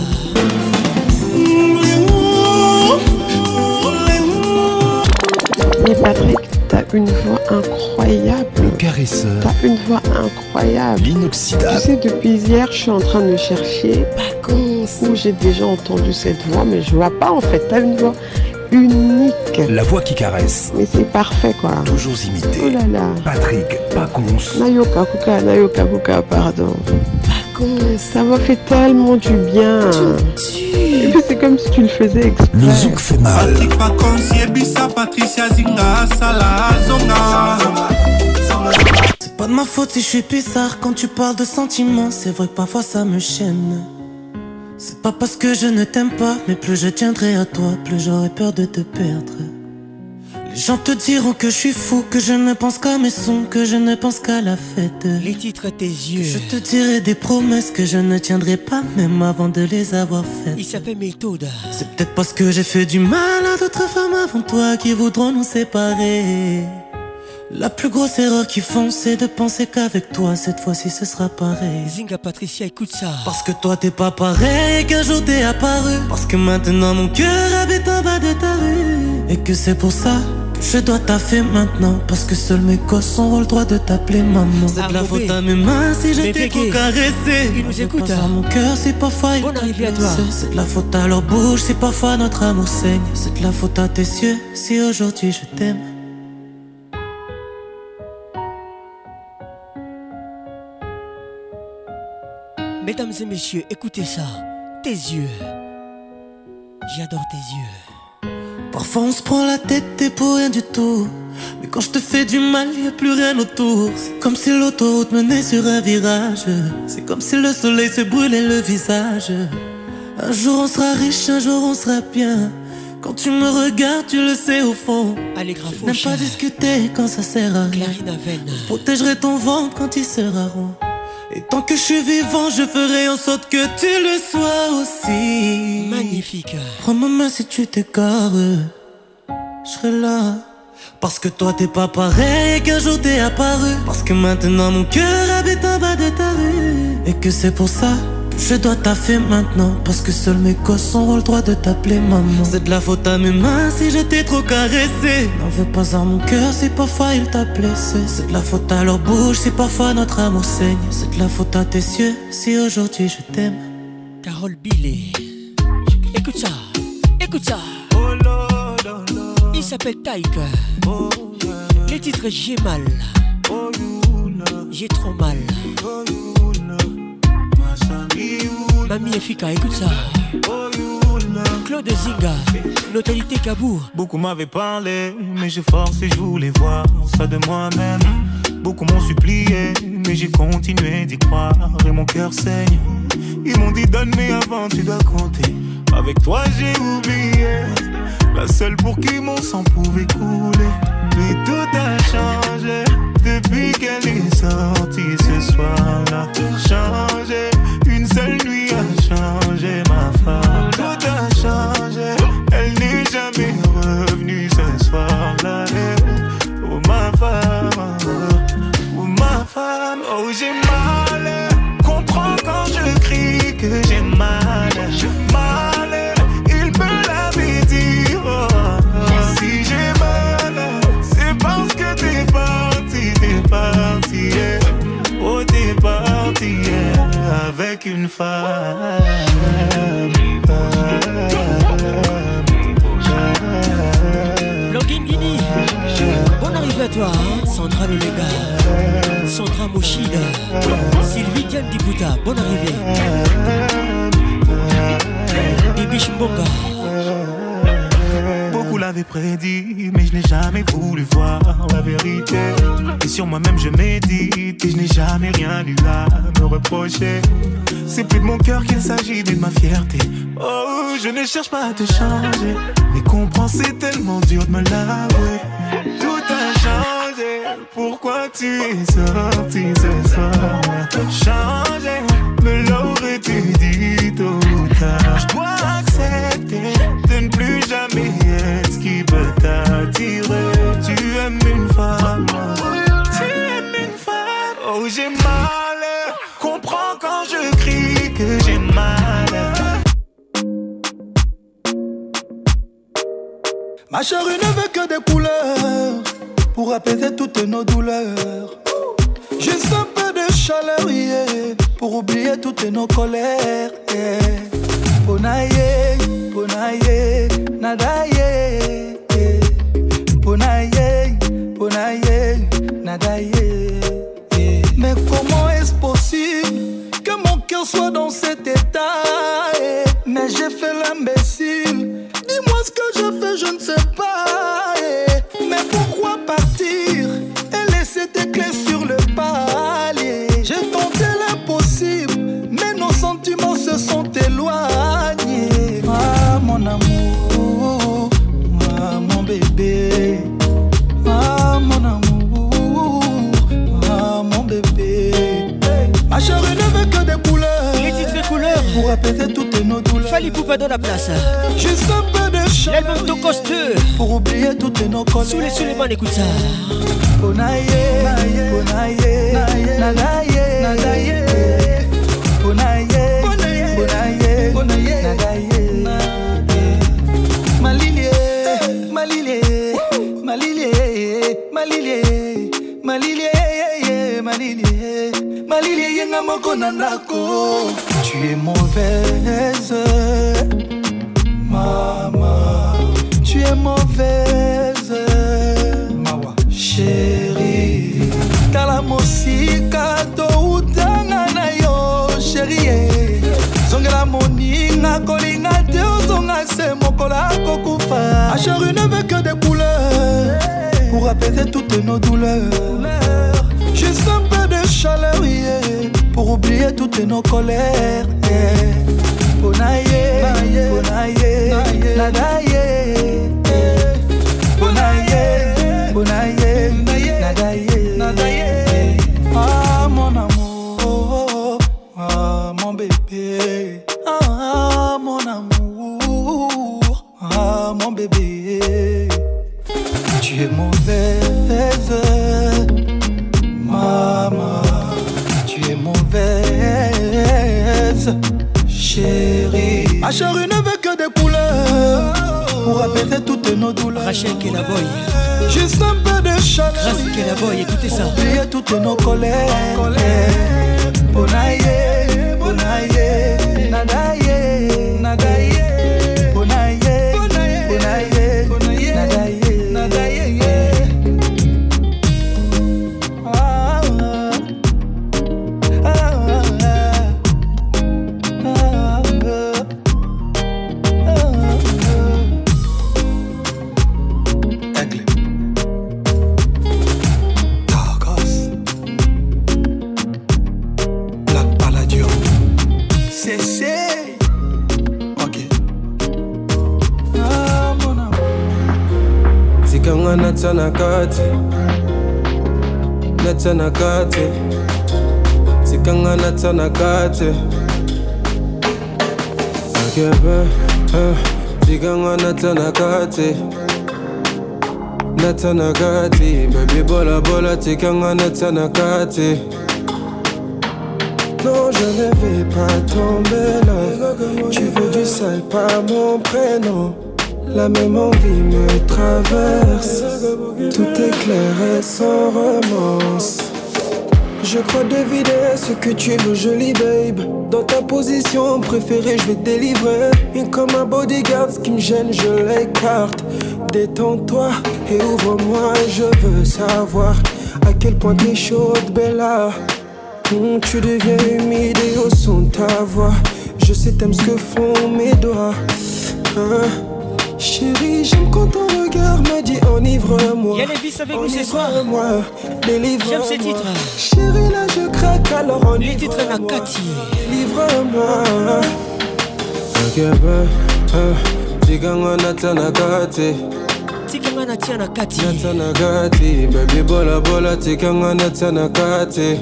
Speaker 19: Mais Patrick, t'as une voix incroyable.
Speaker 1: Le caresseur.
Speaker 19: T'as une voix incroyable.
Speaker 1: L'inoxydable.
Speaker 19: Tu sais, depuis hier, je suis en train de chercher vacances où j'ai déjà entendu cette voix, mais je vois pas en fait. T'as une voix unique.
Speaker 1: La voix qui caresse.
Speaker 19: Mais c'est parfait quoi.
Speaker 1: Toujours imité.
Speaker 19: Oh là là.
Speaker 1: Patrick Pacons.
Speaker 19: Nayoka Kuka, Nayoka Kuka, pardon. Ça m'a fait tellement du bien. Et puis c'est comme si tu le faisais exprès.
Speaker 1: Le zouk fait mal.
Speaker 20: Patrick Pacons, Yebisa, Patricia Zinga, Salah, Zonga.
Speaker 21: C'est pas de ma faute si je suis bizarre quand tu parles de sentiments. C'est vrai que parfois ça me chaîne. C'est pas parce que je ne t'aime pas, mais plus je tiendrai à toi, plus j'aurai peur de te perdre. Les Les gens te diront que je suis fou, que je ne pense qu'à mes sons, que je ne pense qu'à la fête.
Speaker 6: Les titres à tes yeux.
Speaker 21: Je te dirai des promesses que je ne tiendrai pas même avant de les avoir faites.
Speaker 6: Il s'appelle Méthode.
Speaker 21: C'est peut-être parce que j'ai fait du mal à d'autres femmes avant toi qui voudront nous séparer. La plus grosse erreur qu'ils font, c'est de penser qu'avec toi, cette fois-ci, ce sera pareil.
Speaker 6: Zinga Patricia, écoute ça.
Speaker 21: Parce que toi, t'es pas pareil qu'un jour t'es apparu. Parce que maintenant, mon cœur habite en bas de ta rue. Et que c'est pour ça que je dois taffer maintenant. Parce que seuls mes gosses ont le droit de t'appeler maman. C'est de la faute à mes mains si je t'ai trop caressé.
Speaker 6: Il nous écoute.
Speaker 21: À mon cœur, c'est parfois il
Speaker 6: bonne arrivée à toi.
Speaker 21: C'est de la faute à leur bouche si parfois notre amour saigne. C'est de la faute à tes yeux si aujourd'hui je t'aime.
Speaker 6: Mesdames et messieurs, écoutez ça. Tes yeux. J'adore tes yeux.
Speaker 21: Parfois on se prend la tête et pour rien du tout. Mais quand je te fais du mal, y a plus rien autour. C'est comme si l'autoroute menait sur un virage. C'est comme si le soleil se brûlait le visage. Un jour on sera riche, un jour on sera bien. Quand tu me regardes, tu le sais au fond.
Speaker 6: Allez, Grafouche.
Speaker 21: N'aime pas discuter quand ça sert à rien.
Speaker 6: Clarine Aven.
Speaker 21: Je protégerai ton ventre quand il sera rond. Et tant que je suis vivant, je ferai en sorte que tu le sois aussi.
Speaker 6: Magnifique.
Speaker 21: Prends ma main si tu t'égares, je serai là. Parce que toi t'es pas pareil qu'un jour t'es apparu. Parce que maintenant mon cœur habite en bas de ta rue. Et que c'est pour ça que je dois taffer maintenant. Parce que seuls mes gosses auront le droit de t'appeler maman. C'est de la faute à mes mains si je t'ai trop caressé. N'en veux pas à mon cœur si parfois il t'a blessé. C'est de la faute à leur bouche si parfois notre amour saigne. C'est de la faute à tes yeux si aujourd'hui je t'aime.
Speaker 6: Carole Billet. Écoute ça, écoute ça. Il s'appelle Taïk. Les titres J'ai mal. J'ai trop mal. Mamie Efika, écoute ça. Claude Zinga, Notalité Kabou.
Speaker 4: Beaucoup m'avaient parlé, mais j'ai forcé, je voulais voir ça de moi-même. Beaucoup m'ont supplié, mais j'ai continué d'y croire et mon cœur saigne. Ils m'ont dit donne mais avant tu dois compter. Avec toi j'ai oublié, la seule pour qui mon sang pouvait couler. Mais tout a changé depuis qu'elle est sortie ce soir-là. Changé, une seule nuit a changé ma femme. Tout a changé, elle n'est jamais revenue ce soir-là. Oh ma femme, oh ma femme, oh j'ai mal. Comprends quand je crie que j'ai mal. Mal, il me l'avait dit. Oh, si j'ai mal, c'est parce que t'es parti, t'es parti. Yeah. Oh t'es parti yeah, avec une femme.
Speaker 6: Longuini, bonne arrivée à toi, hein? Sandra Lolega, Sandra Mochida, Sylvie Diane Dibuta, bonne arrivée. Ibish Mbonga.
Speaker 4: Beaucoup l'avaient prédit, mais je n'ai jamais voulu voir la vérité. Et sur moi-même je médite, et je n'ai jamais rien eu à me reprocher. C'est plus de mon cœur qu'il s'agit, mais de ma fierté. Oh, je ne cherche pas à te changer, mais comprends, c'est tellement dur de me l'avouer. Tout a changé, pourquoi tu es sorti ce soir? Changé, me l'aurais-tu dit tôt ou tard? Je dois accepter de ne plus jamais être ce qui peut t'attirer. Tu aimes une femme, tu aimes une femme. Oh j'ai mal, comprends quand je crie que j'ai mal.
Speaker 10: Ma chérie ne veut que des couleurs pour apaiser toutes nos douleurs. Juste un peu de chaleur, yeah, pour oublier toutes nos colères. Yeah. Bonaye, bonaye, nadaye. Yeah. Bonaye, bonaye, nadaye. Yeah. Mais comment est-ce possible que mon cœur soit dans cet état? Yeah. Mais j'ai fait l'imbécile. Dis-moi ce que je fais, je ne sais pas. Yeah. Mais pourquoi partir et laisser tes clés sur le palier? J'ai tenté l'impossible, mais nos sentiments se sont éloignés. Ah mon amour, ah mon bébé,
Speaker 6: Poupa dans la place.
Speaker 10: Juste un peu de chaleur.
Speaker 6: L'album Tokos deux.
Speaker 10: Pour oublier toutes nos colères.
Speaker 6: Sous les Suleiman, écoute ça.
Speaker 10: Onaye, onaye, nadaye, nadaye. Onaye, onaye, onaye, nadaye. Malilie, malilie, malilie, malilie, malilie, malilie, malilie, yenga moko nanako. Tu es mauvaise, maman. Tu es mauvaise, mawa, chérie. Kala mosika to utanga na yo, chérie. Zongela moninga kolinga te ozonga se mokola kokufa. Achere ne veut que des couleurs pour apaiser toutes nos douleurs. Juste un peu de chaleur, yeah, pour oublier toutes nos colères. Yeah. Onaye, onaye, nadaye. Onaye, onaye, nadaye, nadaye. Ah mon amour, ah mon bébé, ah mon amour, ah mon bébé. Tu es mauvaise, maman. Tu es mauvaise, chérie. Ma chérie ne veut que des couleurs pour apaiser toutes nos douleurs.
Speaker 6: Rachel Kellaboy.
Speaker 10: Juste un peu de chaleur.
Speaker 6: Rachel Kellaboy, écoutez ça.
Speaker 10: Oublier toutes nos colères. Onaye, onaye, nadaye, nadaye. Onaye, onaye, nadaye, nadaye. Ah, ah, ah, ah,
Speaker 7: Zikanga natsana kati, natsana kati. Zikanga natsana kati. Akebe, zikanga natsana kati, natsana kati. Baby bola bola, zikanga natsana kati. Non, je ne vais pas tomber là. Tu veux du sale, pas mon prénom. La même envie me traverse. Tout est clair et sans romance. Je crois deviner ce que tu veux, jolie babe. Dans ta position préférée, je vais te délivrer. Et comme un bodyguard, ce qui me gêne, je l'écarte. Détends-toi et ouvre-moi, je veux savoir à quel point t'es chaude, Bella. Mmh, tu deviens humide et au son de ta voix. Je sais t'aimes ce que font mes doigts. Hein? Chérie, j'aime quand ton regard me dit enivre-moi.
Speaker 6: Y'a les vis avec nous ce soir.
Speaker 7: Délivre-moi.
Speaker 6: J'aime ces titres.
Speaker 7: Chérie, là je craque, alors enivre-moi.
Speaker 6: Les titres Nakati.
Speaker 7: Livre-moi. Akebe, Tiganga natana kati.
Speaker 6: Tiganga natana kati.
Speaker 7: Natana kati. Baby bola bola, Tiganga natana kati.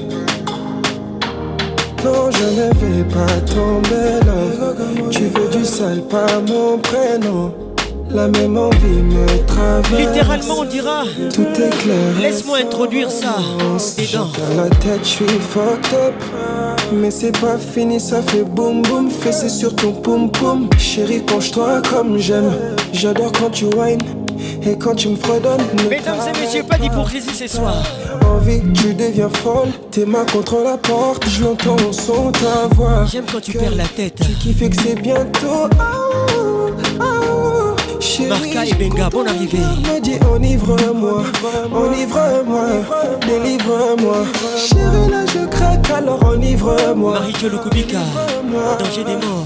Speaker 7: Non, je ne vais pas tomber là. Tu veux du sale, pas mon prénom. La même envie me traverse.
Speaker 6: Littéralement on dira.
Speaker 7: Tout est clair.
Speaker 6: Laisse-moi introduire ça. Dedans.
Speaker 7: Dans la tête, je suis fucked up. Mais c'est pas fini, ça fait boum boum. Fessé sur ton poum poum. Chérie, penche-toi comme j'aime. J'adore quand tu whines. Et quand tu me fredonnes.
Speaker 6: Mesdames et messieurs, pas d'hypocrisie ce soir.
Speaker 7: Envie que tu deviens folle. Tes mains contre la porte. Je l'entends au son ta voix.
Speaker 6: J'aime quand tu perds la tête.
Speaker 7: Tu kiffes que c'est bientôt. Oh, oh.
Speaker 6: Marca et Benga, bonne arrivée.
Speaker 7: Me dis enivre-moi, enivre-moi, délivre-moi. Chérie, là je craque, alors enivre-moi.
Speaker 6: Marie-Jo Lukubika, danger des morts.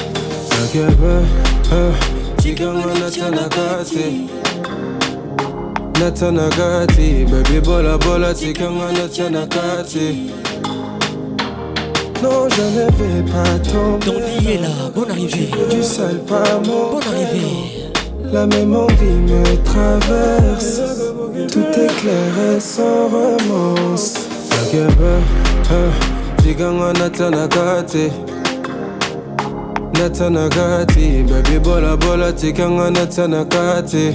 Speaker 7: Tiganga natana kati, natana kati. Baby bola bola, tiganga natana kati. Non, je ne vais pas tomber.
Speaker 6: Dondi est là, bonne arrivée.
Speaker 7: Du sale, pas mon
Speaker 6: bonne arrivée.
Speaker 7: La même envie me traverse. Tout est clair et sans romance. Tiganga natana kati, Natanagati, baby bola bola tikanga natanagati.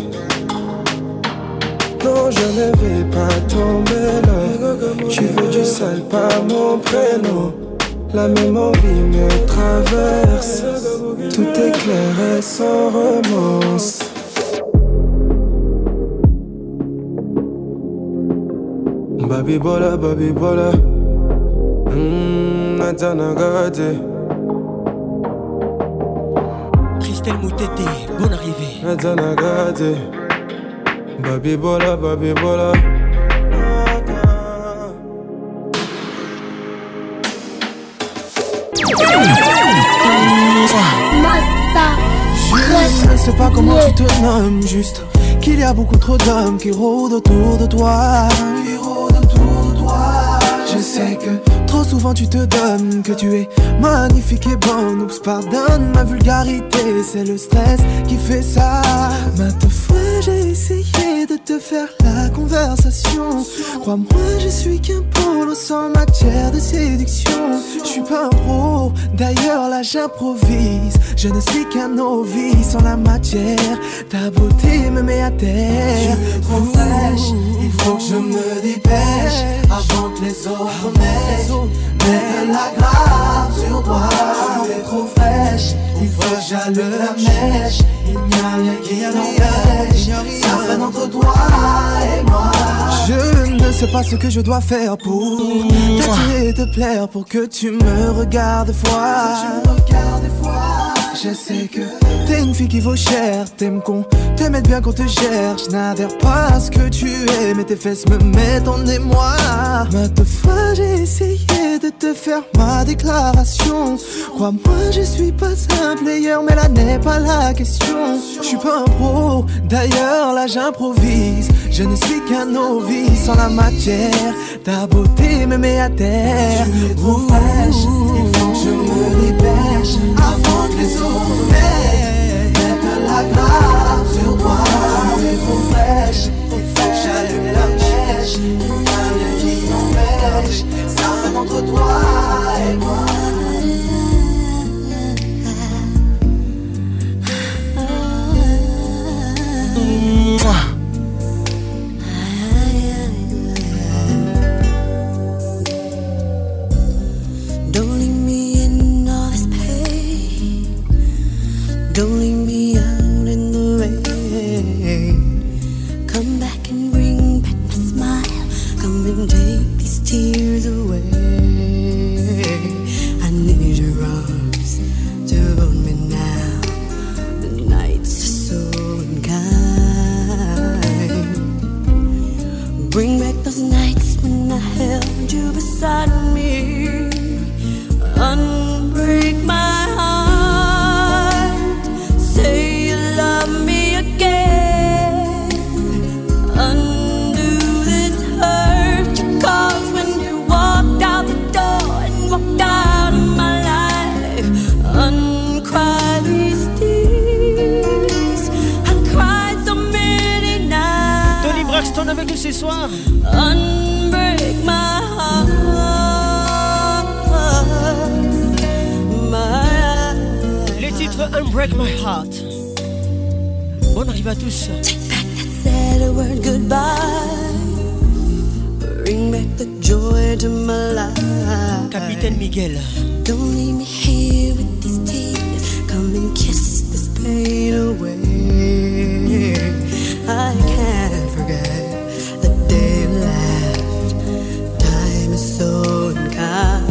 Speaker 7: Non, je ne vais pas tomber là. Tu veux du sale, pas mon prénom. La même envie me traverse. Tout est clair et sans romance. Baby bola, baby bola. Mmm, Natanagati.
Speaker 6: Christelle Moutete, bonne arrivée.
Speaker 7: Natanagati. Baby bola, baby bola.
Speaker 10: Je ne sais pas comment tu te nommes, juste qu'il y a beaucoup trop d'hommes qui rôdent autour de toi. Qui rôdent autour de toi. Je sais que trop souvent tu te donnes, que tu es magnifique et bonne. Oups, pardonne ma vulgarité, c'est le stress qui fait ça. Maintes fois j'ai essayé de te faire la conversation. Crois-moi, je suis qu'un polo sans matière de séduction. Je suis pas un pro, d'ailleurs là j'improvise. Je ne suis qu'un novice en la matière. Ta beauté me met à terre.
Speaker 21: Tu es trop fraîche, il faut que je me dépêche avant que les autres mettent, mettent la grave sur toi. Tu es trop fraîche, il faut que j'allume la mèche. Il n'y a rien qui n'empêche, ça freine entre toi et moi.
Speaker 10: Je ne sais pas ce que je dois faire pour t'attirer et te plaire, pour que tu me regardes fois. Je sais que t'es une fille qui vaut cher, t'aimes qu'on te mette bien qu'on te gère. Je n'adhère pas à ce que tu es, mais tes fesses me mettent en émoi. Maintes fois j'ai essayé de te faire ma déclaration. Crois-moi, je suis pas un player, mais là n'est pas la question. Je suis pas un pro, d'ailleurs là j'improvise. Je ne suis qu'un novice en la matière. Ta beauté me met à terre.
Speaker 21: Tu es trop fraîche, il faut que je me dépêche avant que les autres mettent, mettent la grave sur toi. Tu es trop fraîche, il faut que j'allume la mèche. Il n'y a rien qui m'empêche, ça freine entre toi et moi.
Speaker 3: Don't leave me in all this pain. Don't leave me out in the rain. Come back and bring back my smile. Come and take these tears away. I need your arms to hold me now. The nights are so unkind. Bring back those nights when I held you beside me. Unbreak my heart. Say you love me again. Undo this hurt you caused when you walked out the door and walked out of my life. Uncry these tears. Uncried so many nights.
Speaker 6: Tony Braxton avec nous ce soir.
Speaker 3: Unbreak my heart.
Speaker 6: Les titres Unbreak My Heart. Bonne arrivée à tous.
Speaker 3: Said a word goodbye. Bring back the joy to my life.
Speaker 6: Capitaine Miguel.
Speaker 3: Don't leave me here with these tears. Come and kiss this pain away. I can't forget the day you left. Time is so unkind.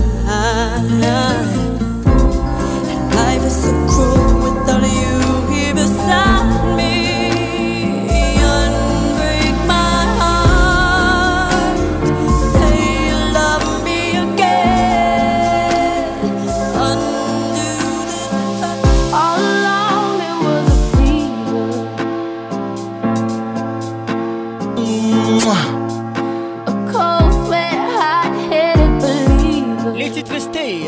Speaker 3: Life is so cruel without you here beside me. Unbreak my heart. Say you love me again. Undo this. All along there was a fever. A cold sweat, hot-headed believer.
Speaker 6: Les titres Stay.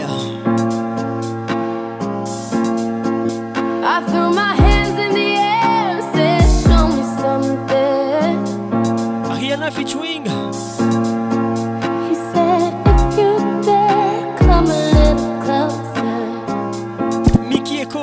Speaker 3: I threw my hands in the air and said, show me something.
Speaker 6: Rihanna featuring.
Speaker 3: He said, if you dare, come a little closer.
Speaker 6: Mickey Echo.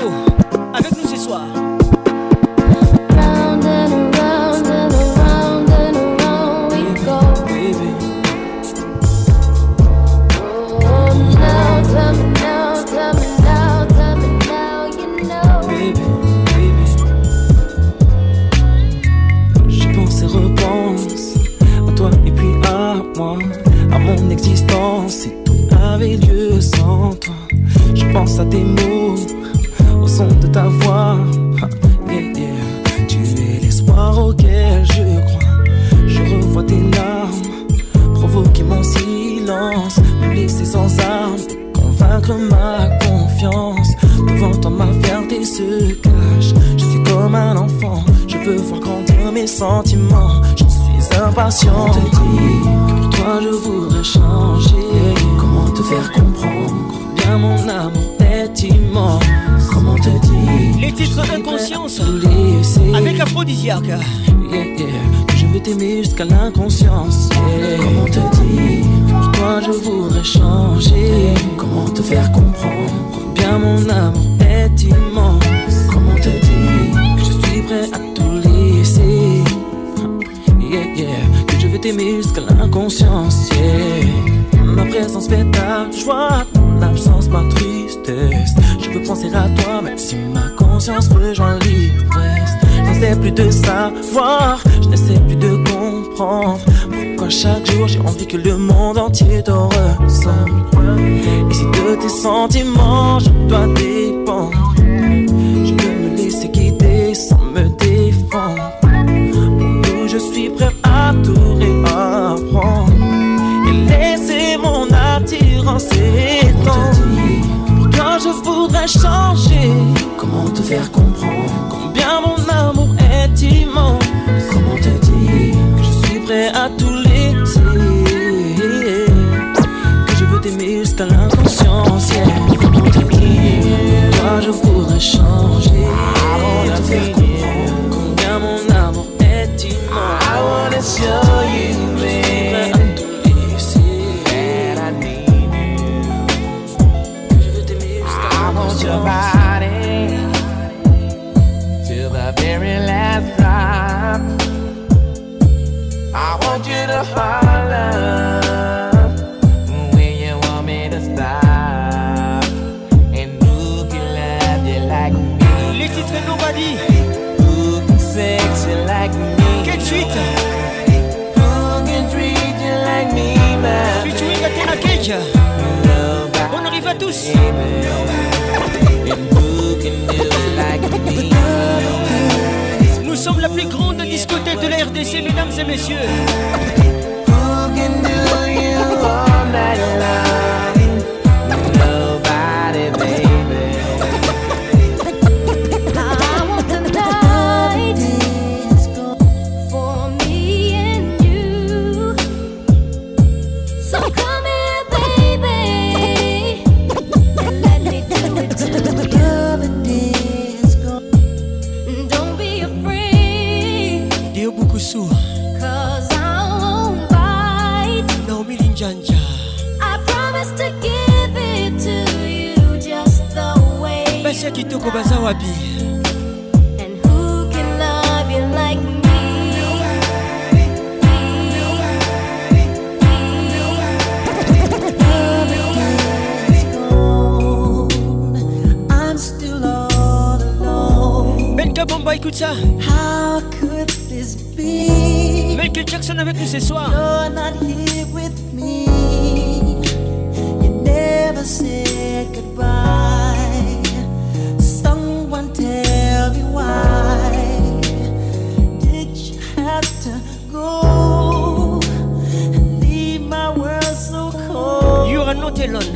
Speaker 8: moi à mon existence si tout avait lieu sans toi. Je pense à tes mots, au son de ta voix. Yeah, yeah. Tu es l'espoir auquel je crois. Je revois tes larmes provoquer mon silence, me laisser sans armes, convaincre ma confiance. Devant toi ma fierté se cache. Je suis comme un enfant, je veux voir grandir mes sentiments. Je suis impatient. Comment te dire que pour toi je voudrais changer? Comment te faire comprendre combien mon amour est immense? Comment te dire
Speaker 6: les titres inconscience avec Aphrodisiaque.
Speaker 8: Yeah, yeah. Que je veux t'aimer jusqu'à l'inconscience. Yeah. Comment te dire que pour toi je voudrais changer? Comment te faire comprendre combien mon amour est immense? Comment te dire que je suis prêt à tout laisser? Yeah, yeah. Que je veux t'aimer jusqu'à l'inconscience. Yeah. Ma présence fait ta joie, ton absence ma tristesse. Je veux penser à toi même si ma conscience rejoint l'ivresse. Je ne sais plus de savoir, je ne sais plus de comprendre pourquoi chaque jour j'ai envie que le monde entier te ressemble. Et si de tes sentiments je dois dépendre, je peux me laisser guider sans me défendre. Pour nous je suis prêt à tout réapprendre et laisser mon attirance s'étendre. Pour toi je voudrais changer. Comment te faire comprendre combien mon amour est immense? Comment te dire que je suis prêt à tout laisser? Que je veux t'aimer jusqu'à l'inconscience. Yeah. Comment te dire pour toi je voudrais changer? Comment te faire comprendre combien mon amour est immense? I wanna show you, man. Your body till the very last drop. I want you to holler when you want me to stop. And who can love you like me?
Speaker 6: Les titres Nobody.
Speaker 8: Who can sex you like me?
Speaker 6: Quelle suite?
Speaker 8: Who can treat you like me, man?
Speaker 6: Featuring Athena Cake. On arrive à tous. Nous sommes la plus grande discothèque de la R D C, mesdames et messieurs. Kitoko Bazawabi.
Speaker 13: And who can love you like me?
Speaker 3: I'm still all alone.
Speaker 6: Ben Kabamba, écoute ça.
Speaker 3: How could this be?
Speaker 6: Michael Jackson avec nous ce soir.
Speaker 3: You're not here with me. You never said goodbye. Tell me why did you have to go and leave my world so cold?
Speaker 6: You are not alone.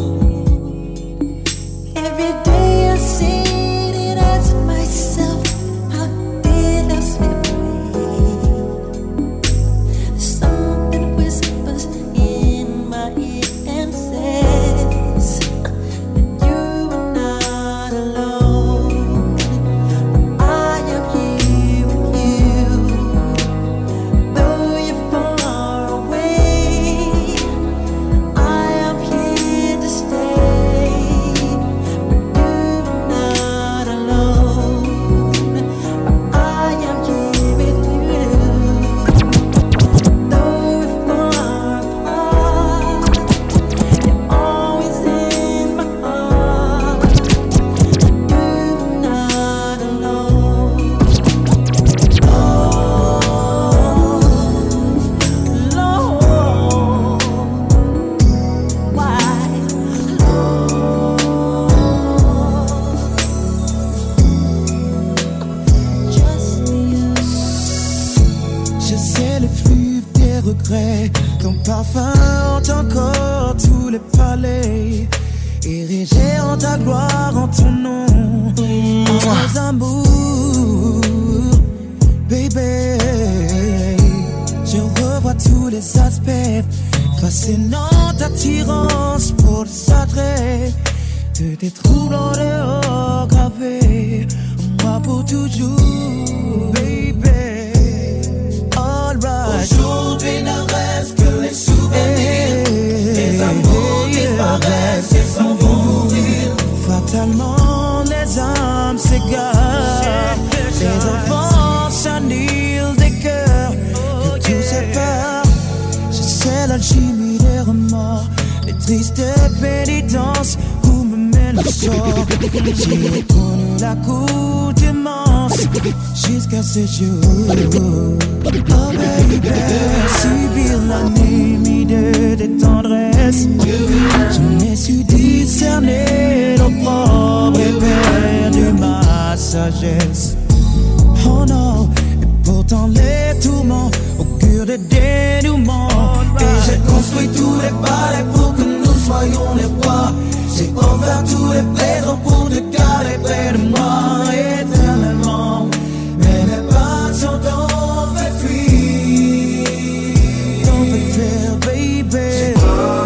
Speaker 3: Every day I see it as myself. How did I slip away? Something whispers in my ear and says that you are not alone. Stay.
Speaker 9: enfin hante encore tous les palais, érigés en ta gloire, en ton nom, en nos amours, baby. Je revois tous les aspects, fascinante attirance pour les attraits de tes troublants dehors gravés, moi pour toujours, baby. Alright. Aujourd'hui ne reste que les souvenirs, les amours disparaissent et s'en vont mourir. Fatalement les âmes s'égarent, les enfants s'annihilent des cœurs, que tout sépare. Je sais l'alchimie des remords, les tristes pénitences où me mène le sort. J'ai connu la courte immense jusqu'à ce jour. Oh baby, subir la nuit de tes tendresses, je n'ai su discerner l'opprobre et perdu ma sagesse. Oh non, et pourtant les tourments augurent de dénouement. Et j'ai construit tous les palais pour que nous soyons les rois. J'ai offert tous les présents pour te garder près de moi éternellement. Mais mes passions t'ont fait fuir, t'ont fait fuir, baby.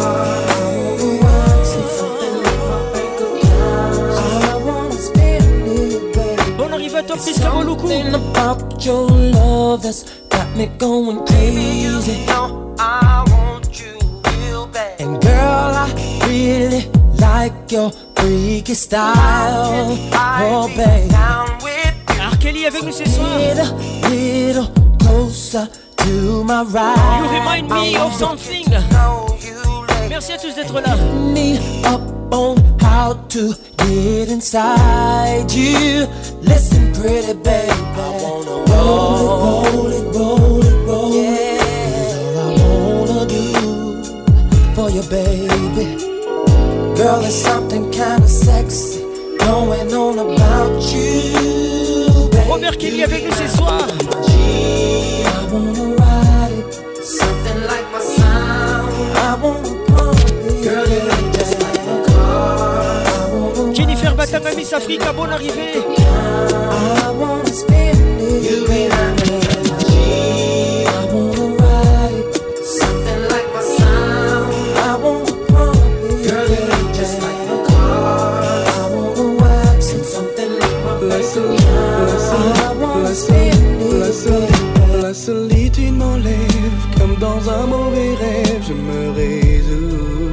Speaker 6: Bon arrive à top, Mister Moluku.
Speaker 8: Something about your love that's got me going crazy. I want you real bad. And girl, I really like your freaky style. Oh, babe.
Speaker 6: R. Kelly avec nous ce soir.
Speaker 8: A little closer to my right.
Speaker 6: You remind me of something. Merci à tous d'être là.
Speaker 8: Me up on how to get inside you. Listen, pretty baby, I wanna roll, roll it, roll it, roll it. Yeah, all I wanna do for you, baby. Girl, there's something kinda sexy going on about you, baby.
Speaker 6: Robert Kelly avec nous ce soir.
Speaker 8: I wanna ride it, something like my sound. I wanna pump it, girl, it ain't just like a car.
Speaker 6: Jennifer Batanga, Miss Africa, bonne arrivée.
Speaker 8: I wanna spin it, you be like energy. I wanna ride it, something like my sound. I wanna pump it, girl, it ain't just like a car. I wanna wax it, something like my blessing. I wanna spin it.
Speaker 7: La solitude m'enlève comme dans un mauvais rêve, je me résous.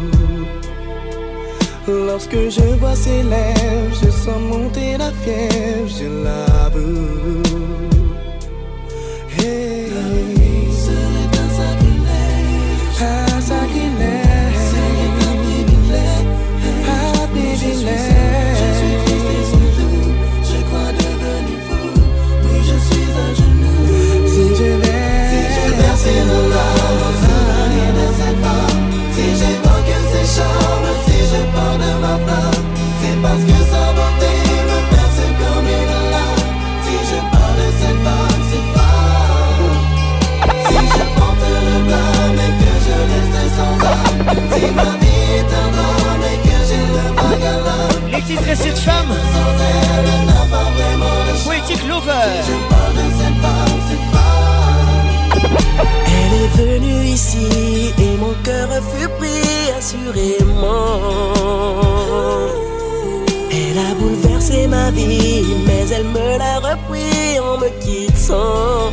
Speaker 7: Lorsque je vois ses lèvres, je sens monter la fièvre, je l'avoue. Hey, c'est un sacrilège, un sacrilège, c'est un privilège, un privilège. Je suis triste et sans tout, je crois devenu fou, oui je suis à genoux. Si je vais, si je verse nos larmes au souvenir de cette femme, si j'évoque ses charmes, si je parle de ma femme, c'est parce que sa beauté me perce comme une lame. Si je parle de cette femme, c'est femme. Si je porte le blâme et que je reste sans âme, si ma vie est un drame et que j'ai le vague à l'âme,
Speaker 6: les titres et cette femme,
Speaker 7: sans elle, elle n'a pas vraiment de chance.
Speaker 6: Poetic Lover.
Speaker 7: Si je parle de cette femme, c'est femme.
Speaker 8: Elle est venue ici et mon cœur fut pris assurément. Elle a bouleversé ma vie, mais elle me l'a repris en me quittant.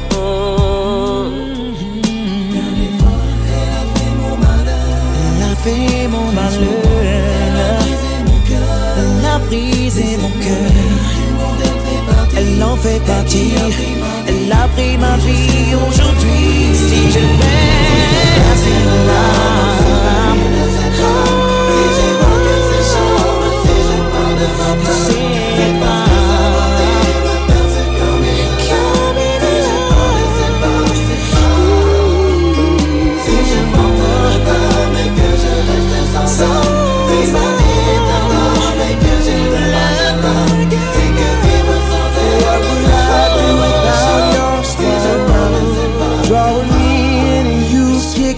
Speaker 7: Elle a fait mon malheur,
Speaker 9: Elle a fait mon malheur, elle a brisé mon cœur, elle en fait partie, elle a pris ma vie aujourd'hui. Si je verse une larme,
Speaker 7: si j'évoque ses charmes, si je parle de ma femme, c'est parce que sa beauté me perce comme une lame. Si je parle de cette femme, c'est femme. Si je porte le blâme et que je reste sans âme, si ma vie est un drame et que j'ai le mal à l'âme, c'est que vivre sans elle, elle n'a pas vraiment de chance. Si je parle de cette femme,
Speaker 9: draw me in and you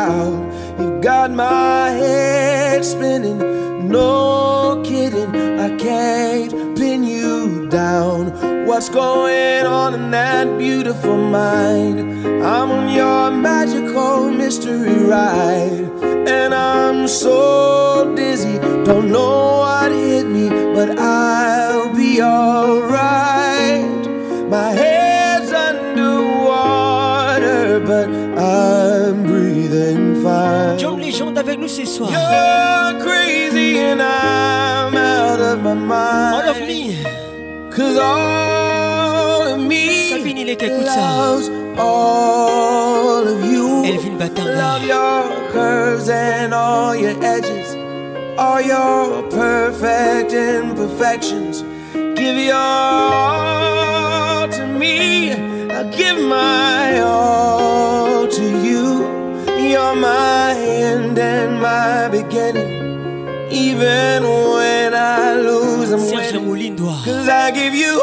Speaker 7: out. You've got my head spinning, no kidding, I can't pin you down. What's going on in that beautiful mind? I'm on your magical mystery ride, and I'm so dizzy, don't know what hit me, but I'll be alright. My head's underwater, but I'm breathing fine.
Speaker 6: John Legend avec nous ce soir.
Speaker 7: You're crazy and I'm out of my mind.
Speaker 6: All of me.
Speaker 7: Cause all of me
Speaker 6: Sabine, écoute ça.
Speaker 7: loves all of you.
Speaker 6: Elvin Batanga.
Speaker 7: Love your curves and all your edges, all your perfect imperfections. Give your all to me, I'll give my all to you. You're my end and my beginning. Even when I lose, I'm winning. Cause I give you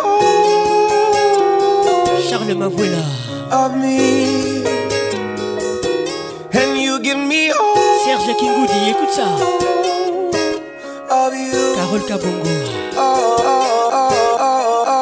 Speaker 7: all
Speaker 6: Charles Mavouela
Speaker 7: of me, and you give me all
Speaker 6: Serge Kingoudi, écoute ça.
Speaker 7: Of you.
Speaker 6: Carole Kabongo.
Speaker 7: Oh, oh, oh, oh, oh, oh,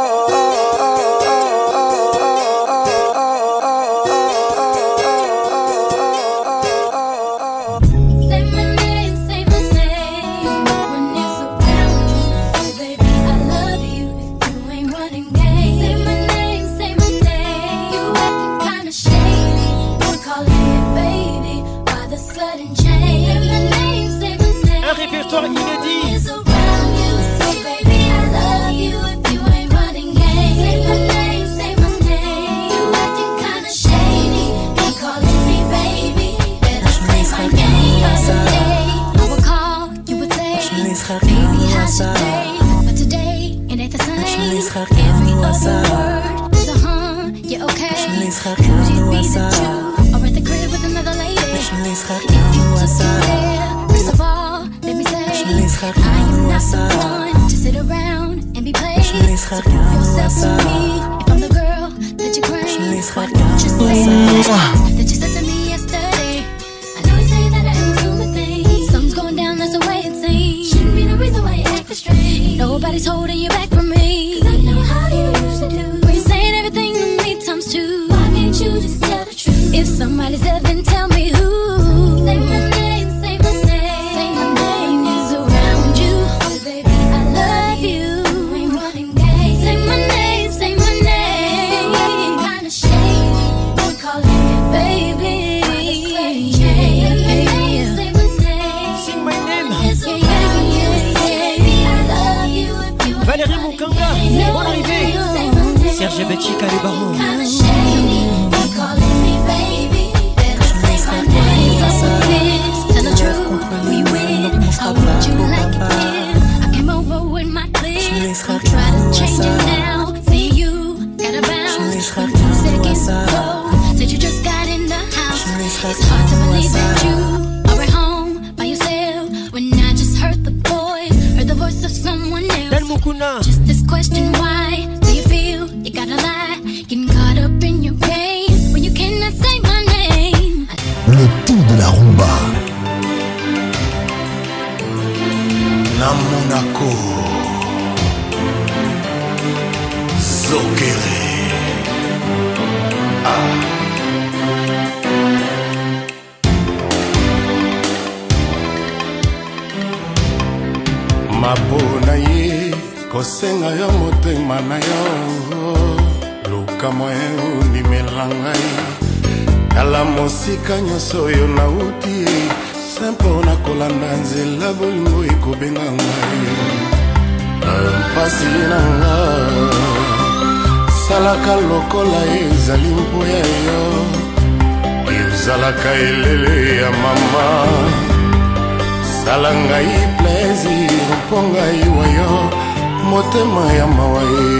Speaker 13: Say my name, say my name. No one is around you. Say, baby, I love you if you ain't running game. Say my name, say my name. You acting kinda shady. You're calling me baby. Why the sudden change? Say my name, say my name.
Speaker 6: Un répertoire inédit.
Speaker 13: Is around you. Say, baby, I love you if you ain't running game. Say my name, say my name. You acting kinda shady. You're calling me baby. Better say my name. I would call, you would say, baby, how's your day? But today, it ain't the same. Every other word is a huh, yeah, okay. Could it be that you are at the crib with another lady? If you took me there, first of all, let me say, I am not the one to sit around and be played. So prove yourself to me. If I'm the girl that you claim, why don't you say that you said to me yesterday? I know you say that I am assuming things. Something's going down, that's the way it seems. Shouldn't be no reason why you act strange. Nobody's holding you back from me. Cause I know how you usually do. When you're saying everything to me times two. Why can't you just tell the truth? If somebody's there, then tell me who. Say my name, say my name. Say my name is around you. Baby, I love you. Ain't running game. Say my name, say my name. Kinda shady. You're calling me baby.
Speaker 6: Sing my name. Valérie Moukanga, bonne arrivée. Serge Betchika, les barons.
Speaker 13: Tell the truth, we win. I want you like it is. I came over with my clips. Don't try to change it now. See you, gotta bounce. When two seconds ago, said you just got in the house. It's hard to believe that you are at home by yourself. When I just heard the voice, heard the voice of someone else. Just this question, why do you feel you gotta lie? Getting caught up in your game when you cannot say my name.
Speaker 1: Le tour de la rumba.
Speaker 11: Na Monaco Zokere ah.
Speaker 2: Mapona ye kosenga yo motema na yo luka moye ondimela ngai tala mosika nyonso oyo nauti sempo na kolanda nzela bolingo ekobenga ngai mpasi na nga salaka lokola ezali mpoya yo ezalaka elele ya mama sala ngai plaisir mpo ngai wa yo motema ya mawa ye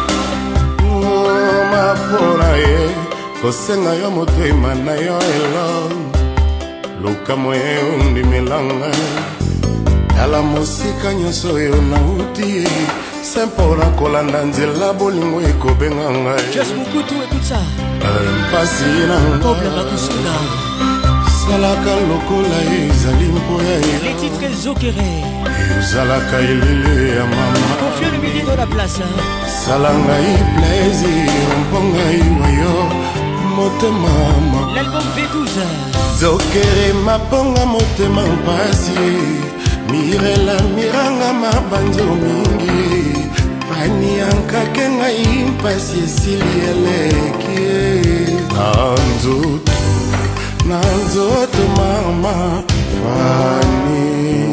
Speaker 2: mapona ye kosenga yo motema na yo elo luka moye ondimelanga tala mosika nyonso oyo nauti sempo na kolanda nzela bolingo ekobenga ngai
Speaker 6: mpasi
Speaker 2: na nga ezalaka lokola ezali mpoya
Speaker 6: les titres Zokere
Speaker 2: ezalaka elele ya mama
Speaker 6: confie le midi dans la place
Speaker 2: sala ngai plaisir mpo ngai wayo motema
Speaker 6: l'album V douze
Speaker 2: Zokere maponga motema mpasi mirela miranga mabanzo mingi pani yankake ngai mpasi esili eleki na nzoto na nzoto mama fani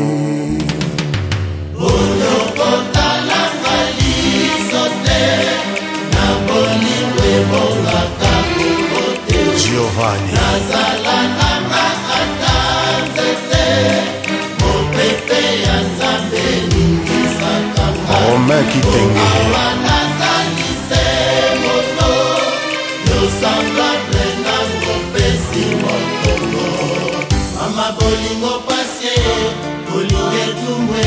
Speaker 9: olokotalanga lisote na bolimbe bongaka kokote
Speaker 17: Giovanni
Speaker 9: nazala nanga ata nzete mopepe ya nzambe ningisaka
Speaker 17: Romain Kitenge
Speaker 9: nazali se moto yosangaple nango pesi mokongo mama bolingo pasie bolinge tumwe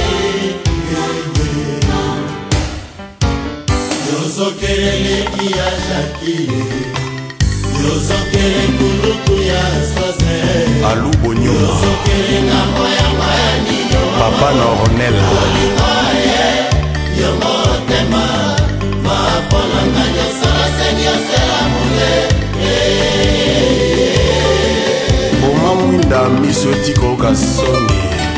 Speaker 9: yozokeleleki ya shakile yozokele kuluku ya swase
Speaker 17: Alou Bonyo
Speaker 9: yozokele ngambo ya mayani
Speaker 17: Papa Noronel
Speaker 9: bolingo ye yo motema mapolanga nyosala seni osela mule
Speaker 17: Boma mwinda miso etikoka soni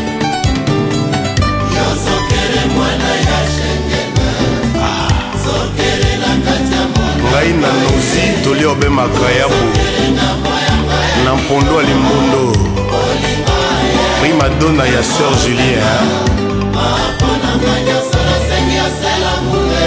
Speaker 9: yozokele mwana ya shengena zokele na kati ya mwana
Speaker 17: ngai na nozi toli obemaka yabu na mpondo ya limbondo prima donna ya sœur Julien
Speaker 9: mapolanga nyosala seni osela mule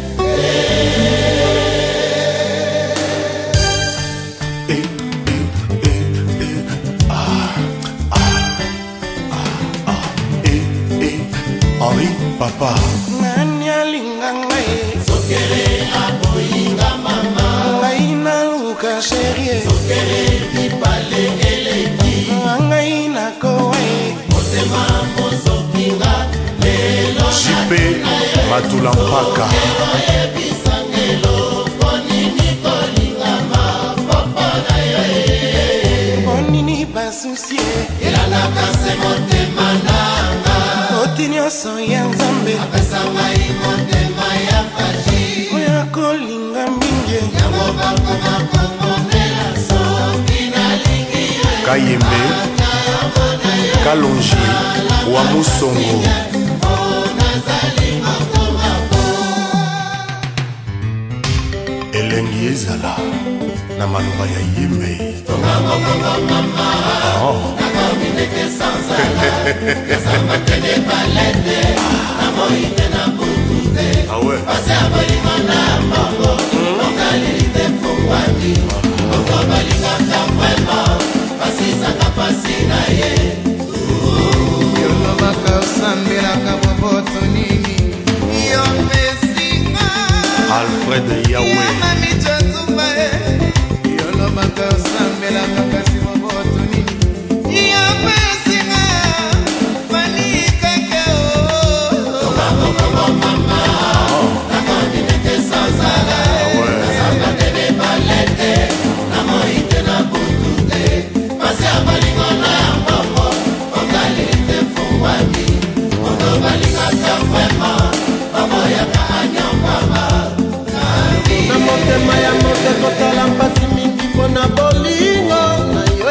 Speaker 17: Henri Papa
Speaker 2: nani alinga ngai
Speaker 9: Zokere aboyinga mama
Speaker 2: ngai naluka sherie
Speaker 9: Zokere dipale eleki
Speaker 2: ngai nakowe
Speaker 9: motema mozokinga lelo
Speaker 17: Jipe Matula Mpaka
Speaker 9: ebisangelo ponini kolingama papa na yo
Speaker 2: ponini basusie
Speaker 9: elandaka se motema nanga
Speaker 2: oti nyonso ya nzambe
Speaker 9: apesa ngai motema ya fashi
Speaker 2: oya kolinga mingi
Speaker 9: yango bakoma komomela soki nalingi
Speaker 17: Kayembe Kalonji wa Musongo elengi ezala na maloba ya yembe
Speaker 9: yolobaka osambelaka boboto nini yo mesinga
Speaker 17: Alfred Yahweh
Speaker 9: mamijatumba yolobaka osambelaka kasi boboto nini yo mesinga manikaka mama nakomineke sanzala nasambatele balete na moite na butu te pasi ya balingo na ya mbongo okalite fungwami moto balingaka vrema baboyaka anyambama
Speaker 14: na motema ya mote kosala mpasi mingi mpona bolingo na yo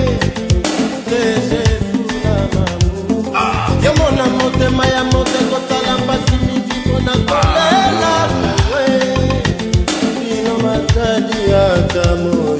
Speaker 14: yomona motema ya mote kosala mpasi mingi mpona kolela na yo bino matadi ata moyo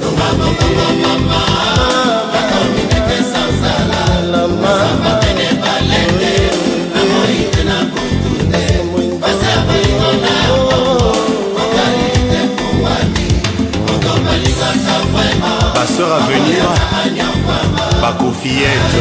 Speaker 17: Basseur à venir Bakofillette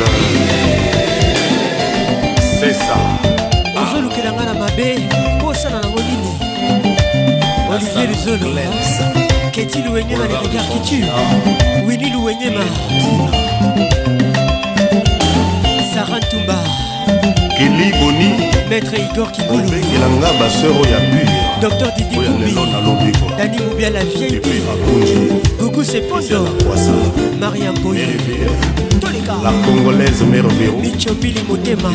Speaker 17: c'est ça
Speaker 6: ozolukelanga na mabe kosala nango nini Olivier Luzolo Keti Louenyema les regards qui tuent Winnie Louenyema Sarah Toumba
Speaker 17: Kelly Boni
Speaker 6: Maître Igor Kiboulou
Speaker 11: obengelanga baseur oyo ya pur
Speaker 6: Docteur Didi Koumbi Dani Moubia la vieille Gougou Sepondo Mariam Boye Tolika
Speaker 11: la congolaise mère Véro
Speaker 6: Michobili Motema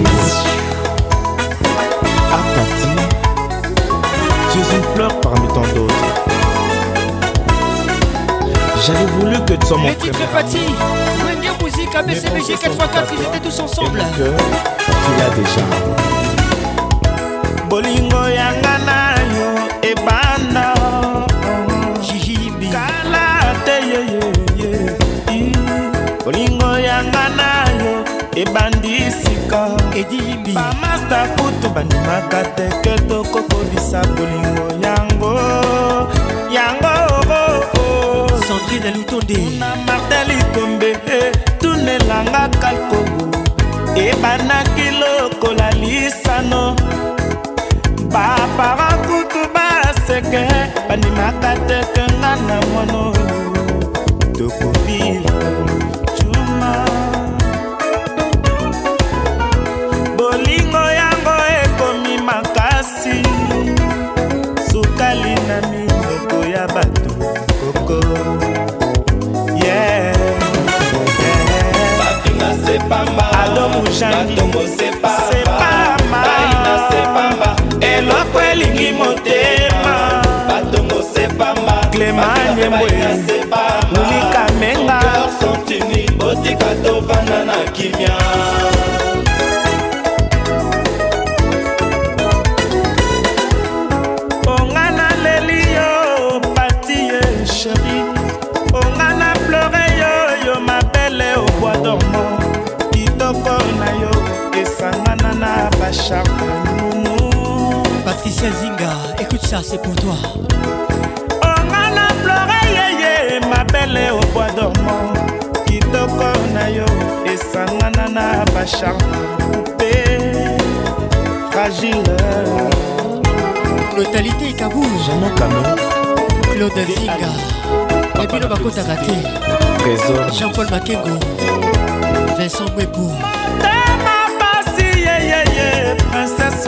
Speaker 5: Akati tu es une fleur parmi tant d'autres. J'avais voulu que tu sois mon
Speaker 6: frère. Les titres Pati, Wenge Musique, A B C B G quatre fois quatre, ils étaient tous ensemble.
Speaker 5: Tu l'as déjà.
Speaker 22: Bolingo yangana yo ebanda
Speaker 6: Jijimbi
Speaker 22: Kala te ye ye ye Bolingo yangana yo ebandisika
Speaker 6: Edimbi
Speaker 22: Bamasta kutu bandimaka te keto koko bisa bolingo yango Yango oh oh
Speaker 6: Sandrine Lutonde
Speaker 22: Na Martel Ikombe tunelanga kalkobu Ebanaki lokola lisano Bapara kutu baseke bandimaka te kenga na mono Tokobila chuma Bolingo yango ekomi makasi Sukali na minoko ya bato koko Yeah Batinga sepamba Adomu jangi Sepamba Baina sepamba Eloko elingi motema Batongo sepamba Clément Mbwe Mulika menga Cœur sont unis Otika tovana na kimia Ongana leli yo Pati ye chéri Ongana pleure yo Yo ma belle au bois dormant Kitoko na yo Esangana na bachaka
Speaker 6: Patricia Zinga, écoute ça, c'est pour toi.
Speaker 22: On a pleuré, yé, ma belle au bois dormant. Kitoko na yo, et sangana na bachar coupé, fragile.
Speaker 6: Brutalité Kabou,
Speaker 5: Jeannot Canon,
Speaker 6: Claude Zinga, et puis le Bakota Raté,
Speaker 5: Trésor,
Speaker 6: Jean-Paul Makengo, Vincent Mwebou.
Speaker 22: Tema pasi, yé, yé, yé, princesse.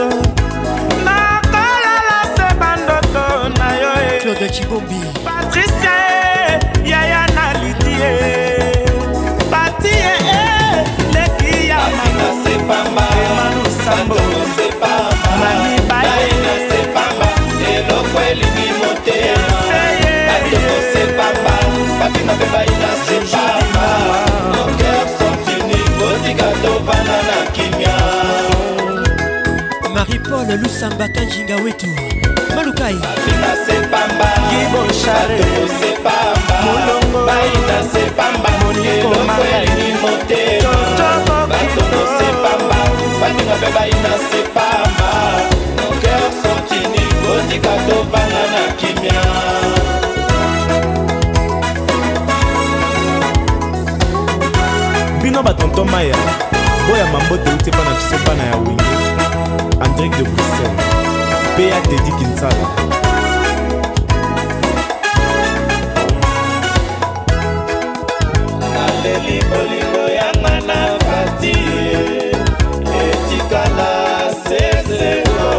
Speaker 6: Claude Chibombi
Speaker 22: Patricia Yaya Nalitie Patie Leki Yamana Sepamba Emanu Sambo Mani Baye Sepamba Eloko elingi motema Atoko Sepamba Patina Bebaina Sepamba Nos cœurs sont unis Botika Tovana na Kimia
Speaker 6: Marie-Paul Lusamba Kanjinga Wetu Malukai
Speaker 22: Baina Sepamba Gibo Share Sepamba Mulongo Baina Sepamba Eloko elingi motema Atoko Sepamba Patina Bebaina Sepamba Nos cœurs sont unis Botika Tovana na Kimia
Speaker 5: Bino batonton Maya Boya mambote ute pana biso pana ya wingi Andrick de Bruxelles P A Teddy Kinsala
Speaker 22: Naleli bolingo yanga na pati Etikala seseko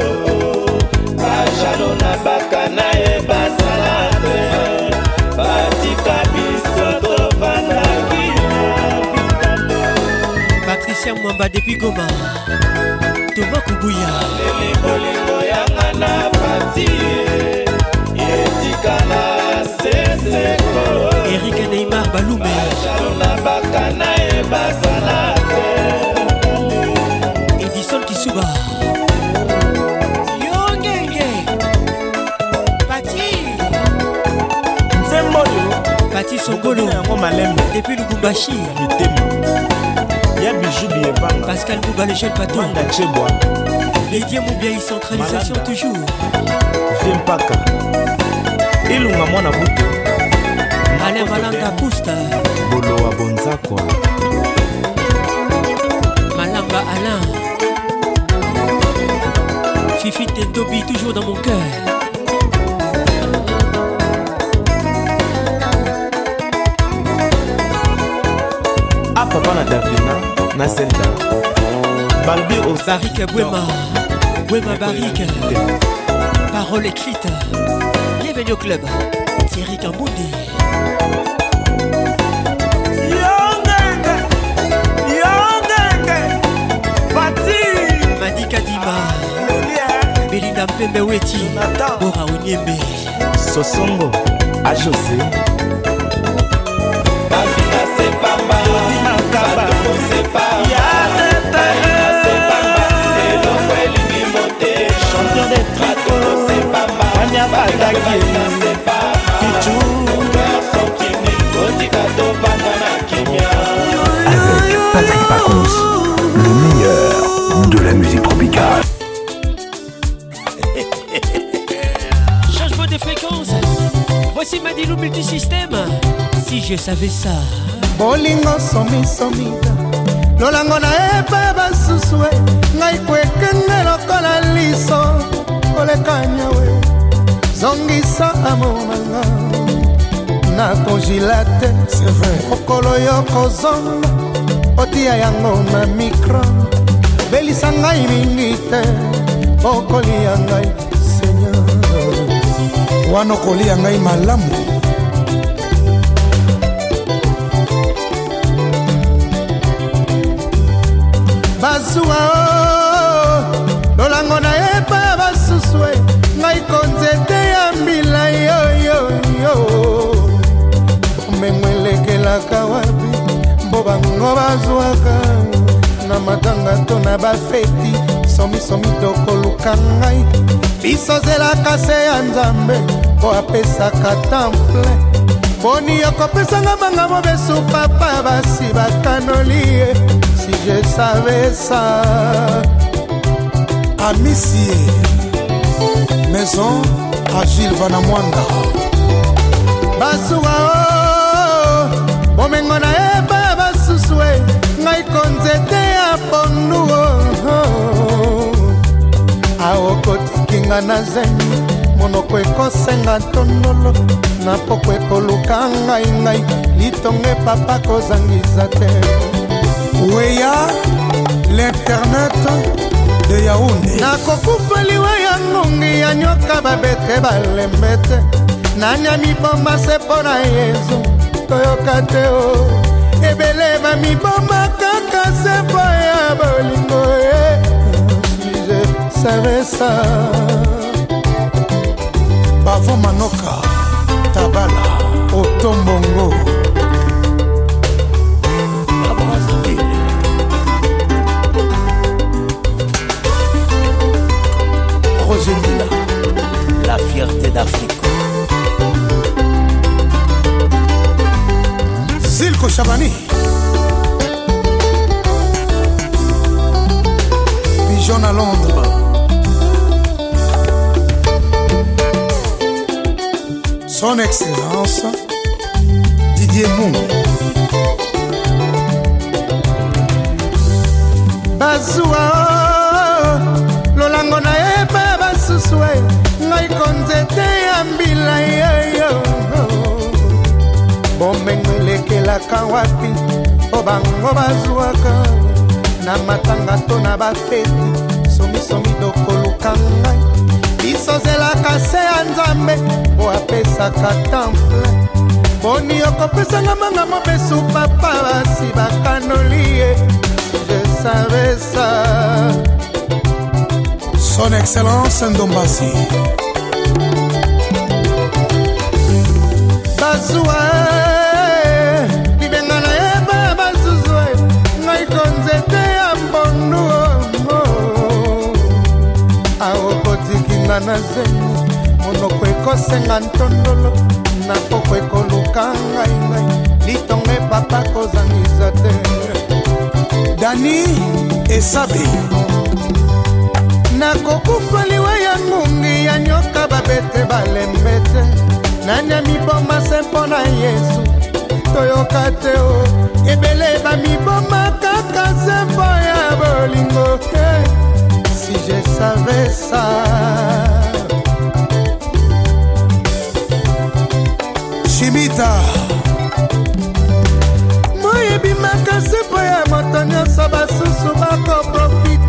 Speaker 22: Bajalo na baka na ebasala te Batika biso tovandaki
Speaker 6: Patricia Mwamba depuis Goma Thomas Kubuya
Speaker 22: Naleli bolingo yanga na pati Etikala seseko
Speaker 6: Eric Neymar Balume
Speaker 22: Bajalo na baka na ebasala te
Speaker 6: Edison Kisuba Yongenge Pati
Speaker 5: Nzembolo
Speaker 6: Pati Songolo
Speaker 5: Yango malembe
Speaker 6: depuis Lubumbashi
Speaker 5: Mitema Ya bijou bievanga
Speaker 6: Pascal Bouba le jeune paton
Speaker 5: Manda Cheboa
Speaker 6: Dédié Moubia centralisation
Speaker 5: Malada.
Speaker 6: toujours
Speaker 5: Viempaka Ilunga mwana butu
Speaker 6: Alain Malanga Pousta
Speaker 5: Bolo wa Bonzakwa
Speaker 6: Malanga Alain Fifi Tentobi toujours dans mon cœur
Speaker 5: Ah papa na Davina Na Zelda Balbi au
Speaker 6: Barik Bouema, Bouema Barik, parole écrite. Bienvenue au club, Thierry Kamboudi.
Speaker 22: Yongenge, Yongenge, Pati,
Speaker 6: Madi Kadima, Belinda Mpembe Weti, Bora Onyembe,
Speaker 5: Sosongo, à José.
Speaker 22: Champion des tricots, Anya Badaki, Pichou,
Speaker 1: Avec Patrick Pacons, le meilleur de la musique tropicale.
Speaker 6: Changement de fréquence. Voici Madilou multisystème. Si je savais ça.
Speaker 10: Bolingo somi somida lolango na eba basusue ngai kwekenge lokola liso kolekanya we zongisa amonanga na congilate c'est vrai okolo yo kozonga otia yango na micro belisa ngai mingi te okolia ngai seigneur wana okolia ngai malamu Bazua lolango na eba basusue ngai konzete ya mbila yo yo yo bomengwelekelaka wapi mbo bango bazwaka na matanga to na bafeti somisomi tokoluka ngai biso zelaka se ya nzambe po apesaka temple boni okopesanga manga mobesu papa basi bakanolie si je savais ça. Amici, maison Agile Vanamwanda. Basua oh, bomengo na eba basusue, ngai konzete ya pondu oh. Aokoti kinga na zemi, monoko ekosenga tondolo, na poko ekoluka ngai ngai, litonge papa kozangisa te. Weya, l'internet de Yaoundé. Nakokufali weya ngungi ya nyoka babete balembete. Nanya mibomba se pona Yesu toyoka te o. Ebele ba mibomba kaka se poya bolingo eh. Si je savais ça. Bavo Manoka, Tabala, Otombongo. Rosemilla, la fierté d'Afrique. Zilko Chabani, Pigeon à Londres. Son Excellence Didier Mou. Bazua lolango na eba basusue ngai konzete ya mbila yo bomengwelekelaka wapi po bango bazwaka na matanga to na bafeti somisomi tokoluka ngai biso zelaka se ya nzambe po apesaka temple boni okopesanga manga mobesu papa basi bakanolie je savais ça. Son Excellence Ndombasi Bazua Libenga na eba bazuzue ngai konzete ya mbondu Aokotikinga na zemi monoko ekosenga ntondolo na poko ekoluka ngai ngai litonge papa kozangisa te Dani Esabe nakokufali weya ngungi ya nyoka babete balembete nanya miboma se mpona Yesu toyoka te o ebele bamiboma kaka se mpo ya bolingo hey, si je savais ça Chimita moyebimaka se mpo ya moto nyonso basusu bakoprofite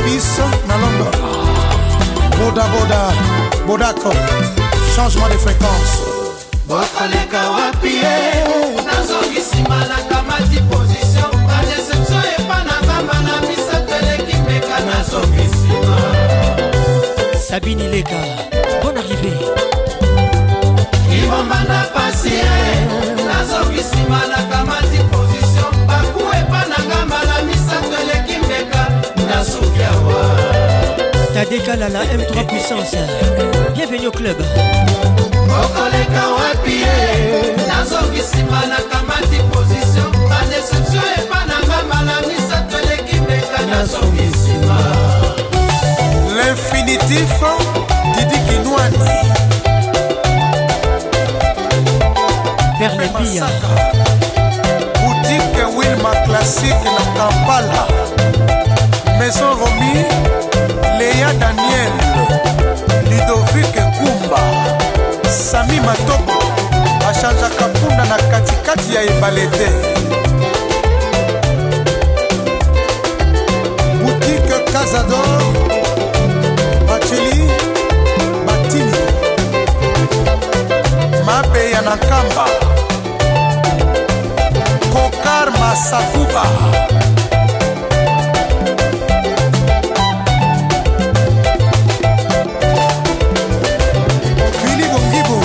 Speaker 12: biso na London. Boda boda, bodako, changement de fréquence.
Speaker 9: Bokoleka wapie, nazongisima na kamati position. Ba déception epa na ngamba na misatele kimeka nazongisima.
Speaker 6: Sabine Leka, bonne arrivée.
Speaker 9: Ibomanda pasie, nazongisima na kamati position. Baku epa na ngamba na misatele kimeka nazokiawa.
Speaker 6: Tadeka Lala M trois puissance. Bienvenue au club.
Speaker 9: Okoleka wapie, nazongisima na kamati position. Ba déception epa na ngamba na misatele kimeka nazongisima.
Speaker 12: L'infinitif Didi Kinouani
Speaker 6: Pernepia
Speaker 12: Boutique Wilma Classique na Kampala. Maison Romy Léa Daniel Ludovic Kumba Sami Matobo Achanja Kapunda na katikati ya Ebalete. Boutique Cazador Bacheli Batini Mabe ya Nakamba Kokar Masakuba Billy Bongibo.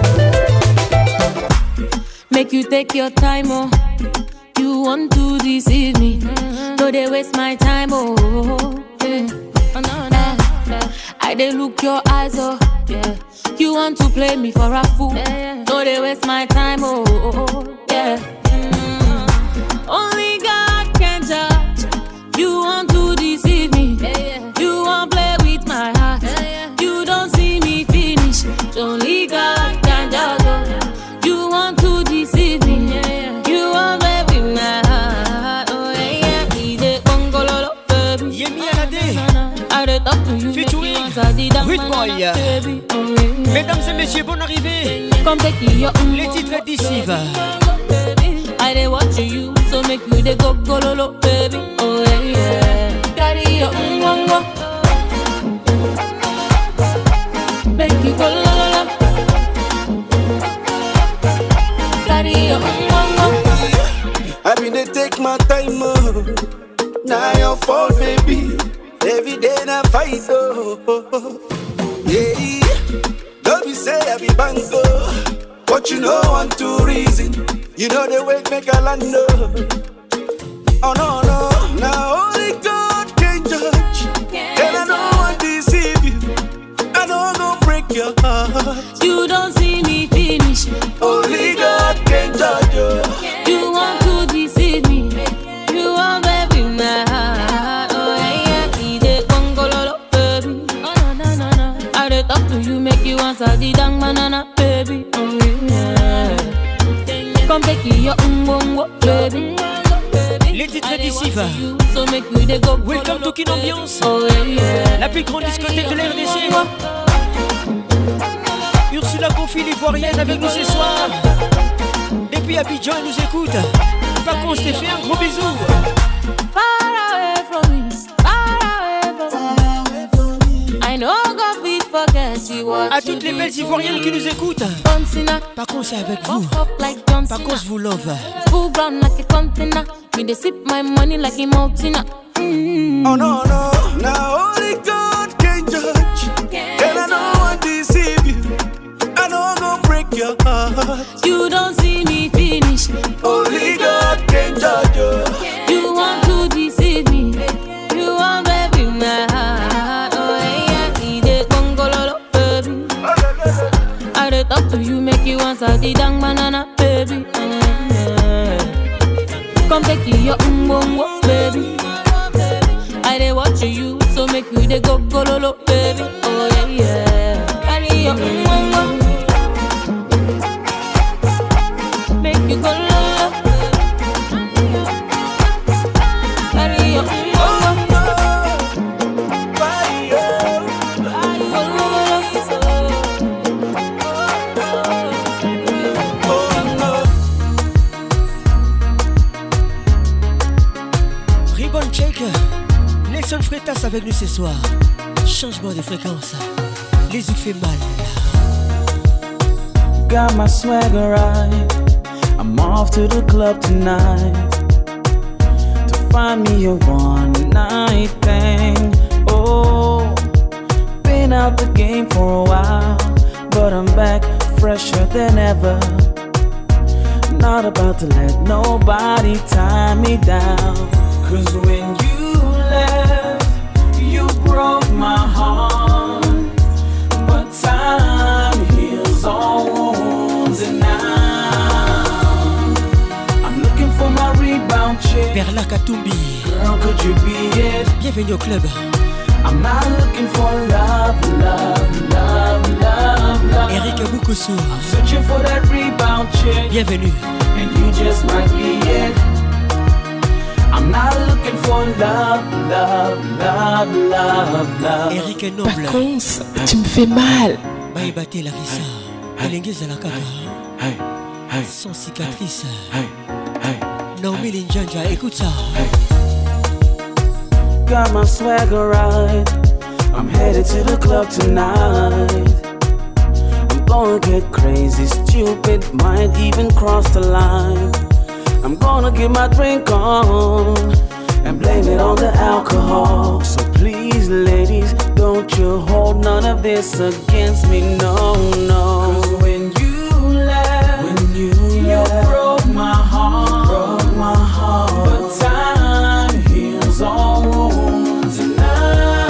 Speaker 16: Make you take your time, oh. You want to deceive me. No, they waste my time, oh. Yeah. Oh, no, no, no. I they look your eyes, oh. Yeah. You want to play me for a fool. Yeah, yeah. No, they waste my time, oh. Yeah. Mm. Only God can judge. You want to deceive me. Yeah, yeah. You want to play with my heart. Yeah, yeah. You don't see me finish. Only God can judge. Oh. You want to deceive me. Yeah, yeah. You want to play with my heart. Oh, yeah, yeah. Ide bongololo, baby.
Speaker 6: Yemi Alade.
Speaker 16: I talk to you.
Speaker 6: Featuring Rude Boy. Mesdames et messieurs, bonne arrivée. Les titres d'ici va.
Speaker 16: I dey watch you, so make you dey go go lo lo, baby. Oh yeah yeah. Carry your umwango, make you go lo lo lo. Carry your umwango.
Speaker 9: I been dey take my time, oh. Now your fault, baby. Every day na fight, oh. Yeah, don't be say I be bango, but you know I'm too reason. You know the way make a land, oh. Oh no no, now only God can judge, and I know I deceive you. I know I'm gonna break your heart.
Speaker 16: You don't see me finish.
Speaker 9: Only God can judge you.
Speaker 16: You want to deceive me. You want baby my heart. Oh yeah, yeah. Ide bongololo, baby. Oh no no no no. I dey talk to you, make you answer the dang banana, baby. Oh yeah. Come take your umbongo, baby.
Speaker 6: Les titres d'ici va. Welcome to Kin Ambiance. La plus grande discothèque de la R D C. Ursula Kofi l'ivoirienne avec nous ce soir. Depuis Abidjan, elle nous écoute. Par contre, je t'ai fait un gros bisou.
Speaker 16: Far away from me, far away from me. I know God will forget you what.
Speaker 6: À toutes les belles ivoiriennes qui nous écoutent. Par contre, c'est avec vous. Par contre, je vous love.
Speaker 16: Full ground like a container. Me they sip my money like a mountain. Mm.
Speaker 9: Oh no no, now only God can judge, and I know I deceive you. I know I'm gonna break your heart.
Speaker 16: You don't see me finish.
Speaker 9: Only God can judge you.
Speaker 16: You want to deceive me. You want baby my heart. Oh yeah, ide bongololo, baby. I dey talk to you, make you answer the dang banana, baby. Yeah. Come take your umbongo, baby. I dey watch you, so make you dey go go lo lo, baby. Oh yeah yeah. Carry your umbongo, make you go lo lo. Carry your umbongo, carry your
Speaker 6: Jason Freitas avec nous ce soir. Changement de fréquence. Les yeux fait mal.
Speaker 21: Got my swagger right. I'm off to the club tonight to find me a one night thing. Oh, been out the game for a while, but I'm back fresher than ever. Not about to let nobody tie me down. Cause when you left, you broke my heart. But time heals all wounds, and now I'm looking for my rebound chick.
Speaker 6: Perla Katumbi.
Speaker 21: Girl, could you be it?
Speaker 6: Bienvenue au club.
Speaker 21: I'm not looking for love, love, love, love, love.
Speaker 6: Eric Boukoussou.
Speaker 21: I'm searching for that rebound chick.
Speaker 6: Bienvenue.
Speaker 21: And you just might be it. I'm not looking for love, love, love, love, love.
Speaker 6: Eric Noble.
Speaker 19: Vacances, tu me fais mal.
Speaker 6: Maïbate Larissa. Elenguez à la caca. Sans cicatrice. Naomi Linjanja, écoute ça.
Speaker 21: Got my swagger right. I'm headed to the club tonight. I'm gonna get crazy, stupid, might even cross the line. I'm gonna get my drink on and blame it on the alcohol. So please, ladies, don't you hold none of this against me, no, no. Cause when you left, when you, you left, broke my heart, broke my heart. But time heals all wounds, and now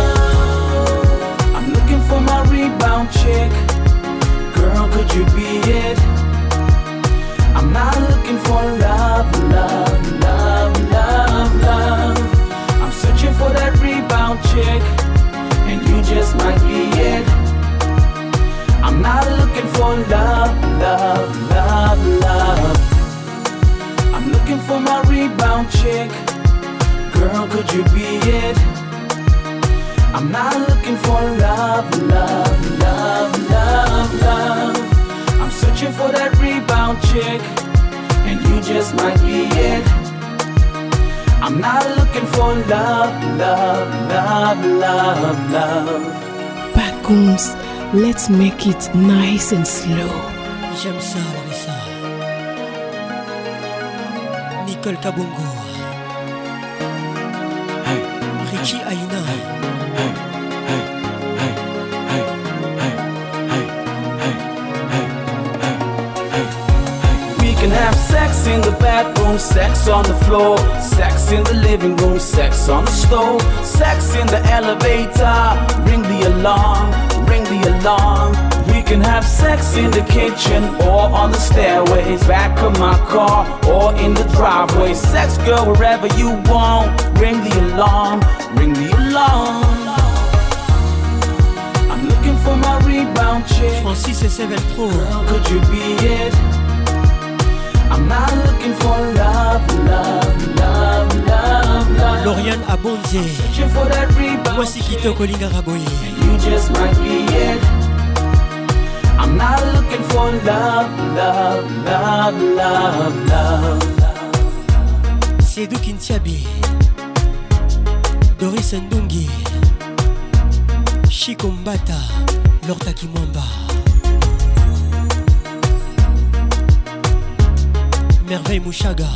Speaker 21: I'm looking for my rebound chick. Girl, could you be it? I'm not looking for love, love, love, love, love. I'm searching for that rebound chick, and you just might be it. I'm not looking for love, love, love, love. I'm looking for my rebound chick. Girl, could you be it? I'm not looking for love, love, love, love, love. I'm searching for that rebound chick, and you just might be it. I'm not looking for love, love, love, love, love.
Speaker 19: Vacances, let's make it nice and slow.
Speaker 6: J'aime ça, Larissa. Nicole Kabongo. Richie Aina.
Speaker 21: We can have sex in the bathroom, sex on the floor, sex in the living room, sex on the stove, sex in the elevator. Ring the alarm, ring the alarm. We can have sex in the kitchen or on the stairways, back of my car or in the driveway. Sex, girl, wherever you want. Ring the alarm, ring the alarm. I'm looking for my rebound chick.
Speaker 6: Francis et Seven Pro.
Speaker 21: Girl, could you be it? I'm not looking for love, love, love, love, love.
Speaker 6: Lauriane Abonze.
Speaker 21: Searching for that rebound.
Speaker 6: Voici Kitoko Linga Raboye.
Speaker 21: You just might be it. I'm not looking for love, love, love, love, love.
Speaker 6: Sedou Kintiabi. Doris Ndungi. Chico Mbata. Lorta Kimwamba. Merveille Mouchaga.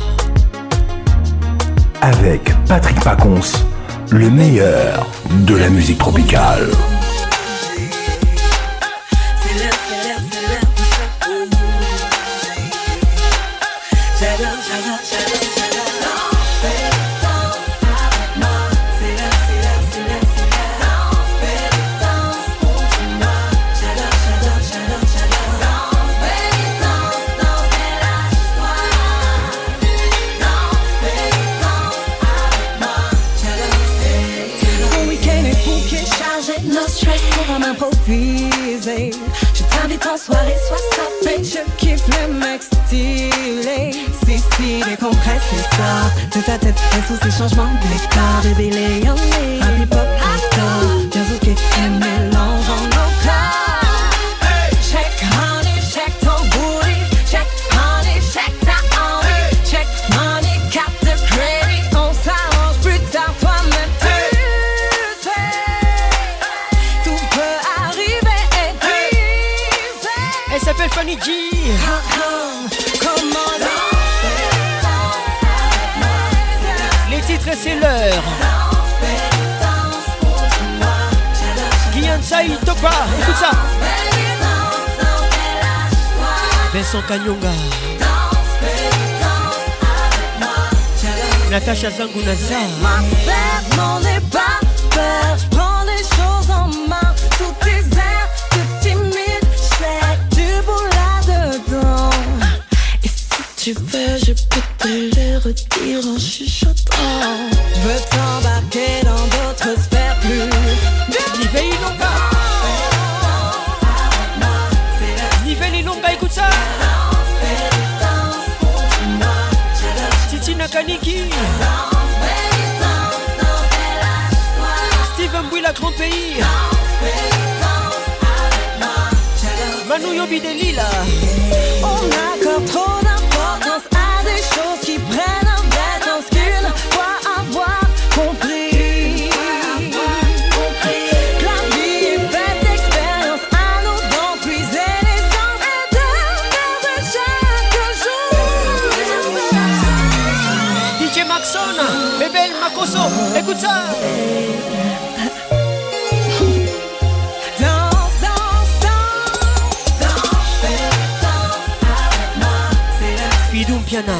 Speaker 1: Avec Patrick Pacons, le meilleur de la musique tropicale.
Speaker 15: Improviser. Je t'invite en soirée, sois sapé. Je kiffe le mec stylé. Si, si, décompresse les stars. De ta tête, et sous ces changements d'état. Baby, lay on me. Happy pop, hardcore. Jazz, ok, et mélange en nos corps. Check, honey, check ton booty. Check, honey, check ta envie. Check, money, cap de crédit. On s'arrange plus tard, toi-même.
Speaker 6: G. Les titres, c'est l'heure. Guyane Saïd Topa, écoute ça. Vincent Kanyonga, Natacha Zangunaza.
Speaker 15: Ma peur n'en est pas peur, je prends les choses en main. Sous tes airs, que timide, je du bout là-dedans. Et si tu veux, je peux te le redire en chuchotant. Je veux t'embarquer dans d'autres sphères plus.
Speaker 6: Nivelle Ilonga, Nivelle Ilonga, écoute ça. Titi Nakaniki, Steven Bouila, grand pays. Manu Yobi de Lila.
Speaker 15: On accorde trop d'importance à des choses qui prennent un vrai sens qu'une fois avoir compris. La vie est faite d'expériences à nos dents, puiser l'essence et de perdre chaque jour.
Speaker 6: D J Maxon, Bébel Makoso, écoute ça. Pidoum Piana,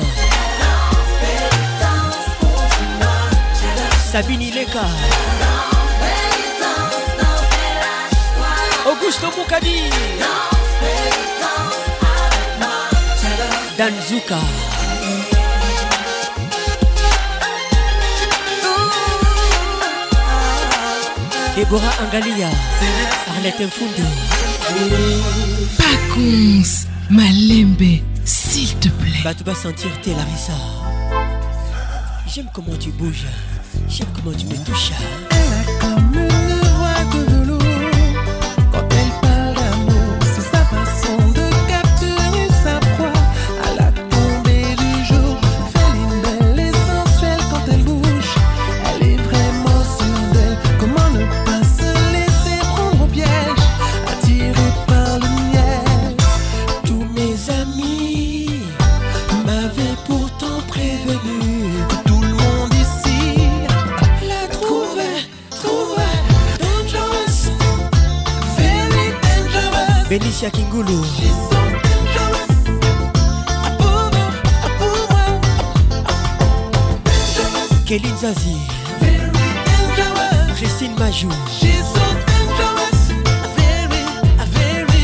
Speaker 6: Sabine Ileka, Augusto Moukadi, Danzuka, Déborah Angalia, Arlette Mfundu,
Speaker 18: Pacons Malembe, s'il te plaît.
Speaker 6: Bah tu vas sentir tes Larissa. J'aime comment tu bouges, j'aime comment tu me touches.
Speaker 9: Elle a comme une voix de velours. Quand elle parle d'amour, c'est sa façon de capturer sa proie. À la tombée du jour, féline belle et sensuelle quand elle bouge. Elle est vraiment sûre d'elle. Comment ne pas se laisser prendre au piège, attirée par le miel.
Speaker 6: Tous mes amis m'avaient pourtant prévenu
Speaker 9: que tout le monde ici
Speaker 6: la trouvait, trouvait
Speaker 9: dangerous, very dangerous.
Speaker 6: Benicia Kingulu, Kéline Zazie, Christine Majou,
Speaker 9: she's so dangerous, very, very.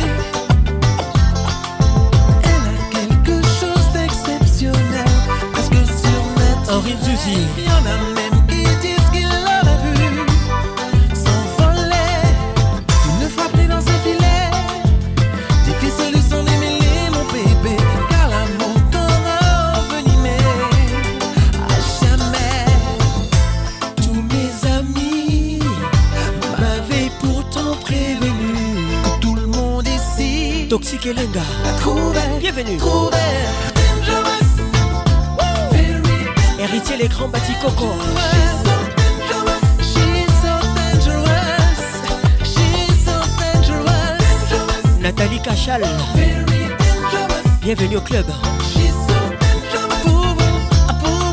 Speaker 9: Elle a quelque chose d'exceptionnel, parce que sur net,
Speaker 6: Henri Zouzi,
Speaker 9: il y en a même qui disent qu'il l'a vu. S'envoler, une fois pris dans ses filets, difficile de s'en démêler mon bébé, car l'amour t'aura envenimé à jamais.
Speaker 6: tous mes amis m'avaient pourtant prévenu
Speaker 9: Que tout le monde ici
Speaker 6: Toxic Elenga,
Speaker 9: la trouvait,
Speaker 6: bienvenue.
Speaker 9: trouvait dangerous, very
Speaker 6: Héritier les grands bâtis Coco,
Speaker 9: dangerous. She's so dangerous, she's so dangerous,
Speaker 6: Nathalie Cachal,
Speaker 9: very dangerous.
Speaker 6: bienvenue au club.
Speaker 9: She's so dangerous. Pour vous, ah, pour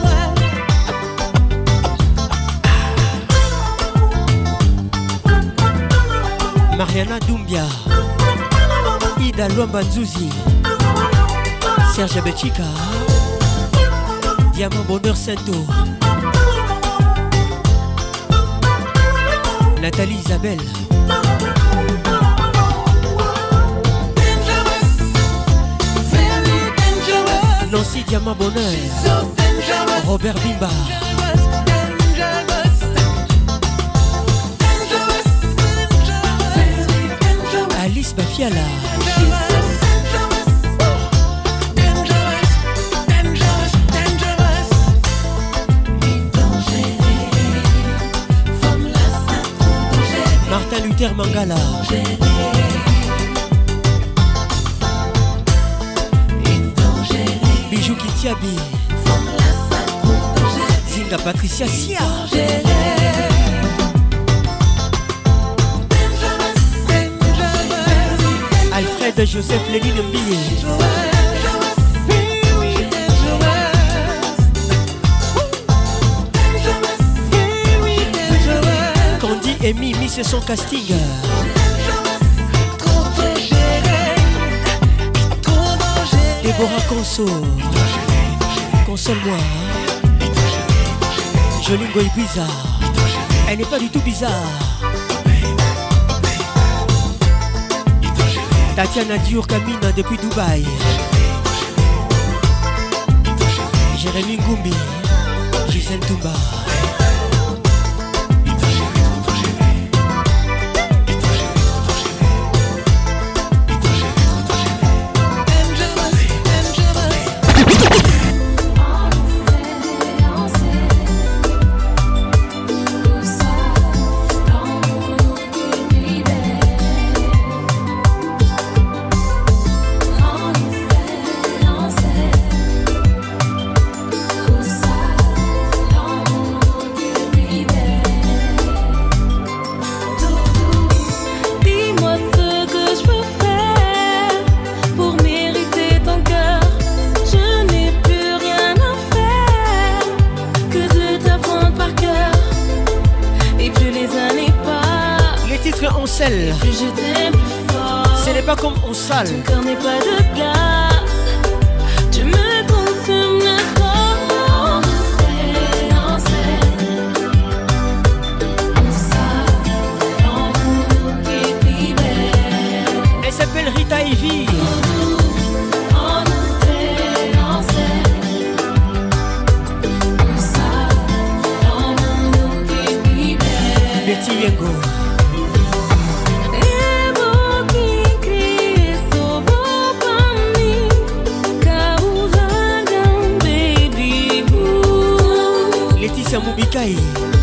Speaker 9: moi.
Speaker 6: Mariana Doumbia, Ida Luambanzuzi, Serge Betchika, Diamant Bonheur Sento, Nathalie Isabelle,
Speaker 9: Dangerous, very dangerous.
Speaker 6: Nancy Diamant Bonheur,
Speaker 9: So dangerous,
Speaker 6: Robert Bimba,
Speaker 9: dangerous, dangerous, dangerous, dangerous, very dangerous.
Speaker 6: Alice Bafiala, Martin Luther Mangala, Bijou Kitiabi, Zinga Patricia Sia, Alfred Maître Joseph Lénine Mbillé. Candy et Mimi, c'est son casting. Déborah Conso, console-moi. Jolingo est bizarre. Elle n'est pas du tout bizarre. Tatiana Diour Kamina depuis Dubaï. Jérémy Ngoumbi, Gisèle Toumba. Ce n'est pas comme on sale.
Speaker 13: Ton cœur n'est pas de glace. Tu me consumes le corps. On sait, on sait. On sait, l'amour qui est plus belle.
Speaker 6: Elle s'appelle Rita Ivy.
Speaker 13: On sait, on sait. On sait, l'amour qui est plus belle.
Speaker 6: Betty Yengo. Moubikai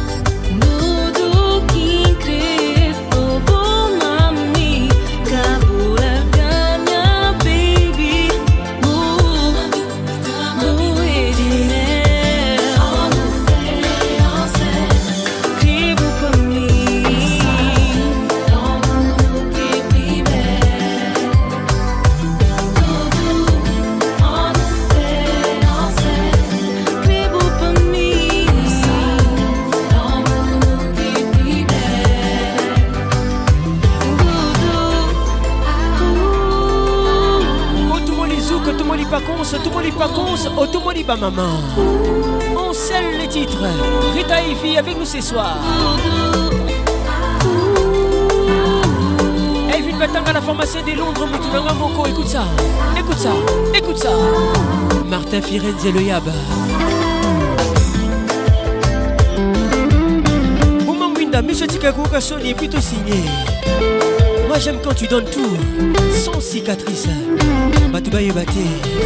Speaker 13: Nudu King Sobo Mami Kabula Ganya Baby Boo Boo Edine On sait, on sait Kribu Pami L'amour qui est plus belle Doudou On sait, on sait Kribu Pami
Speaker 6: tout le monde pas con, tout le monde pas con, tout le monde pas maman. On scelle les titres. Rita Ivy avec nous ce soir. Elvin Batanga, la formation des Londres, Moutounanga Moko, écoute ça, écoute ça, écoute ça. Martin Firenze le Yab. Moumam Winda, Monsieur Tikakou Kassoni est plutôt signé. Moi j'aime quand tu donnes tout, sans cicatrice. Batoubaye Baté,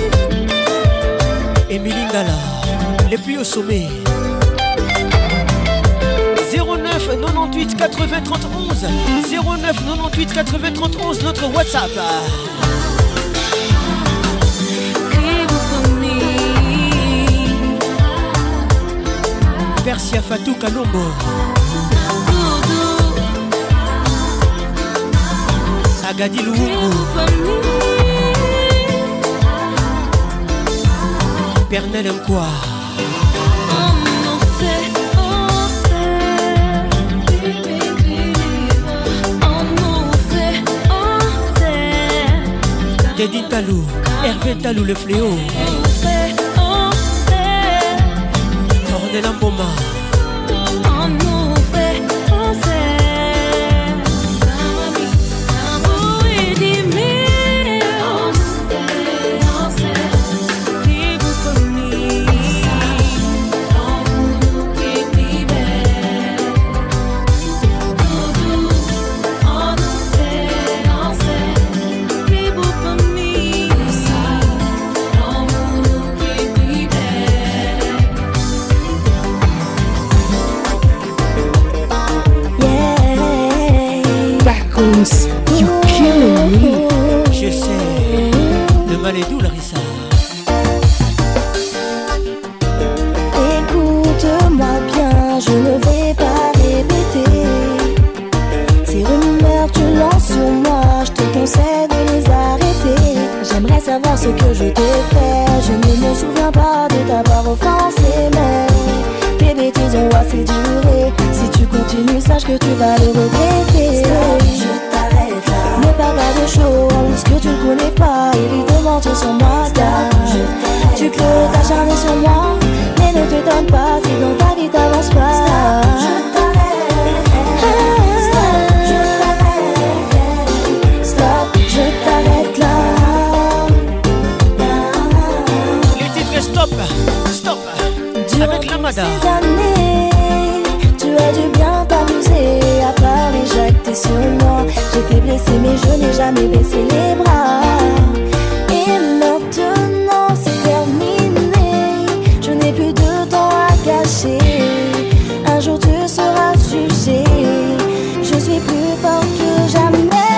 Speaker 6: Émilie Ngala, les plus au sommet. zéro neuf quatre-vingt-huit quatre-vingts trente onze, zéro neuf quatre-vingt-huit quatre-vingts trente onze, notre WhatsApp. Persia Fatou Kalombo. Agadi Luungu. Pernel Mkwa. Teddy Talou, Hervé Talou le fléau. Ornella Mboma.
Speaker 4: You killing me.
Speaker 6: Je sais, le mal est doux, Larissa.
Speaker 13: Écoute-moi bien, je ne vais pas répéter. Ces rumeurs tu lances sur moi, je te conseille de les arrêter. savoir ce que je t'ai fait. Je ne me souviens pas de t'avoir offensé, mais tes bêtises ont assez duré. Si tu continues, sache que tu vas le regretter. Stop, je t'arrête là. Ne parle pas de choses que tu ne connais pas. Évite de mentir sur moi, car tu peux t'acharner sur moi, mais ne t'étonne pas si dans ta vie t'avances pas. Stop, je t'arrête. Stop, je t'arrête là.
Speaker 6: Les titres stop, stop.
Speaker 13: Durant
Speaker 6: avec Lamada.
Speaker 13: Ces années, tu as dû bien t'amuser à parler, jacter sur moi. J'étais blessée mais je n'ai jamais baissé les bras. Et maintenant c'est terminé, je n'ai plus de temps à gâcher. Un jour tu seras jugé, je suis plus fort que jamais.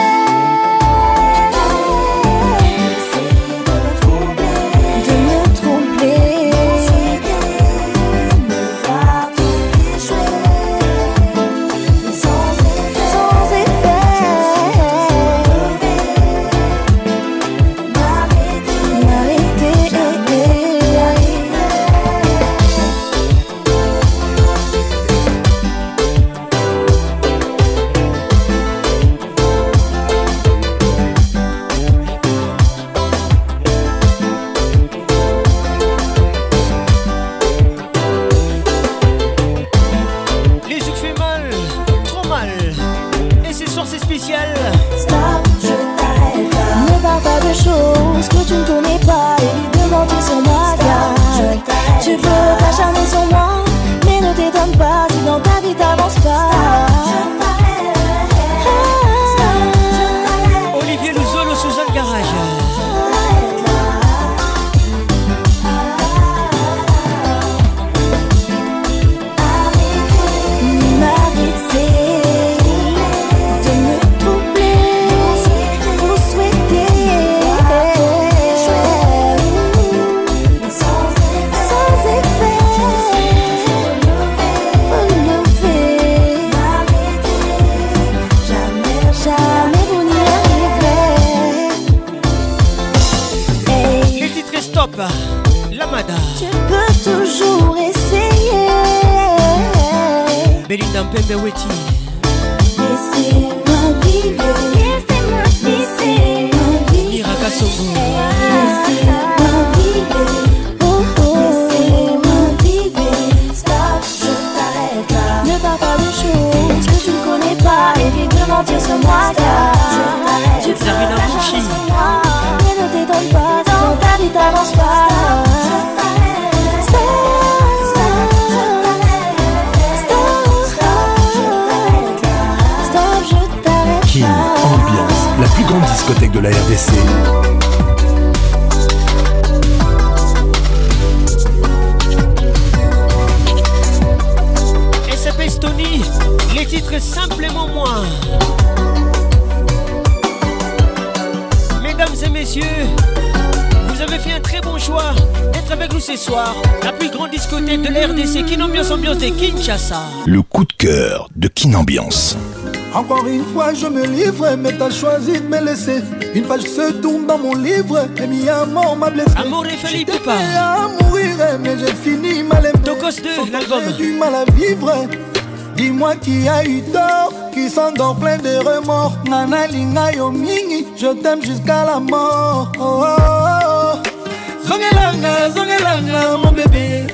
Speaker 1: Le coup de cœur de Kin Ambiance.
Speaker 10: Encore une fois je me livre, mais t'as choisi de me laisser. Une page se tourne dans mon livre, et mi amour m'a blessé.
Speaker 6: Amour et Felipe ou pas
Speaker 10: à mourir, mais j'ai fini mal aimé.
Speaker 6: Tocos deux, l'album.
Speaker 10: J'ai du mal à vivre. Dis-moi qui a eu tort, qui s'endort plein de remords. Nana linga yo mingi, je t'aime jusqu'à la mort. Oh, oh, oh. Zongelanga, zongelanga, mon bébé.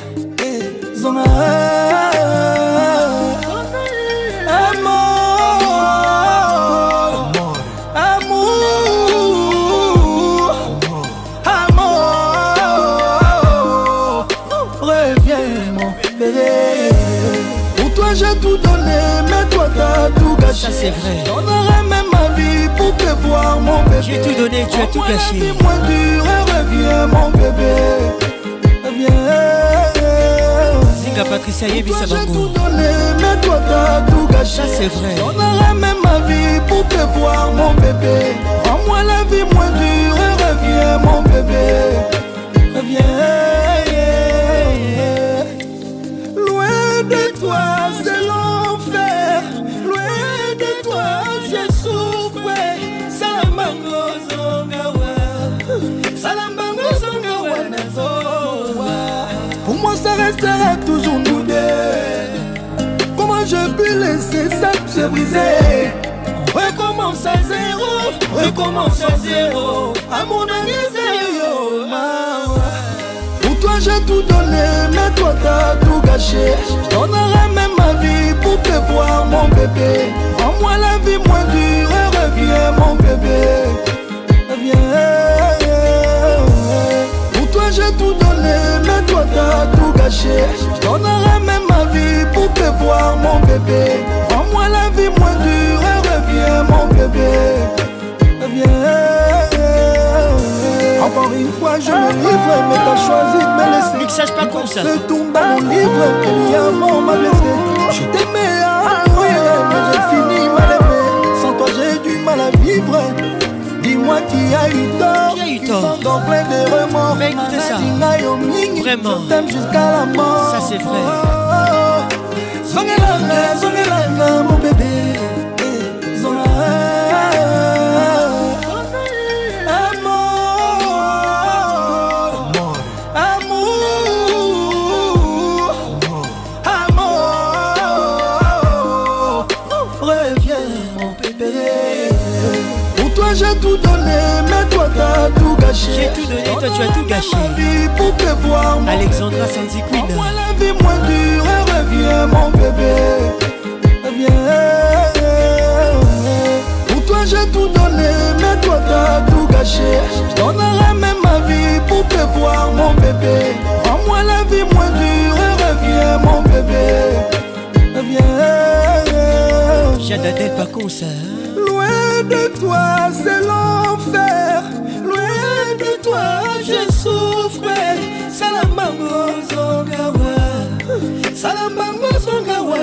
Speaker 10: Zonga, amour, amour, amour, reviens mon bébé. Pour toi j'ai tout donné, mais toi t'as tout gâché.
Speaker 6: Ça c'est vrai.
Speaker 10: J'donnerais même ma vie pour te voir mon bébé.
Speaker 6: J'ai tout donné, tu as tout gâché.
Speaker 10: Dis-moi dur et reviens mon bébé. Reviens.
Speaker 6: Patricia Yebi Sabango.
Speaker 10: J'ai tout donné, mais toi t'as tout gâché.
Speaker 6: Ça c'est vrai.
Speaker 10: J'donnerais même ma vie pour te voir mon bébé. Rends-moi la vie moins dure et reviens mon bébé. Reviens. Loin de toi c'est l'enfer. Loin de toi j'ai souffert. Salamango Zongawa. Salamango. s'est brisé. On recommence à zéro, recommence à zéro. À mon avis, zéro. Pour toi j'ai tout donné, mais toi t'as tout gâché. Je donnerai même ma vie pour te voir mon bébé. Rends-moi la vie moins dure et reviens mon bébé. Reviens. Pour toi j'ai tout donné, mais toi t'as tout gâché. Je donnerai même ma vie pour te voir mon bébé. Rends-moi la vie moins dure et reviens mon bébé. Reviens. Encore une fois je me livre, mais t'as choisi de me laisser.
Speaker 6: Mixage pas con ça.
Speaker 10: Je tombe dans mon livre, et l'hier m'a blessé. Je t'aimais à mourir, mais j'ai fini mal aimé. Sans toi j'ai du mal à vivre. Dis-moi qui a eu tort,
Speaker 6: qui a eu
Speaker 10: qui
Speaker 6: tort.
Speaker 10: sont dans plein de remords.
Speaker 6: Mais écoutez ça. Vraiment.
Speaker 10: Je t'aime jusqu'à la mort.
Speaker 6: Ça c'est vrai.
Speaker 10: Zongelanga, zongelanga, mon bébé. Zongelanga. J'ai tout donné, mais toi t'as tout gâché.
Speaker 6: J'ai tout donné, toi tu as tout gâché.
Speaker 10: Pour te voir,
Speaker 6: Alexandra Sandy Queen.
Speaker 10: Moi la vie moins dure et reviens mon bébé. Reviens. Pour toi j'ai tout donné, mais toi t'as tout gâché. Je donnerai même ma vie pour te voir mon bébé. Rends-moi la vie moins dure et reviens mon bébé. Reviens.
Speaker 6: J'adore pas con ça.
Speaker 10: Loin de toi c'est l'enfer. Loin de toi je souffre. Salamango zongawa. Salamango zongawa.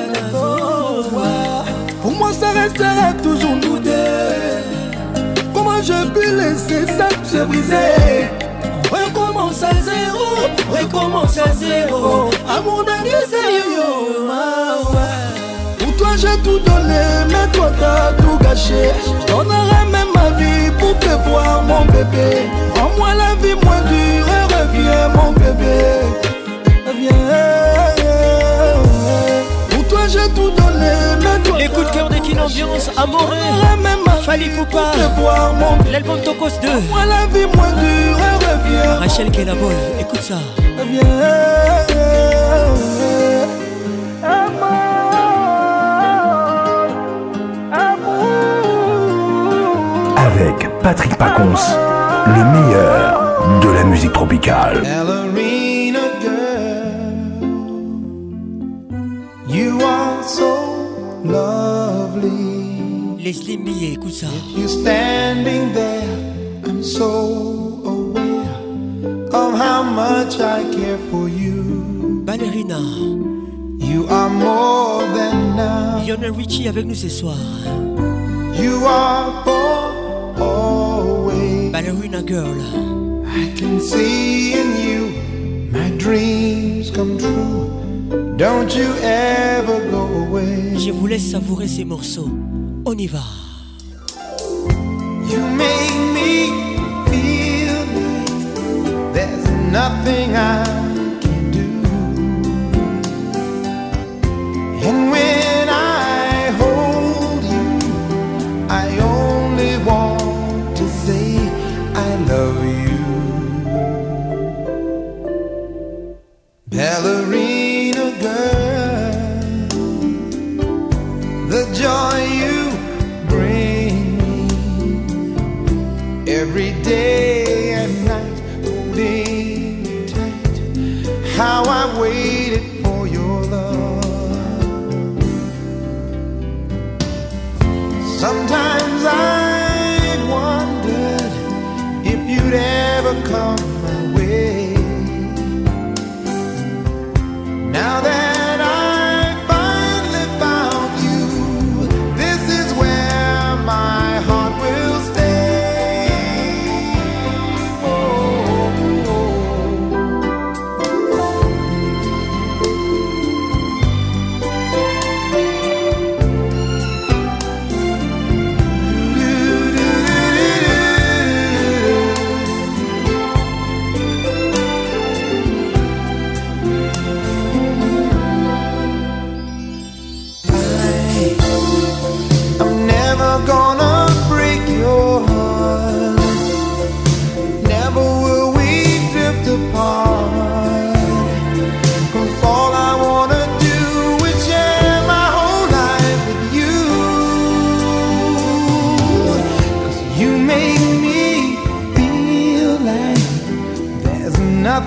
Speaker 10: Pour moi ça restera toujours nous deux. Comment je peux laisser ça se briser? Recommence à zéro, recommence à zéro. À mon avis zéro. Pour toi j'ai tout donné, mais toi t'as tout gâché. Je donnerai même ma vie pour te voir mon bébé. Rends-moi la vie moins dure et reviens mon bébé. Reviens. Pour toi j'ai tout donné, mais toi
Speaker 6: les coups de cœur de Kin Ambiance, Amoré, Fali Poupa, l'album Tokos deux.
Speaker 10: Rends-moi la vie moins dure et reviens.
Speaker 6: Rachel Kellaboy, écoute ça.
Speaker 10: Reviens.
Speaker 1: Avec Patrick Pacons, le meilleur de la musique tropicale.
Speaker 9: Ballerina girl, you are so lovely.
Speaker 6: Leslie Millet, écoute ça.
Speaker 9: You standing there, I'm so aware of how much I care for you.
Speaker 6: Ballerina,
Speaker 9: you are more than now.
Speaker 6: Lionel Richie avec nous ce soir.
Speaker 9: You are for always.
Speaker 6: Ballerina girl,
Speaker 9: I can see in you my dreams come true. Don't you ever go away.
Speaker 6: Je vous laisse savourer ces morceaux. On y va.
Speaker 9: You make me feel like there's nothing I can do. And when I hold you, I only want to say I love you. Ballerina girl, the joy you bring me every day and night, holding me tight. How I waited for your love. Sometimes I've wondered if you'd ever come my way. Now that I finally found you, this is where my heart will stay. Oh,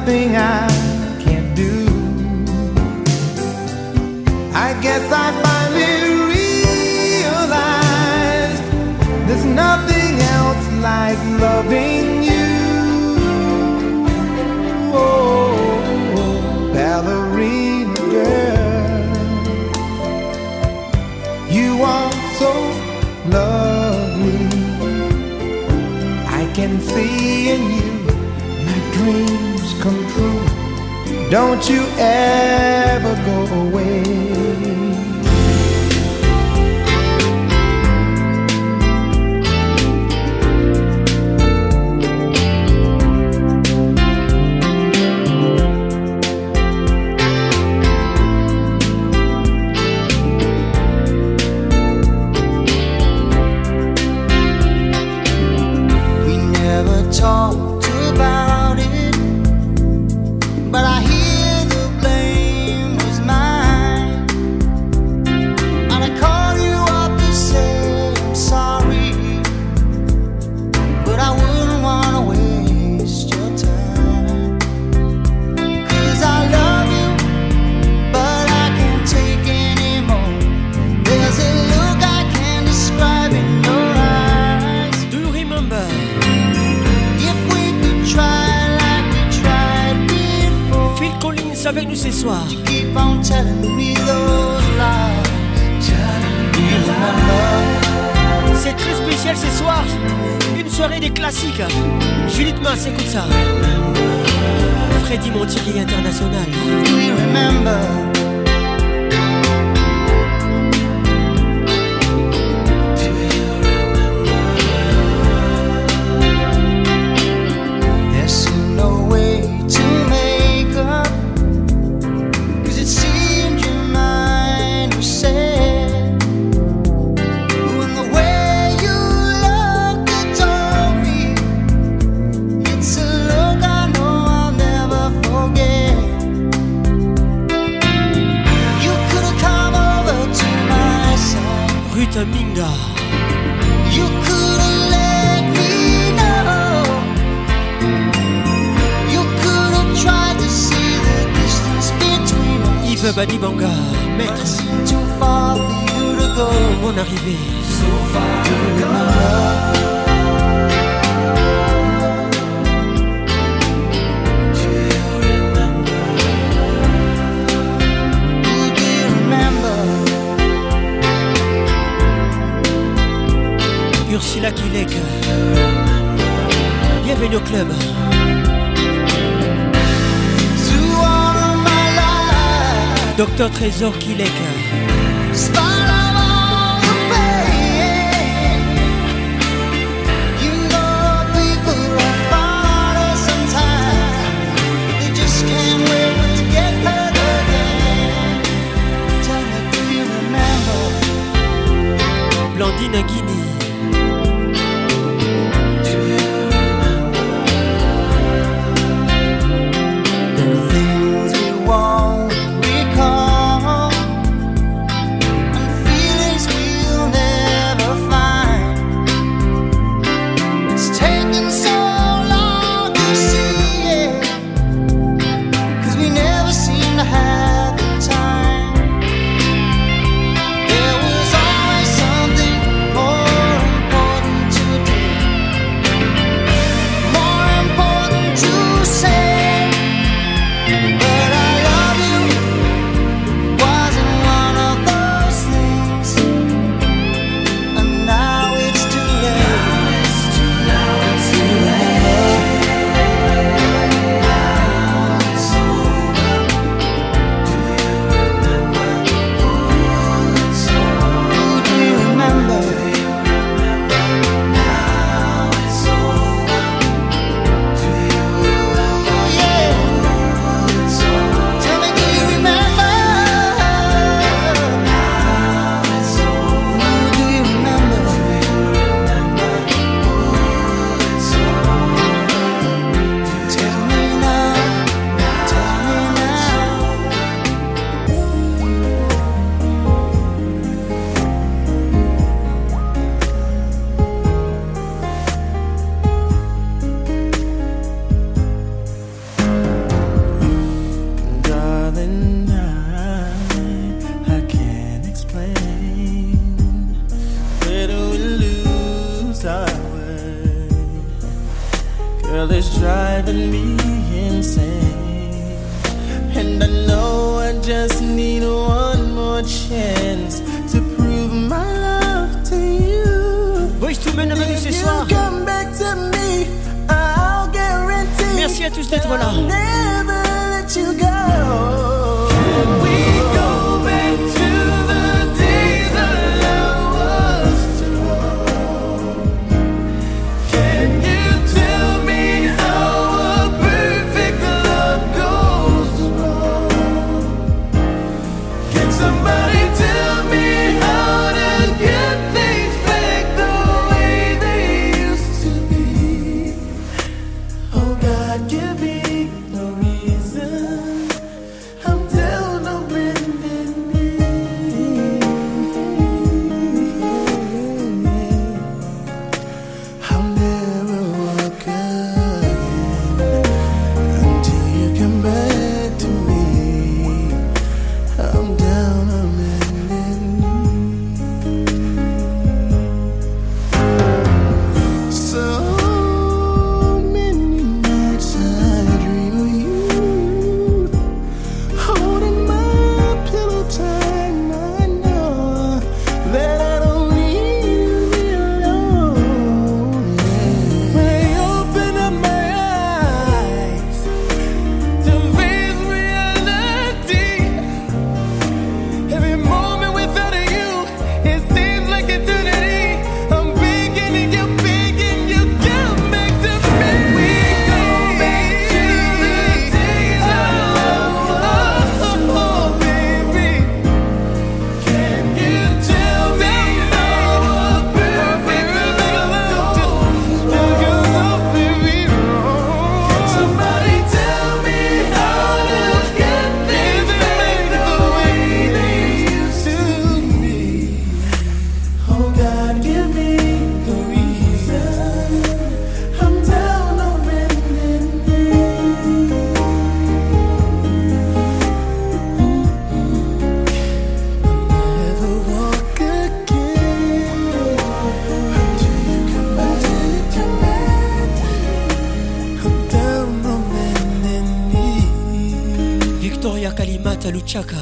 Speaker 3: nothing I can't do. I guess I finally realized there's nothing else like loving you. Oh, ballerina girl, you are so lovely. I can see in you my dreams come true. Don't you ever go away.
Speaker 9: Talked about it, but I hear the blame was mine. And I call you up to say I'm sorry, but I wouldn't want to waste your time. Cause I love you, but I can't take anymore. There's a look I can't describe in your eyes.
Speaker 6: Do you remember? Phil Collins avec nous ce soir. C'est très spécial ce soir. Une soirée des classiques. Judith Mass, écoute ça. Freddy Montieri International.
Speaker 9: Do you remember?
Speaker 6: Minga.
Speaker 9: You could've let me know. You could've tried to see the distance between us.
Speaker 6: Yves Badibanga, maître.
Speaker 9: Too far for you to go.
Speaker 6: Mon arrivée.
Speaker 9: So far to remember.
Speaker 6: Ursula Kilek, bienvenue au club. Docteur Trésor Kilek. Blandine Guinée.
Speaker 9: There was always something more
Speaker 21: girl is driving me insane. And I know I just need one more chance to prove my love to you.
Speaker 6: Boys to Men venu ce soir.
Speaker 21: Come back to me, I'll guarantee.
Speaker 6: Merci à tous d'être là.
Speaker 21: I'll never let you go. Can we go back to the days that love was true? Can you tell me how a perfect love goes wrong? Can somebody tell me how to get things back the way they used to be? Oh God, give me no reason. I'm down on bending knee. I'll never walk again until you come back to me. I'm down on bending knee. So many nights I dream of you, holding my pillow tight. And I know that I don't need to be alone. When I open up my eyes to face reality, every moment without you, it seems like eternity. I'm begging you, begging you, come back to me. We go back to the days of love, oh baby. Can you tell me how a perfect love goes wrong? Baby, wrong. Can somebody tell me how to get things back the way they used to be? Oh God, give me the reason. I'm down on bending knee. I'll never walk again until you come back, till you come back. I'm down on bending knee.
Speaker 6: Victoria Kalimata Luchaka.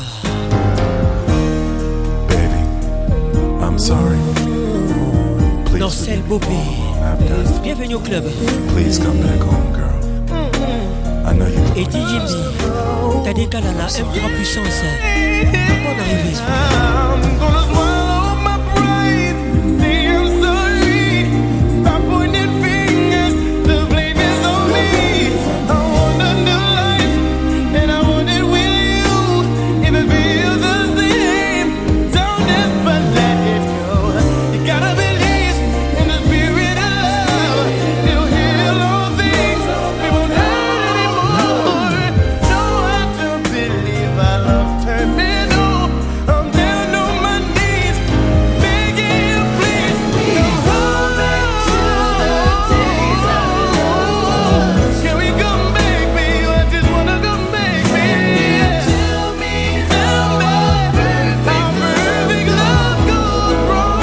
Speaker 8: I'm sorry. Please
Speaker 6: Norcel Bobé.
Speaker 8: I've done.
Speaker 6: Bienvenue au club.
Speaker 8: Please come back home, girl. I know you.
Speaker 6: Eddie Yimbi. Tadé Kalala, M trois puissance. Bonne arrivée.
Speaker 21: I'm gonna swallow my pride. Say I'm sorry. Stop pointing fingers. The blame is on me. I want a new life, and I want it with you. If it feels the same, don't ever let it go. You gotta believe in the spirit of love. It'll heal all things. We won't hurt anymore. Know how to believe our love terminal. I'm down on my knees, begging you, please. Come hold back to the days of love. Can we come back, baby? I just wanna come back, baby. Tell me how a perfect love goes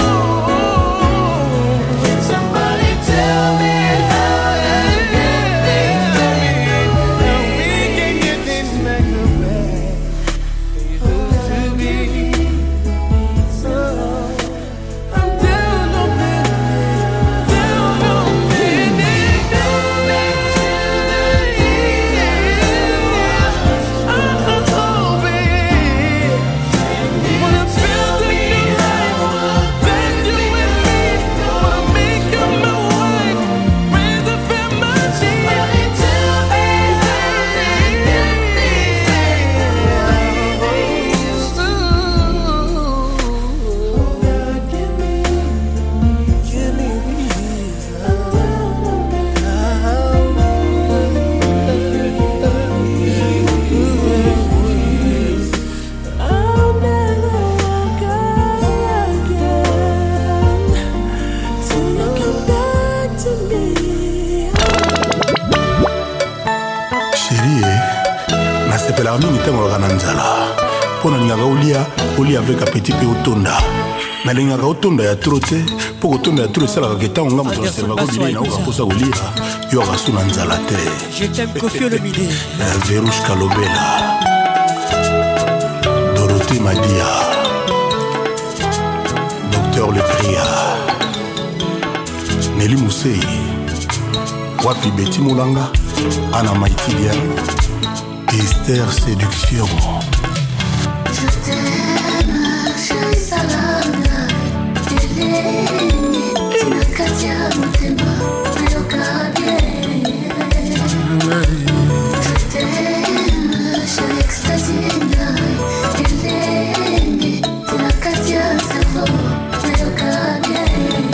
Speaker 21: wrong. Can somebody tell me how to get things back? How we can get things back the way they used to be. So I'm down on bending, down on bending, go back to the years. Oh, baby, when I feel the new life, then you and me, wanna make you my wife, raise a family. Somebody tell me how to get things back the way they used to. Oh God, give me, give me reason. I'm down on I'll never walk again till you come back to me.
Speaker 12: Chérie, nasepelaka mingi ntango olaka na nzala mpo na lingaka olia olia avec apeti mpe otonda
Speaker 2: nalingaka otonda ya tro te mpo kotonda ya tro esalaka ke ntango nga moto naservaka bilei naoka mposa kolia yo akasu na nzala te. Verouche Kalobela, Dorothée Madia, Docteur Lepria, Nelly Moussei, Wapi Betty Moulanga, Anna Maïtibian, Esther Séduction.
Speaker 7: Je t'aime, chérie Salana, Eleni, Tina Katia Motema, Mayoka bien. Je t'aime, chérie Extasina, Eleni, Tina Katia Servo, Mayoka bien.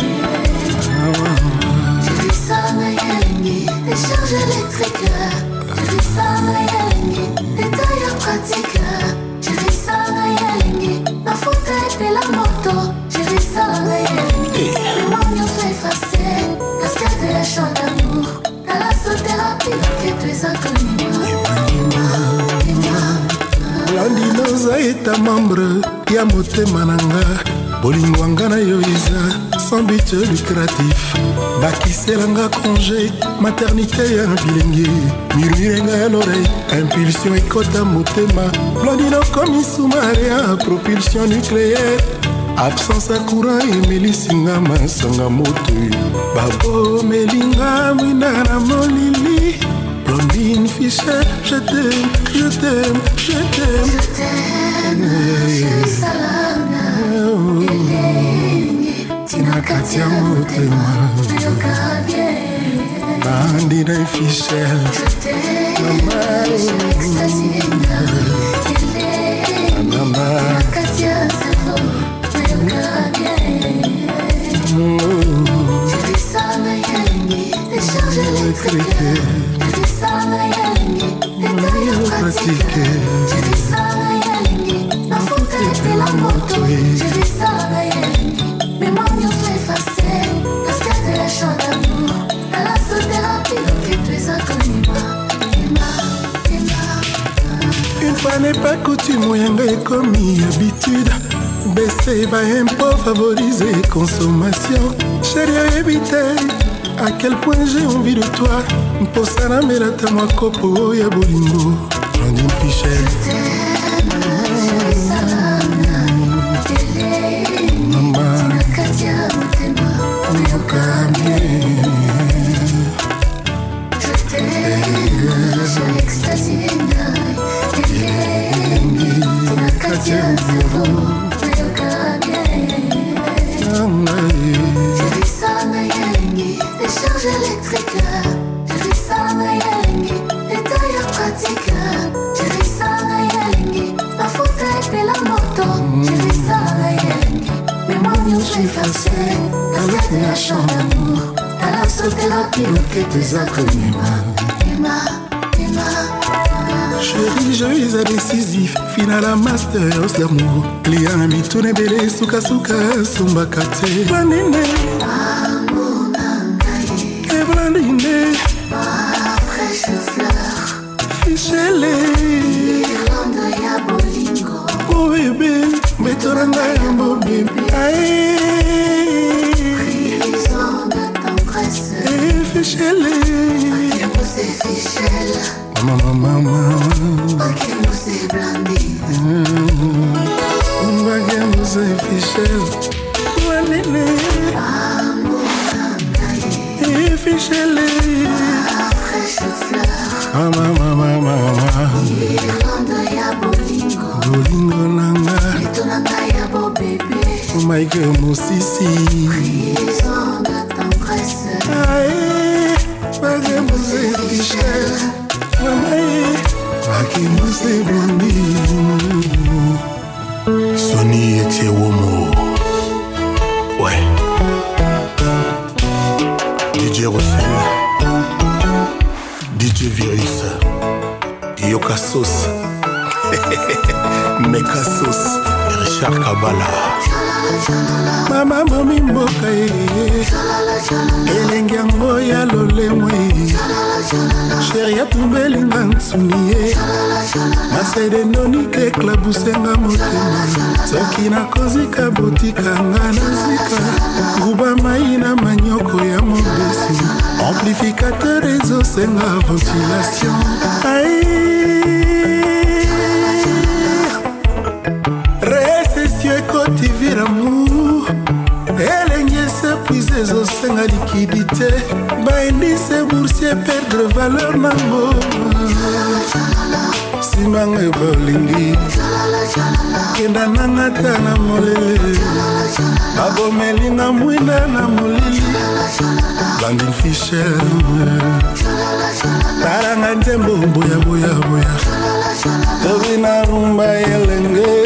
Speaker 7: J'ai vu ça, Mayalengi, des charges électriques. J'ai vu ça, Mayalengi, des tailleurs pratiques. J'ai vu ça, Mayalengi, ma fauteuil et la moto. J'ai vu ça, Mayalengi, les moignons sont effacés. Cascade et chant d'amour, thalassothérapie, que tu es inconnu.
Speaker 2: Landinoza eta membre ya motema nanga bolingo anga na yo eza sans but lucratif bakiselanga congé maternité ya bilenge murmurenga ya l'oreille impulsion ekota motema Blandino komi sous-marin propulsion nucléaire absence à courant emelisinga masanga moto babo melinga mwina na molili Blondine Fischer, je t'aime, je t'aime, je t'aime.
Speaker 7: Je t'aime, chérie Salana, Eleni, Tina Katia Motema, Mayoka bien.
Speaker 2: Blondine Fischer,
Speaker 7: je t'aime, chérie Extasina, Eleni, Tina Katia Servo, Mayoka bien. J'ai vu ça, Mayalengi, des charges électriques. J'ai vu ça, Mayalengi, des tailleurs pratiques. J'ai vu ça, Mayalengi, ma fauteuil et la moto. J'ai vu ça, Mayalengi, mes moignons sont effacés. Cascade et chant d'amour, thalassothérapie, que tu es inconnu.
Speaker 2: Une fois n'est pas coutume, moyenga est commis habitude. Baisser va impôt favoriser consommation. Chérie éviter à quel point j'ai envie de toi. Posana melata moi kopo ya bolingo. Blondine Fischer.
Speaker 7: Je t'aime, chérie Salana, Eleni, Tina Katia Motema, Mayoka bien. Je t'aime, chérie Extasina, Eleni, Tina Katia Servo. J'ai vu ça, Mayalengi, des charges électriques. J'ai vu ça, Mayalengi, des tailleurs pratiques. J'ai vu ça, Mayalengi, ma fauteuil et la moto. J'ai vu ça, Mayalengi, mes moignons sont effacés. Cascade et chant d'amour, thalassothérapie, que tes inconnus. Emma, Emma.
Speaker 2: Chérie, je suis décisif, final à masters d'amour. Client mitune bele suka suka sumba kate. Blandine,
Speaker 7: amour nangaye.
Speaker 2: Et Blandine,
Speaker 7: ma fraîche fleur.
Speaker 2: Fichele,
Speaker 7: Irlande ya bolingo.
Speaker 2: Oh bébé, betoranga ya mo bébé. Aïe,
Speaker 7: prison de tendresse.
Speaker 2: Et Fichele,
Speaker 7: Bakemo c'est Fichel.
Speaker 2: Maman, maman,
Speaker 7: Bakemo c'est Blandine.
Speaker 2: Bakemo c'est Fichel. Blandine,
Speaker 7: amour nangaye.
Speaker 2: Et Fichele,
Speaker 7: ma fraîche fleur.
Speaker 2: Maman, maman, maman.
Speaker 7: Irlande ya bolingo.
Speaker 2: Bolingo nanga.
Speaker 7: Beto nanga ya bo bébé.
Speaker 2: Mike Mosisi.
Speaker 7: Prison de tendresse.
Speaker 2: Aïe, Bakemo c'est Fichel. Bakemo c'est Blondine. Sony Etiewomo. Ouais. D J Rossel. D J Virus. Yoka Sauce. Meka Sauce. Richard Kabala. Mama bomi mboka ye. Elenge yango ya lolemwe. Chéri atubelinga nsuni ye. conseil de nonika eklabusenga motema soki nakozika botikanga nazika nguba mai na manyoko ya mobesi amplificateur ezosenga ventilation récession ekotivira mu elengi esepuise ezosenga liquidité baindise boursier perdre valeur nango simanga ebolingi kenda nanga ta na molele babomelinga mwinda na molili bandil fichel taranga nzembo boya boya boya tobina rumba yelenge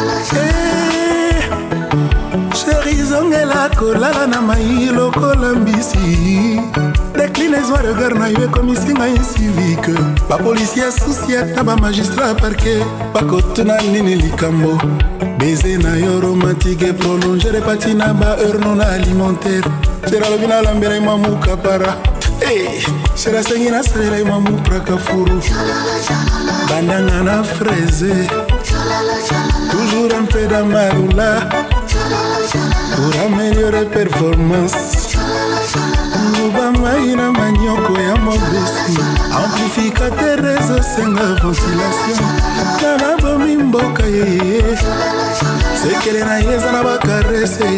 Speaker 2: chéri zongela kolala na mai lokola mbisi déclinaison regard na yo ekomisinga incivique bapolisi asusi ata bamagistrat parquet bakotuna nini likambo beze na yo romantique prolonge repati na baheure non alimentaire sera lobi nalambela imwa mukapara sera sengi nasalela imwa mupraka furu bandanga na fraise toujours un peu d'amarula pour améliorer performance Mubamaina manyoko ya mobesi amplificateur ezosenga ventilation na nabomi mboka yeye sekele na yeza na bakarese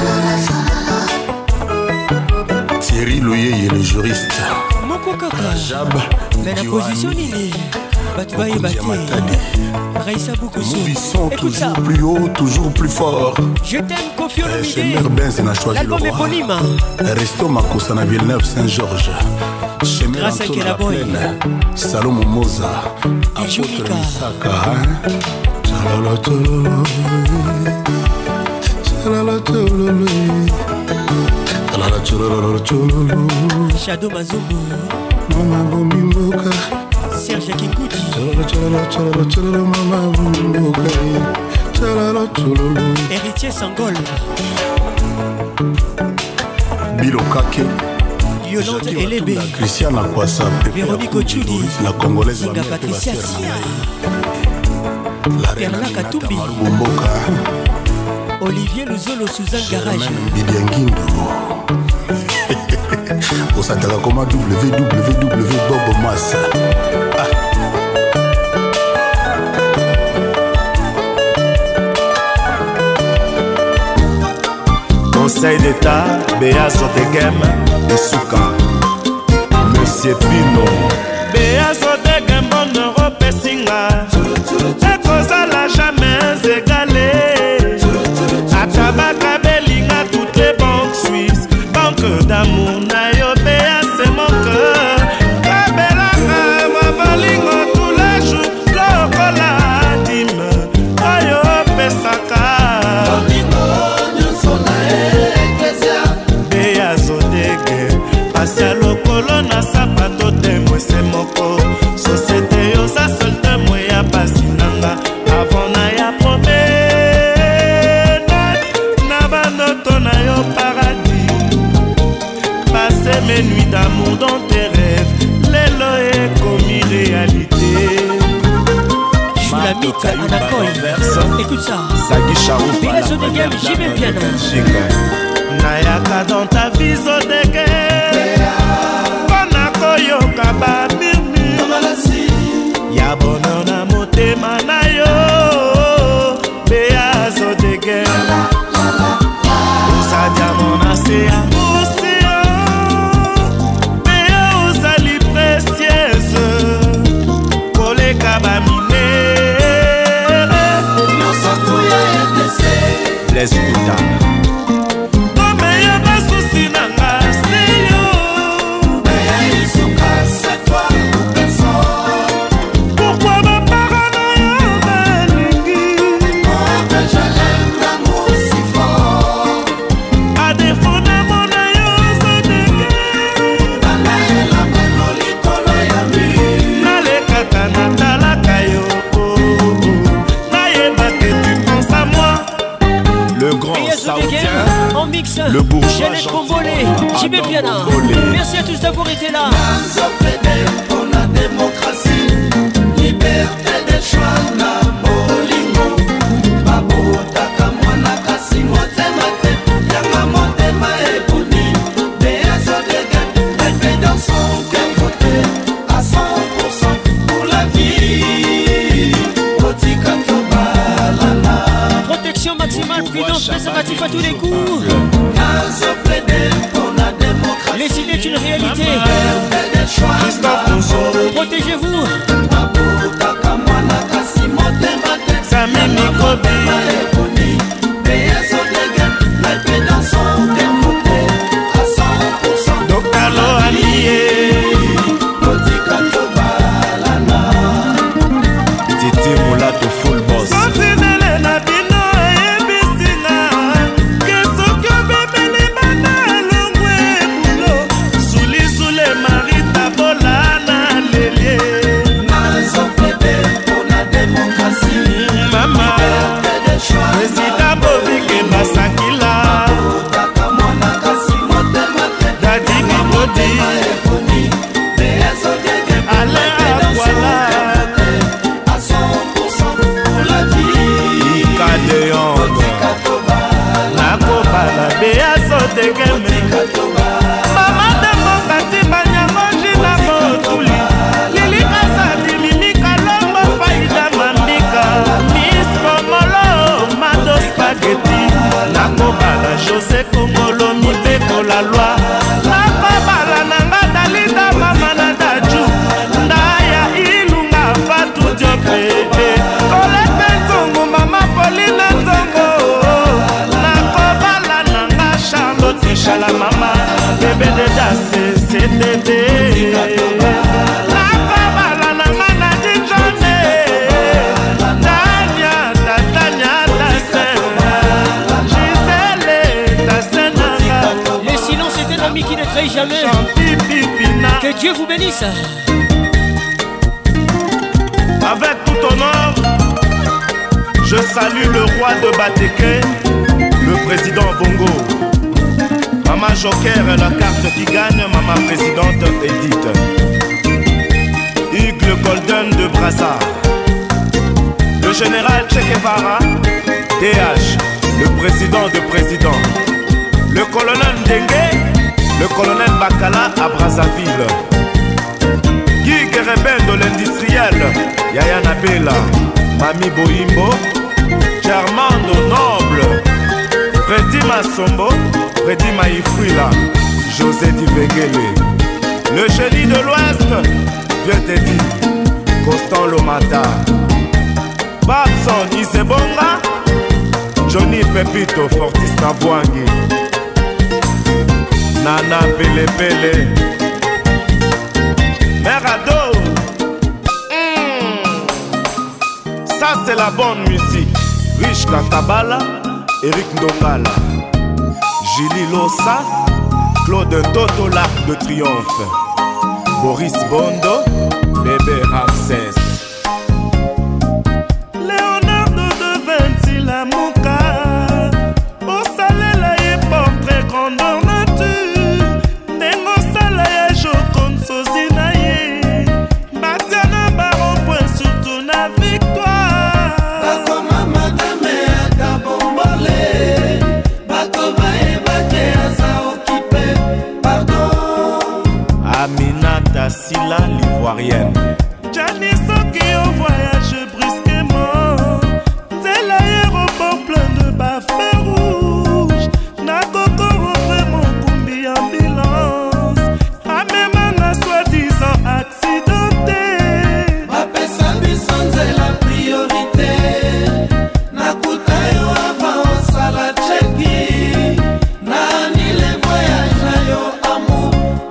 Speaker 11: Thierry Loyeye le juriste
Speaker 6: Moko kaka
Speaker 11: Rajab
Speaker 6: mais la position nini Batba et Baté Raïssa Boukoussou
Speaker 11: Nous vissons toujours
Speaker 6: ça.
Speaker 11: plus haut, toujours plus fort.
Speaker 6: Je t'aime Kofi Olomide
Speaker 11: Chez Mère Benz n'a choisi le
Speaker 6: l'album
Speaker 11: roi
Speaker 6: éponyme
Speaker 11: Resto Makosa na Villeneuve Saint-Georges Chez Mère
Speaker 6: Grâce à
Speaker 11: Antoine
Speaker 6: Kelaboy.
Speaker 11: Laplaine Salomon Moza Apôtre Misaka Chalala Chololo Chalala Chololo Chalala Chololo Chololo
Speaker 6: Shadow Mazumbu
Speaker 2: Mama Bomimboka
Speaker 6: Serge Kikuti
Speaker 2: Chalala Chalala Chalala Chalala Mama Bomimboka Chalala Chololo
Speaker 6: Héritier Sangol
Speaker 11: Bilokake
Speaker 6: Yolande Elebe
Speaker 11: Christiane Akwasa
Speaker 6: Véronique Ochudi
Speaker 11: la congolaise
Speaker 6: Singa Patricia Sia Perla Katumbi
Speaker 11: Bomboka
Speaker 6: Olivier Luzolo Suzanne Garage
Speaker 11: Bidiangindo osataka koma www Bob Mas
Speaker 22: Conseil d'État, Béa Sotegem, Isuka, Monsieur Pino. Béa Sotegem, bon Europe, Singa, Ekozala jamais égalé. Atabaka Belinga, toutes les banques suisses, banque d'amour, Nayo, Béa, c'est mon cœur. Kabelanga, ma balingo, tous les jours, Lokola, Dime, Ayo, Pesaka. Asia lokolo na sapato temwe se moko société yo sa seul temwe ya pasinanga avant na ya promena na banoto na yo paradis passer mes nuits d'amour dans tes rêves lelo est commis réalité
Speaker 6: Chulamite Anakoy écoute ça
Speaker 22: Sagi Charouf
Speaker 6: Bila Sodegem j'y vais bien
Speaker 22: Nayaka dans ta vie Sodegem yoka ba murmure ya bonheur na motema na yo Béa Sodegem osadia monase ya mosio Béa ozali précieuse koleka baminere nyonso ya rdc les buta
Speaker 6: Le bourgeois Combolé, J B Piana. Merci à tous d'avoir été là.
Speaker 9: Pour la démocratie, liberté de choix.
Speaker 6: conservatif à tous les coups. Les idées est une réalité. Protégez-vous.
Speaker 22: José Kongolo Mibeko la loi la babala nanga dalida mama na daju ndaya ilunga fatu diope kolete nzongo mama Pauline nzongo na kobala nanga Charlotte Chala mama bébé de dase C D D na kobala nanga na dijone Tanya Tatanya Tase
Speaker 6: qui ne trahit jamais. Que Dieu vous bénisse.
Speaker 22: Avec tout honneur, je salue le roi de Batéké, le président Bongo. Maman Joker est la carte qui gagne, maman présidente Edith. Hugues le Golden de Brazzard. Le général Che Guevara, D H, le président de président. Le colonel Dengue, le colonel Bakala à Brazzaville. Guy Guérébin de l'industriel, Yaya Nabela, Mami Boimbo, Germando Noble, Freddy Massombo, Freddy Maïfouila, José Divegele. Le génie de l'Ouest, vieux Teddy, Constant Lomata, Babson Isebonga, Johnny Pepito, Fortis Nabwangi. Nana Pele Pele Merado mmh. Ça c'est la bonne musique. Rich Katabala, Eric Ndongala, Julie Lossa, Claude Toto, l'Arc de Triomphe, Boris Bondo, Bébé Ramsès, Leonardo de Vinci la Mouka, au salé la portrait grandeur nature. Aminata Silla l'ivoirienne. Gianni Soki au voyage brusquement. C'est l'aéroport plein de bafés rouges. Nakoko vraiment combi ambulance. Amemana soi-disant accidenté. Bapesa bison c'est la priorité. Nakuta yo avance à la Tchéquie. Nani les voyages yo amour.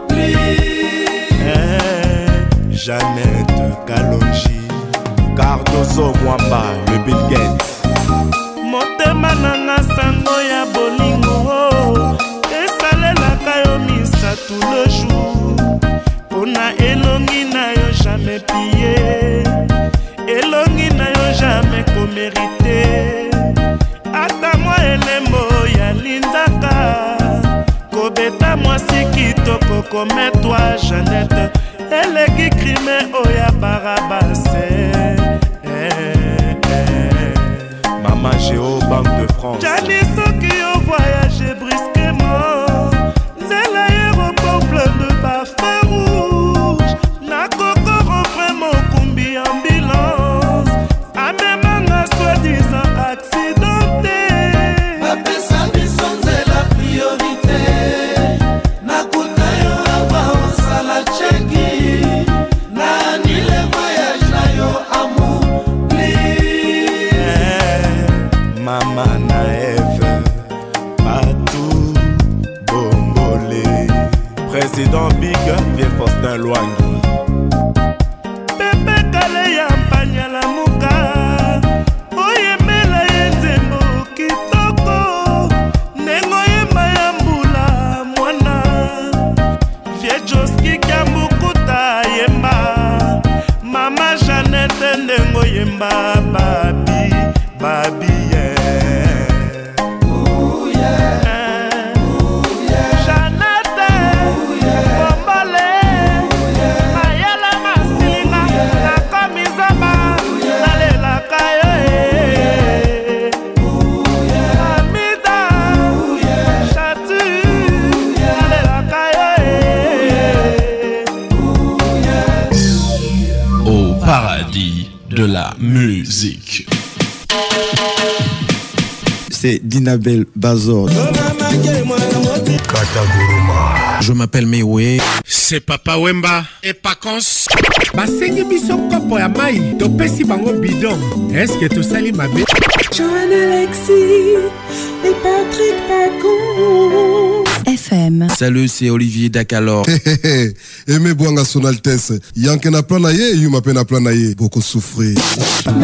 Speaker 22: Jeannette Kalonji, Cardozo Mwamba, le Bill Gates. Motema nanga sango ya bolingo esalelaka yo misa tout le jour. Pona elongi na yo jamais pillé, elongi na yo jamais komérité. Ata mwa elembo ya linzaka, kobeta mwasi kitoko kome toi Jeannette. Eleki crime oya barabase eh, eh. Mama Géo, Banque de France. Gianni Soki au voyage brusquement. C'est l'aéroport plein de bafés rouges. Nakoko vraiment combi ambulance. Amemanga soi-disant accidenté.
Speaker 5: président Big vient Faustin Lwangi.
Speaker 22: Pepe Kale ya mpanya la muka oyembela ye nzembo kitoko nengo yemba ya mbula mwana vie Joski Kiambukuta yemba mama Jeannette ndengo yemba babi babi yeah. Ooh, yeah.
Speaker 14: De la musique.
Speaker 20: C'est Dinabel Bazor.
Speaker 14: Je m'appelle Mewe.
Speaker 23: C'est Papa Wemba et Pacons. Basengi biso kopo ya mai topesi bango bidon. Est-ce que tu sali ma bé?
Speaker 24: Johan Alexis et Patrick Pacons. F M.
Speaker 14: Salut, c'est Olivier Dakalor.
Speaker 25: Aimé Boanga son Altesse. Yanke na plan na ye, yu ma pe na plan na ye. Beaucoup souffrir.
Speaker 24: Ah,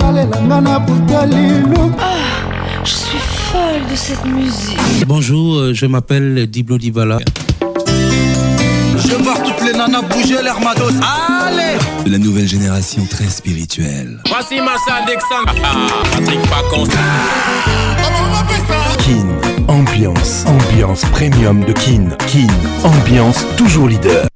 Speaker 24: je suis folle de cette musique.
Speaker 26: Bonjour, je m'appelle Diblo Dibala.
Speaker 27: Je vois toutes les nanas bouger l'air mados. Allez!
Speaker 26: De la nouvelle génération très spirituelle.
Speaker 22: Voici Massa Alexandre. Ah, Patrick Pacons.
Speaker 1: Kin, ambiance, ambiance premium de Kin. Kin, ambiance toujours leader.